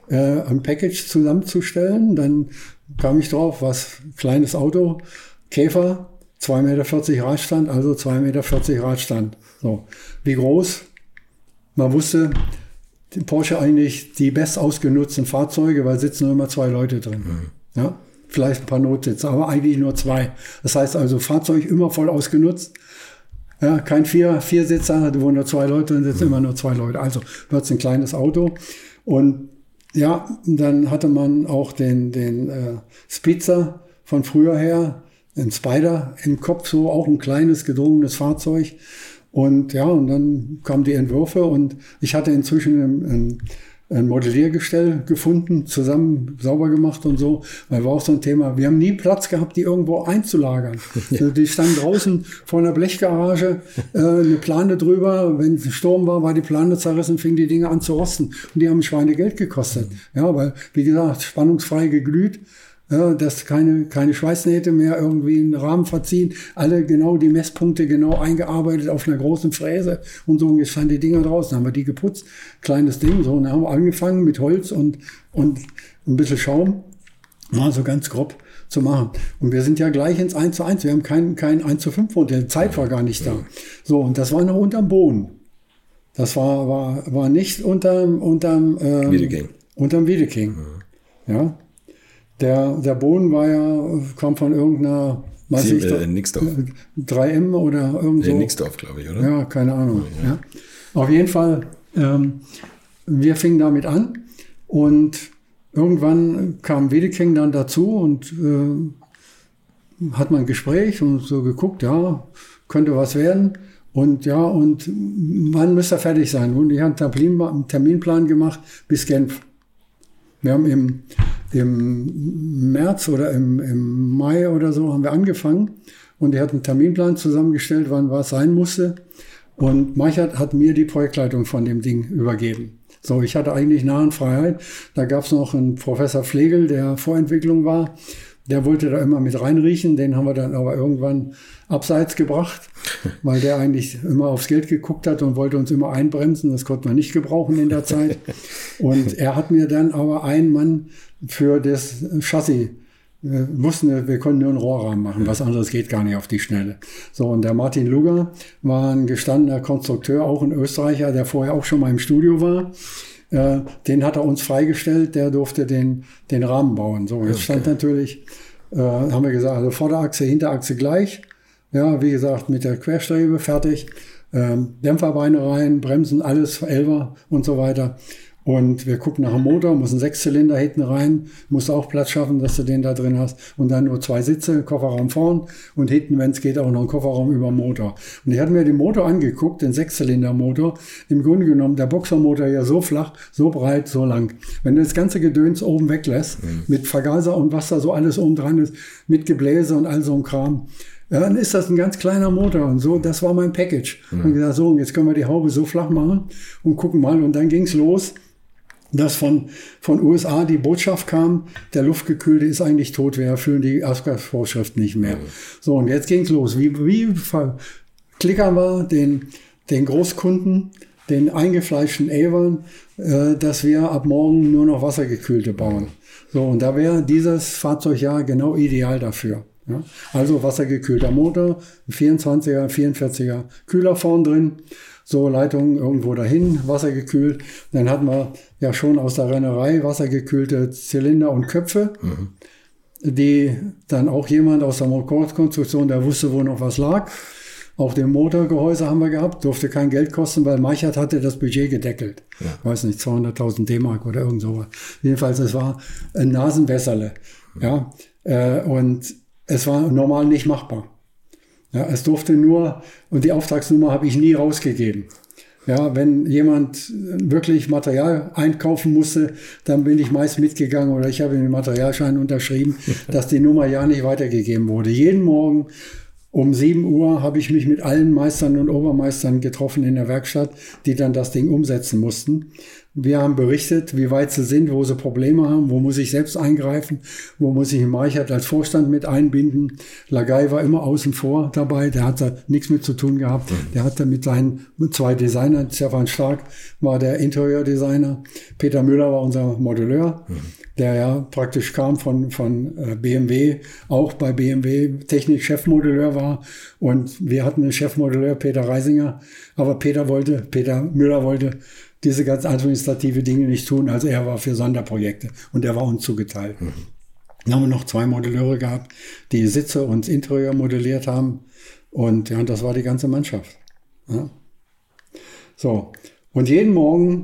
ein Package zusammenzustellen. Dann kam ich drauf, was, kleines Auto, Käfer, zwei Meter vierzig Radstand, also zwei Meter vierzig Radstand. So. Wie groß? Man wusste, die Porsche eigentlich die best ausgenutzten Fahrzeuge, weil sitzen nur immer zwei Leute drin. Mhm. Ja? Vielleicht ein paar Notsitze, aber eigentlich nur zwei. Das heißt also, Fahrzeug immer voll ausgenutzt. Ja, kein Vier, Viersitzer, wo nur zwei Leute drin sitzen, mhm. immer nur zwei Leute. Also wird es ein kleines Auto. Und ja, dann hatte man auch den, den äh, Spitzer von früher her, den Spider im Kopf, so auch ein kleines, gedrungenes Fahrzeug. Und ja, und dann kamen die Entwürfe und ich hatte inzwischen ein, ein, ein Modelliergestell gefunden, zusammen sauber gemacht und so. Weil war auch so ein Thema, wir haben nie Platz gehabt, die irgendwo einzulagern. Ja. Also die standen draußen vor einer Blechgarage, äh, eine Plane drüber. Wenn es Sturm war, war die Plane zerrissen, fingen die Dinge an zu rosten. Und die haben Schweinegeld gekostet. Ja, weil, wie gesagt, spannungsfrei geglüht. Ja, dass keine, keine Schweißnähte mehr irgendwie einen Rahmen verziehen. Alle genau die Messpunkte genau eingearbeitet auf einer großen Fräse. Und so standen die Dinger draußen. Haben wir die geputzt. Kleines Ding. So, und dann haben wir angefangen mit Holz und, und ein bisschen Schaum. Mal so ganz grob zu machen. Und wir sind ja gleich ins eins zu eins. Wir haben kein, kein eins zu fünf Modell. Zeit war gar nicht da. So, und das war noch unterm Boden. Das war, war, war nicht unterm, unterm, ähm, Wiedeking. Unterm Wiedeking. Mhm. Ja. Der, der Boden war ja, kam von irgendeiner, weiß Sie, ich äh, Nixdorf. drei M oder irgend so. In Nixdorf, glaube ich, oder? Ja, keine Ahnung. Ja. Ja. Auf jeden Fall, ähm, wir fingen damit an und irgendwann kam Wiedeking dann dazu und äh, hat man ein Gespräch und so geguckt, ja, könnte was werden. Und ja, und wann müsste er fertig sein? Und ich habe einen Terminplan gemacht bis Genf. Wir haben im, im März oder im, im Mai oder so haben wir angefangen und er hat einen Terminplan zusammengestellt, wann was sein musste. Und Meichert hat mir die Projektleitung von dem Ding übergeben. So, ich hatte eigentlich Narrenfreiheit. Da gab es noch einen Professor Flegel, der Vorentwicklung war. Der wollte da immer mit reinriechen. Den haben wir dann aber irgendwann abseits gebracht, weil der eigentlich immer aufs Geld geguckt hat und wollte uns immer einbremsen. Das konnte man nicht gebrauchen in der Zeit. Und er hat mir dann aber einen Mann für das Chassis. Wir wussten, wir konnten nur einen Rohrrahmen machen. Was anderes geht gar nicht auf die Schnelle. So, und der Martin Luger war ein gestandener Konstrukteur, auch ein Österreicher, der vorher auch schon mal im Studio war. Äh, den hat er uns freigestellt, der durfte den, den Rahmen bauen. So, jetzt okay. stand natürlich, äh, haben wir gesagt, also Vorderachse, Hinterachse gleich. Ja, wie gesagt, mit der Querstrebe fertig. Ähm, Dämpferbeine rein, Bremsen, alles, Elfer und so weiter. Und wir gucken nach dem Motor, muss ein Sechszylinder hinten rein, musst auch Platz schaffen, dass du den da drin hast. Und dann nur zwei Sitze, Kofferraum vorn und hinten, wenn es geht, auch noch ein Kofferraum über dem Motor. Und ich hatte mir den Motor angeguckt, den Sechszylindermotor. Im Grunde genommen, der Boxermotor ja so flach, so breit, so lang. Wenn du das ganze Gedöns oben weglässt, mhm. mit Vergaser und was da so alles oben dran ist, mit Gebläse und all so ein Kram, ja, dann ist das ein ganz kleiner Motor und so, das war mein Package. Mhm. Und gesagt, so, und jetzt können wir die Haube so flach machen und gucken mal. Und dann ging's los, dass von, von U S A die Botschaft kam, der Luftgekühlte ist eigentlich tot, wir erfüllen die Ausgangsvorschriften nicht mehr. Mhm. So, und jetzt ging's los. Wie, wie klickern wir den, den Großkunden, den eingefleischten Avon, äh, dass wir ab morgen nur noch Wassergekühlte bauen. So, und da wäre dieses Fahrzeug ja genau ideal dafür. Ja? Also wassergekühlter Motor, vierundzwanziger, vierundvierziger Kühler vorn drin, so Leitung irgendwo dahin, wassergekühlt. Dann hatten wir ja schon aus der Rennerei wassergekühlte Zylinder und Köpfe, mhm. die dann auch jemand aus der Motorkonstruktion, der wusste, wo noch was lag. Auch den Motorgehäuse haben wir gehabt, durfte kein Geld kosten, weil Meichert hatte das Budget gedeckelt. Ja. Ich weiß nicht, zweihunderttausend D-Mark oder irgend sowas. Jedenfalls, es war ein Nasenwässerle. Mhm. Ja, äh, und es war normal nicht machbar. Ja, es durfte nur, und die Auftragsnummer habe ich nie rausgegeben. Ja, wenn jemand wirklich Material einkaufen musste, dann bin ich meist mitgegangen oder ich habe den Materialschein unterschrieben, dass die Nummer ja nicht weitergegeben wurde. Jeden Morgen um sieben Uhr habe ich mich mit allen Meistern und Obermeistern getroffen in der Werkstatt, die dann das Ding umsetzen mussten. Wir haben berichtet, wie weit sie sind, wo sie Probleme haben, wo muss ich selbst eingreifen, wo muss ich den Meichert als Vorstand mit einbinden. Lagay war immer außen vor dabei, der hat da nichts mit zu tun gehabt. Der hat da mit seinen zwei Designern, Stefan Stark war der Interieurdesigner, Peter Müller war unser Modelleur, der ja praktisch kam von, von B M W, auch bei B M W Technik-Chefmodelleur war. Und wir hatten einen Chefmodelleur, Peter Reisinger, aber Peter wollte, Peter Müller wollte diese ganz administrative Dinge nicht tun. Also er war für Sonderprojekte und er war uns zugeteilt. Mhm. Dann haben wir noch zwei Modelleure gehabt, die Sitze und das Interieur modelliert haben. Und ja, das war die ganze Mannschaft. Ja. So, und jeden Morgen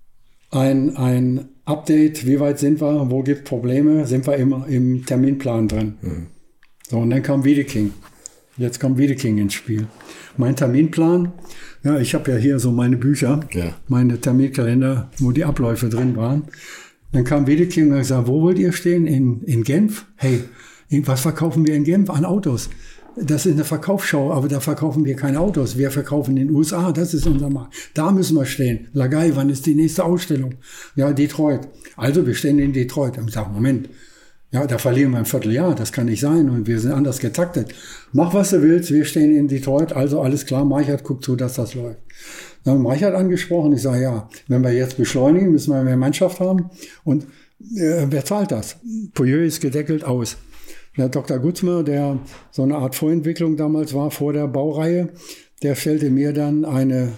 ein, ein Update, wie weit sind wir, wo gibt es Probleme, sind wir immer im Terminplan drin. Mhm. So, und dann kam Wiedeking. Jetzt kommt Wiedeking ins Spiel. Mein Terminplan, ja, ich habe ja hier so meine Bücher, ja. meine Terminkalender, wo die Abläufe drin waren. Dann kam Wiedeking und hat gesagt, wo wollt ihr stehen? In, in Genf? Hey, was verkaufen wir in Genf an Autos? Das ist eine Verkaufsschau, aber da verkaufen wir keine Autos. Wir verkaufen in den U S A, das ist unser Markt. Da müssen wir stehen. Lagay, wann ist die nächste Ausstellung? Ja, Detroit. Also wir stehen in Detroit. Und ich sage, Moment, ja, da verlieren wir ein Vierteljahr, das kann nicht sein und wir sind anders getaktet. Mach, was du willst, wir stehen in Detroit, also alles klar, Meichert guckt zu, dass das läuft. Dann haben wir Meichert angesprochen, ich sage, ja, wenn wir jetzt beschleunigen, müssen wir mehr Mannschaft haben und äh, wer zahlt das? Pouilleux ist gedeckelt aus. Der Doktor Gutzmer, der so eine Art Vorentwicklung damals war, vor der Baureihe, der stellte mir dann eine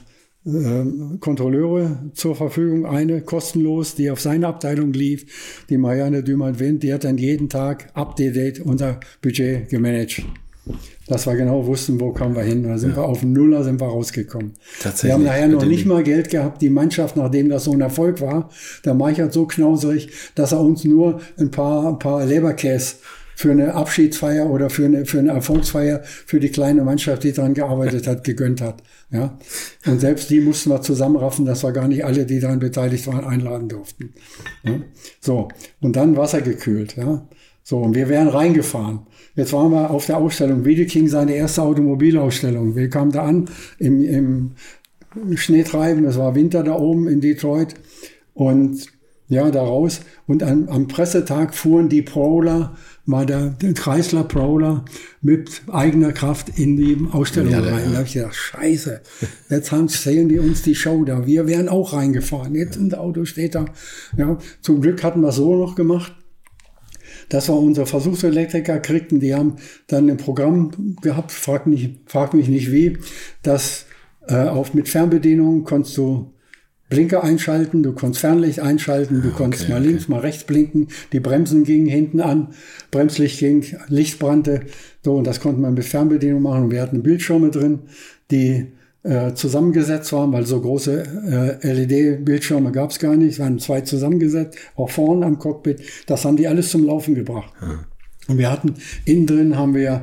äh, Kontrolleure zur Verfügung, eine kostenlos, die auf seine Abteilung lief, die Marianne Dumont-Wind, die hat dann jeden Tag up-to-date unser Budget gemanagt. Dass wir genau wussten, wo kommen wir hin. Da sind ja. wir auf Nuller, sind wir rausgekommen. Wir haben nachher noch nicht mal Geld gehabt, die Mannschaft, nachdem das so ein Erfolg war. Der Meichert so knauserig, dass er uns nur ein paar, ein paar Leberkäse für eine Abschiedsfeier oder für eine, für eine Erfolgsfeier für die kleine Mannschaft, die daran gearbeitet hat, gegönnt hat. Ja. Und selbst die mussten wir zusammenraffen, dass wir gar nicht alle, die daran beteiligt waren, einladen durften. Ja. So. Und dann wassergekühlt, ja. So. Und wir wären reingefahren. Jetzt waren wir auf der Ausstellung. Wiedeking, seine erste Automobilausstellung. Wir kamen da an im, im Schneetreiben. Es war Winter da oben in Detroit. Und ja, da raus. Und am, am Pressetag fuhren die Prowler, war der, der Chrysler Prowler mit eigener Kraft in die Ausstellung ja, rein. Ja. Da habe ich gedacht, scheiße, jetzt haben, zählen die uns die Show da. Wir wären auch reingefahren. Jetzt ein Auto steht da. Ja, zum Glück hatten wir es so noch gemacht, dass wir unsere Versuchselektriker kriegten. Die haben dann ein Programm gehabt, frag, nicht, frag mich nicht wie, dass äh, auf mit Fernbedienung konntest du Blinker einschalten, du konntest Fernlicht einschalten, du konntest okay, mal okay. links, mal rechts blinken, die Bremsen gingen hinten an, Bremslicht ging, Licht brannte, so, und das konnte man mit Fernbedienung machen und wir hatten Bildschirme drin, die äh, zusammengesetzt waren, weil so große äh, L E D-Bildschirme gab es gar nicht, es waren zwei zusammengesetzt, auch vorne am Cockpit. Das haben die alles zum Laufen gebracht. Hm. Und wir hatten, innen drin haben wir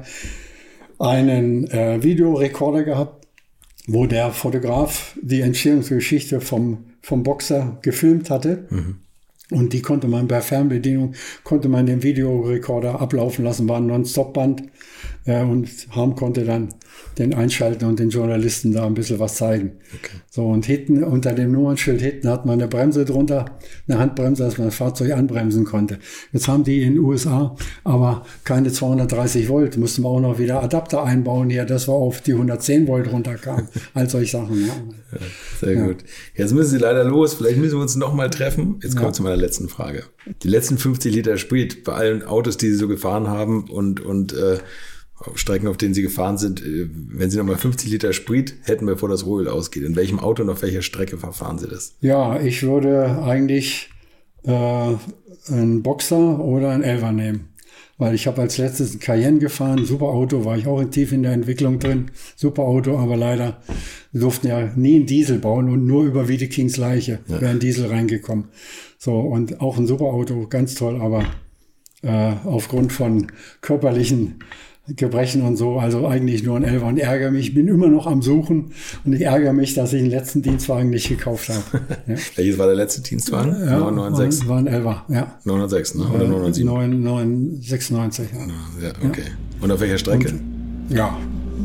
einen äh, Videorekorder gehabt, wo der Fotograf die Entstehungsgeschichte vom, vom Boxer gefilmt hatte. Mhm. Und die konnte man per Fernbedienung, konnte man den Videorekorder ablaufen lassen, war ein Non-Stop-Band. Äh, und Harm konnte dann den einschalten und den Journalisten da ein bisschen was zeigen. Okay. So, und hinten, unter dem Nummernschild hinten hat man eine Bremse drunter, eine Handbremse, dass man das Fahrzeug anbremsen konnte. Jetzt haben die in den U S A aber keine zweihundertdreißig Volt, mussten wir auch noch wieder Adapter einbauen hier, dass wir auf die hundertzehn Volt runterkamen. All solche Sachen, ja. Ja, sehr ja. gut. Jetzt müssen Sie leider los, vielleicht müssen wir uns noch mal treffen. Jetzt kommen wir ja. zu meiner letzten Frage. Die letzten fünfzig Liter Sprit bei allen Autos, die Sie so gefahren haben und, und äh, Strecken, auf denen Sie gefahren sind, wenn Sie nochmal fünfzig Liter Sprit hätten, bevor das Rohöl ausgeht, in welchem Auto und auf welcher Strecke verfahren Sie das? Ja, ich würde eigentlich äh, einen Boxer oder einen Elfer nehmen. Weil ich habe als letztes einen Cayenne gefahren, super Auto, war ich auch tief in der Entwicklung drin, super Auto, aber leider, wir durften ja nie einen Diesel bauen und nur über Wiedekings Leiche ja. wäre ein Diesel reingekommen. So, und auch ein super Auto, ganz toll, aber äh, aufgrund von körperlichen Gebrechen und so, also eigentlich nur ein Elfer und ärgere mich, ich bin immer noch am Suchen und ich ärgere mich, dass ich den letzten Dienstwagen nicht gekauft habe. Ja. Welches war der letzte Dienstwagen? Ja, neun neun sechs? War ein Elfer, ja. neun null sechs, ne? Oder neun null sieben? neun neun sechsundneunzig, ja. Ja, okay. Ja. Und auf welcher Strecke? Und, ja,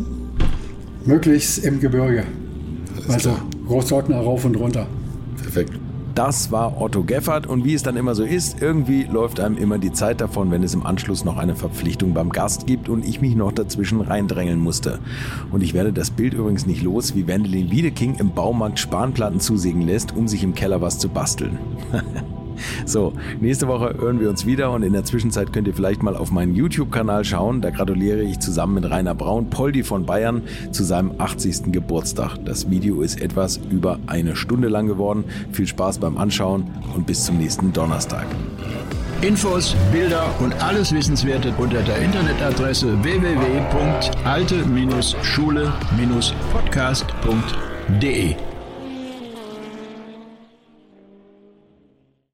möglichst im Gebirge. Alles also klar. Großsortner rauf und runter. Perfekt. Das war Otto Geffert und wie es dann immer so ist, irgendwie läuft einem immer die Zeit davon, wenn es im Anschluss noch eine Verpflichtung beim Gast gibt und ich mich noch dazwischen reindrängeln musste. Und ich werde das Bild übrigens nicht los, wie Wendelin Wiedeking im Baumarkt Spanplatten zusägen lässt, um sich im Keller was zu basteln. So, nächste Woche hören wir uns wieder und in der Zwischenzeit könnt ihr vielleicht mal auf meinen YouTube-Kanal schauen. Da gratuliere ich zusammen mit Rainer Braun Poldi von Bayern zu seinem achtzigsten Geburtstag. Das Video ist etwas über eine Stunde lang geworden. Viel Spaß beim Anschauen und bis zum nächsten Donnerstag. Infos, Bilder und alles Wissenswerte unter der Internetadresse w w w punkt alte Schule Podcast punkt de.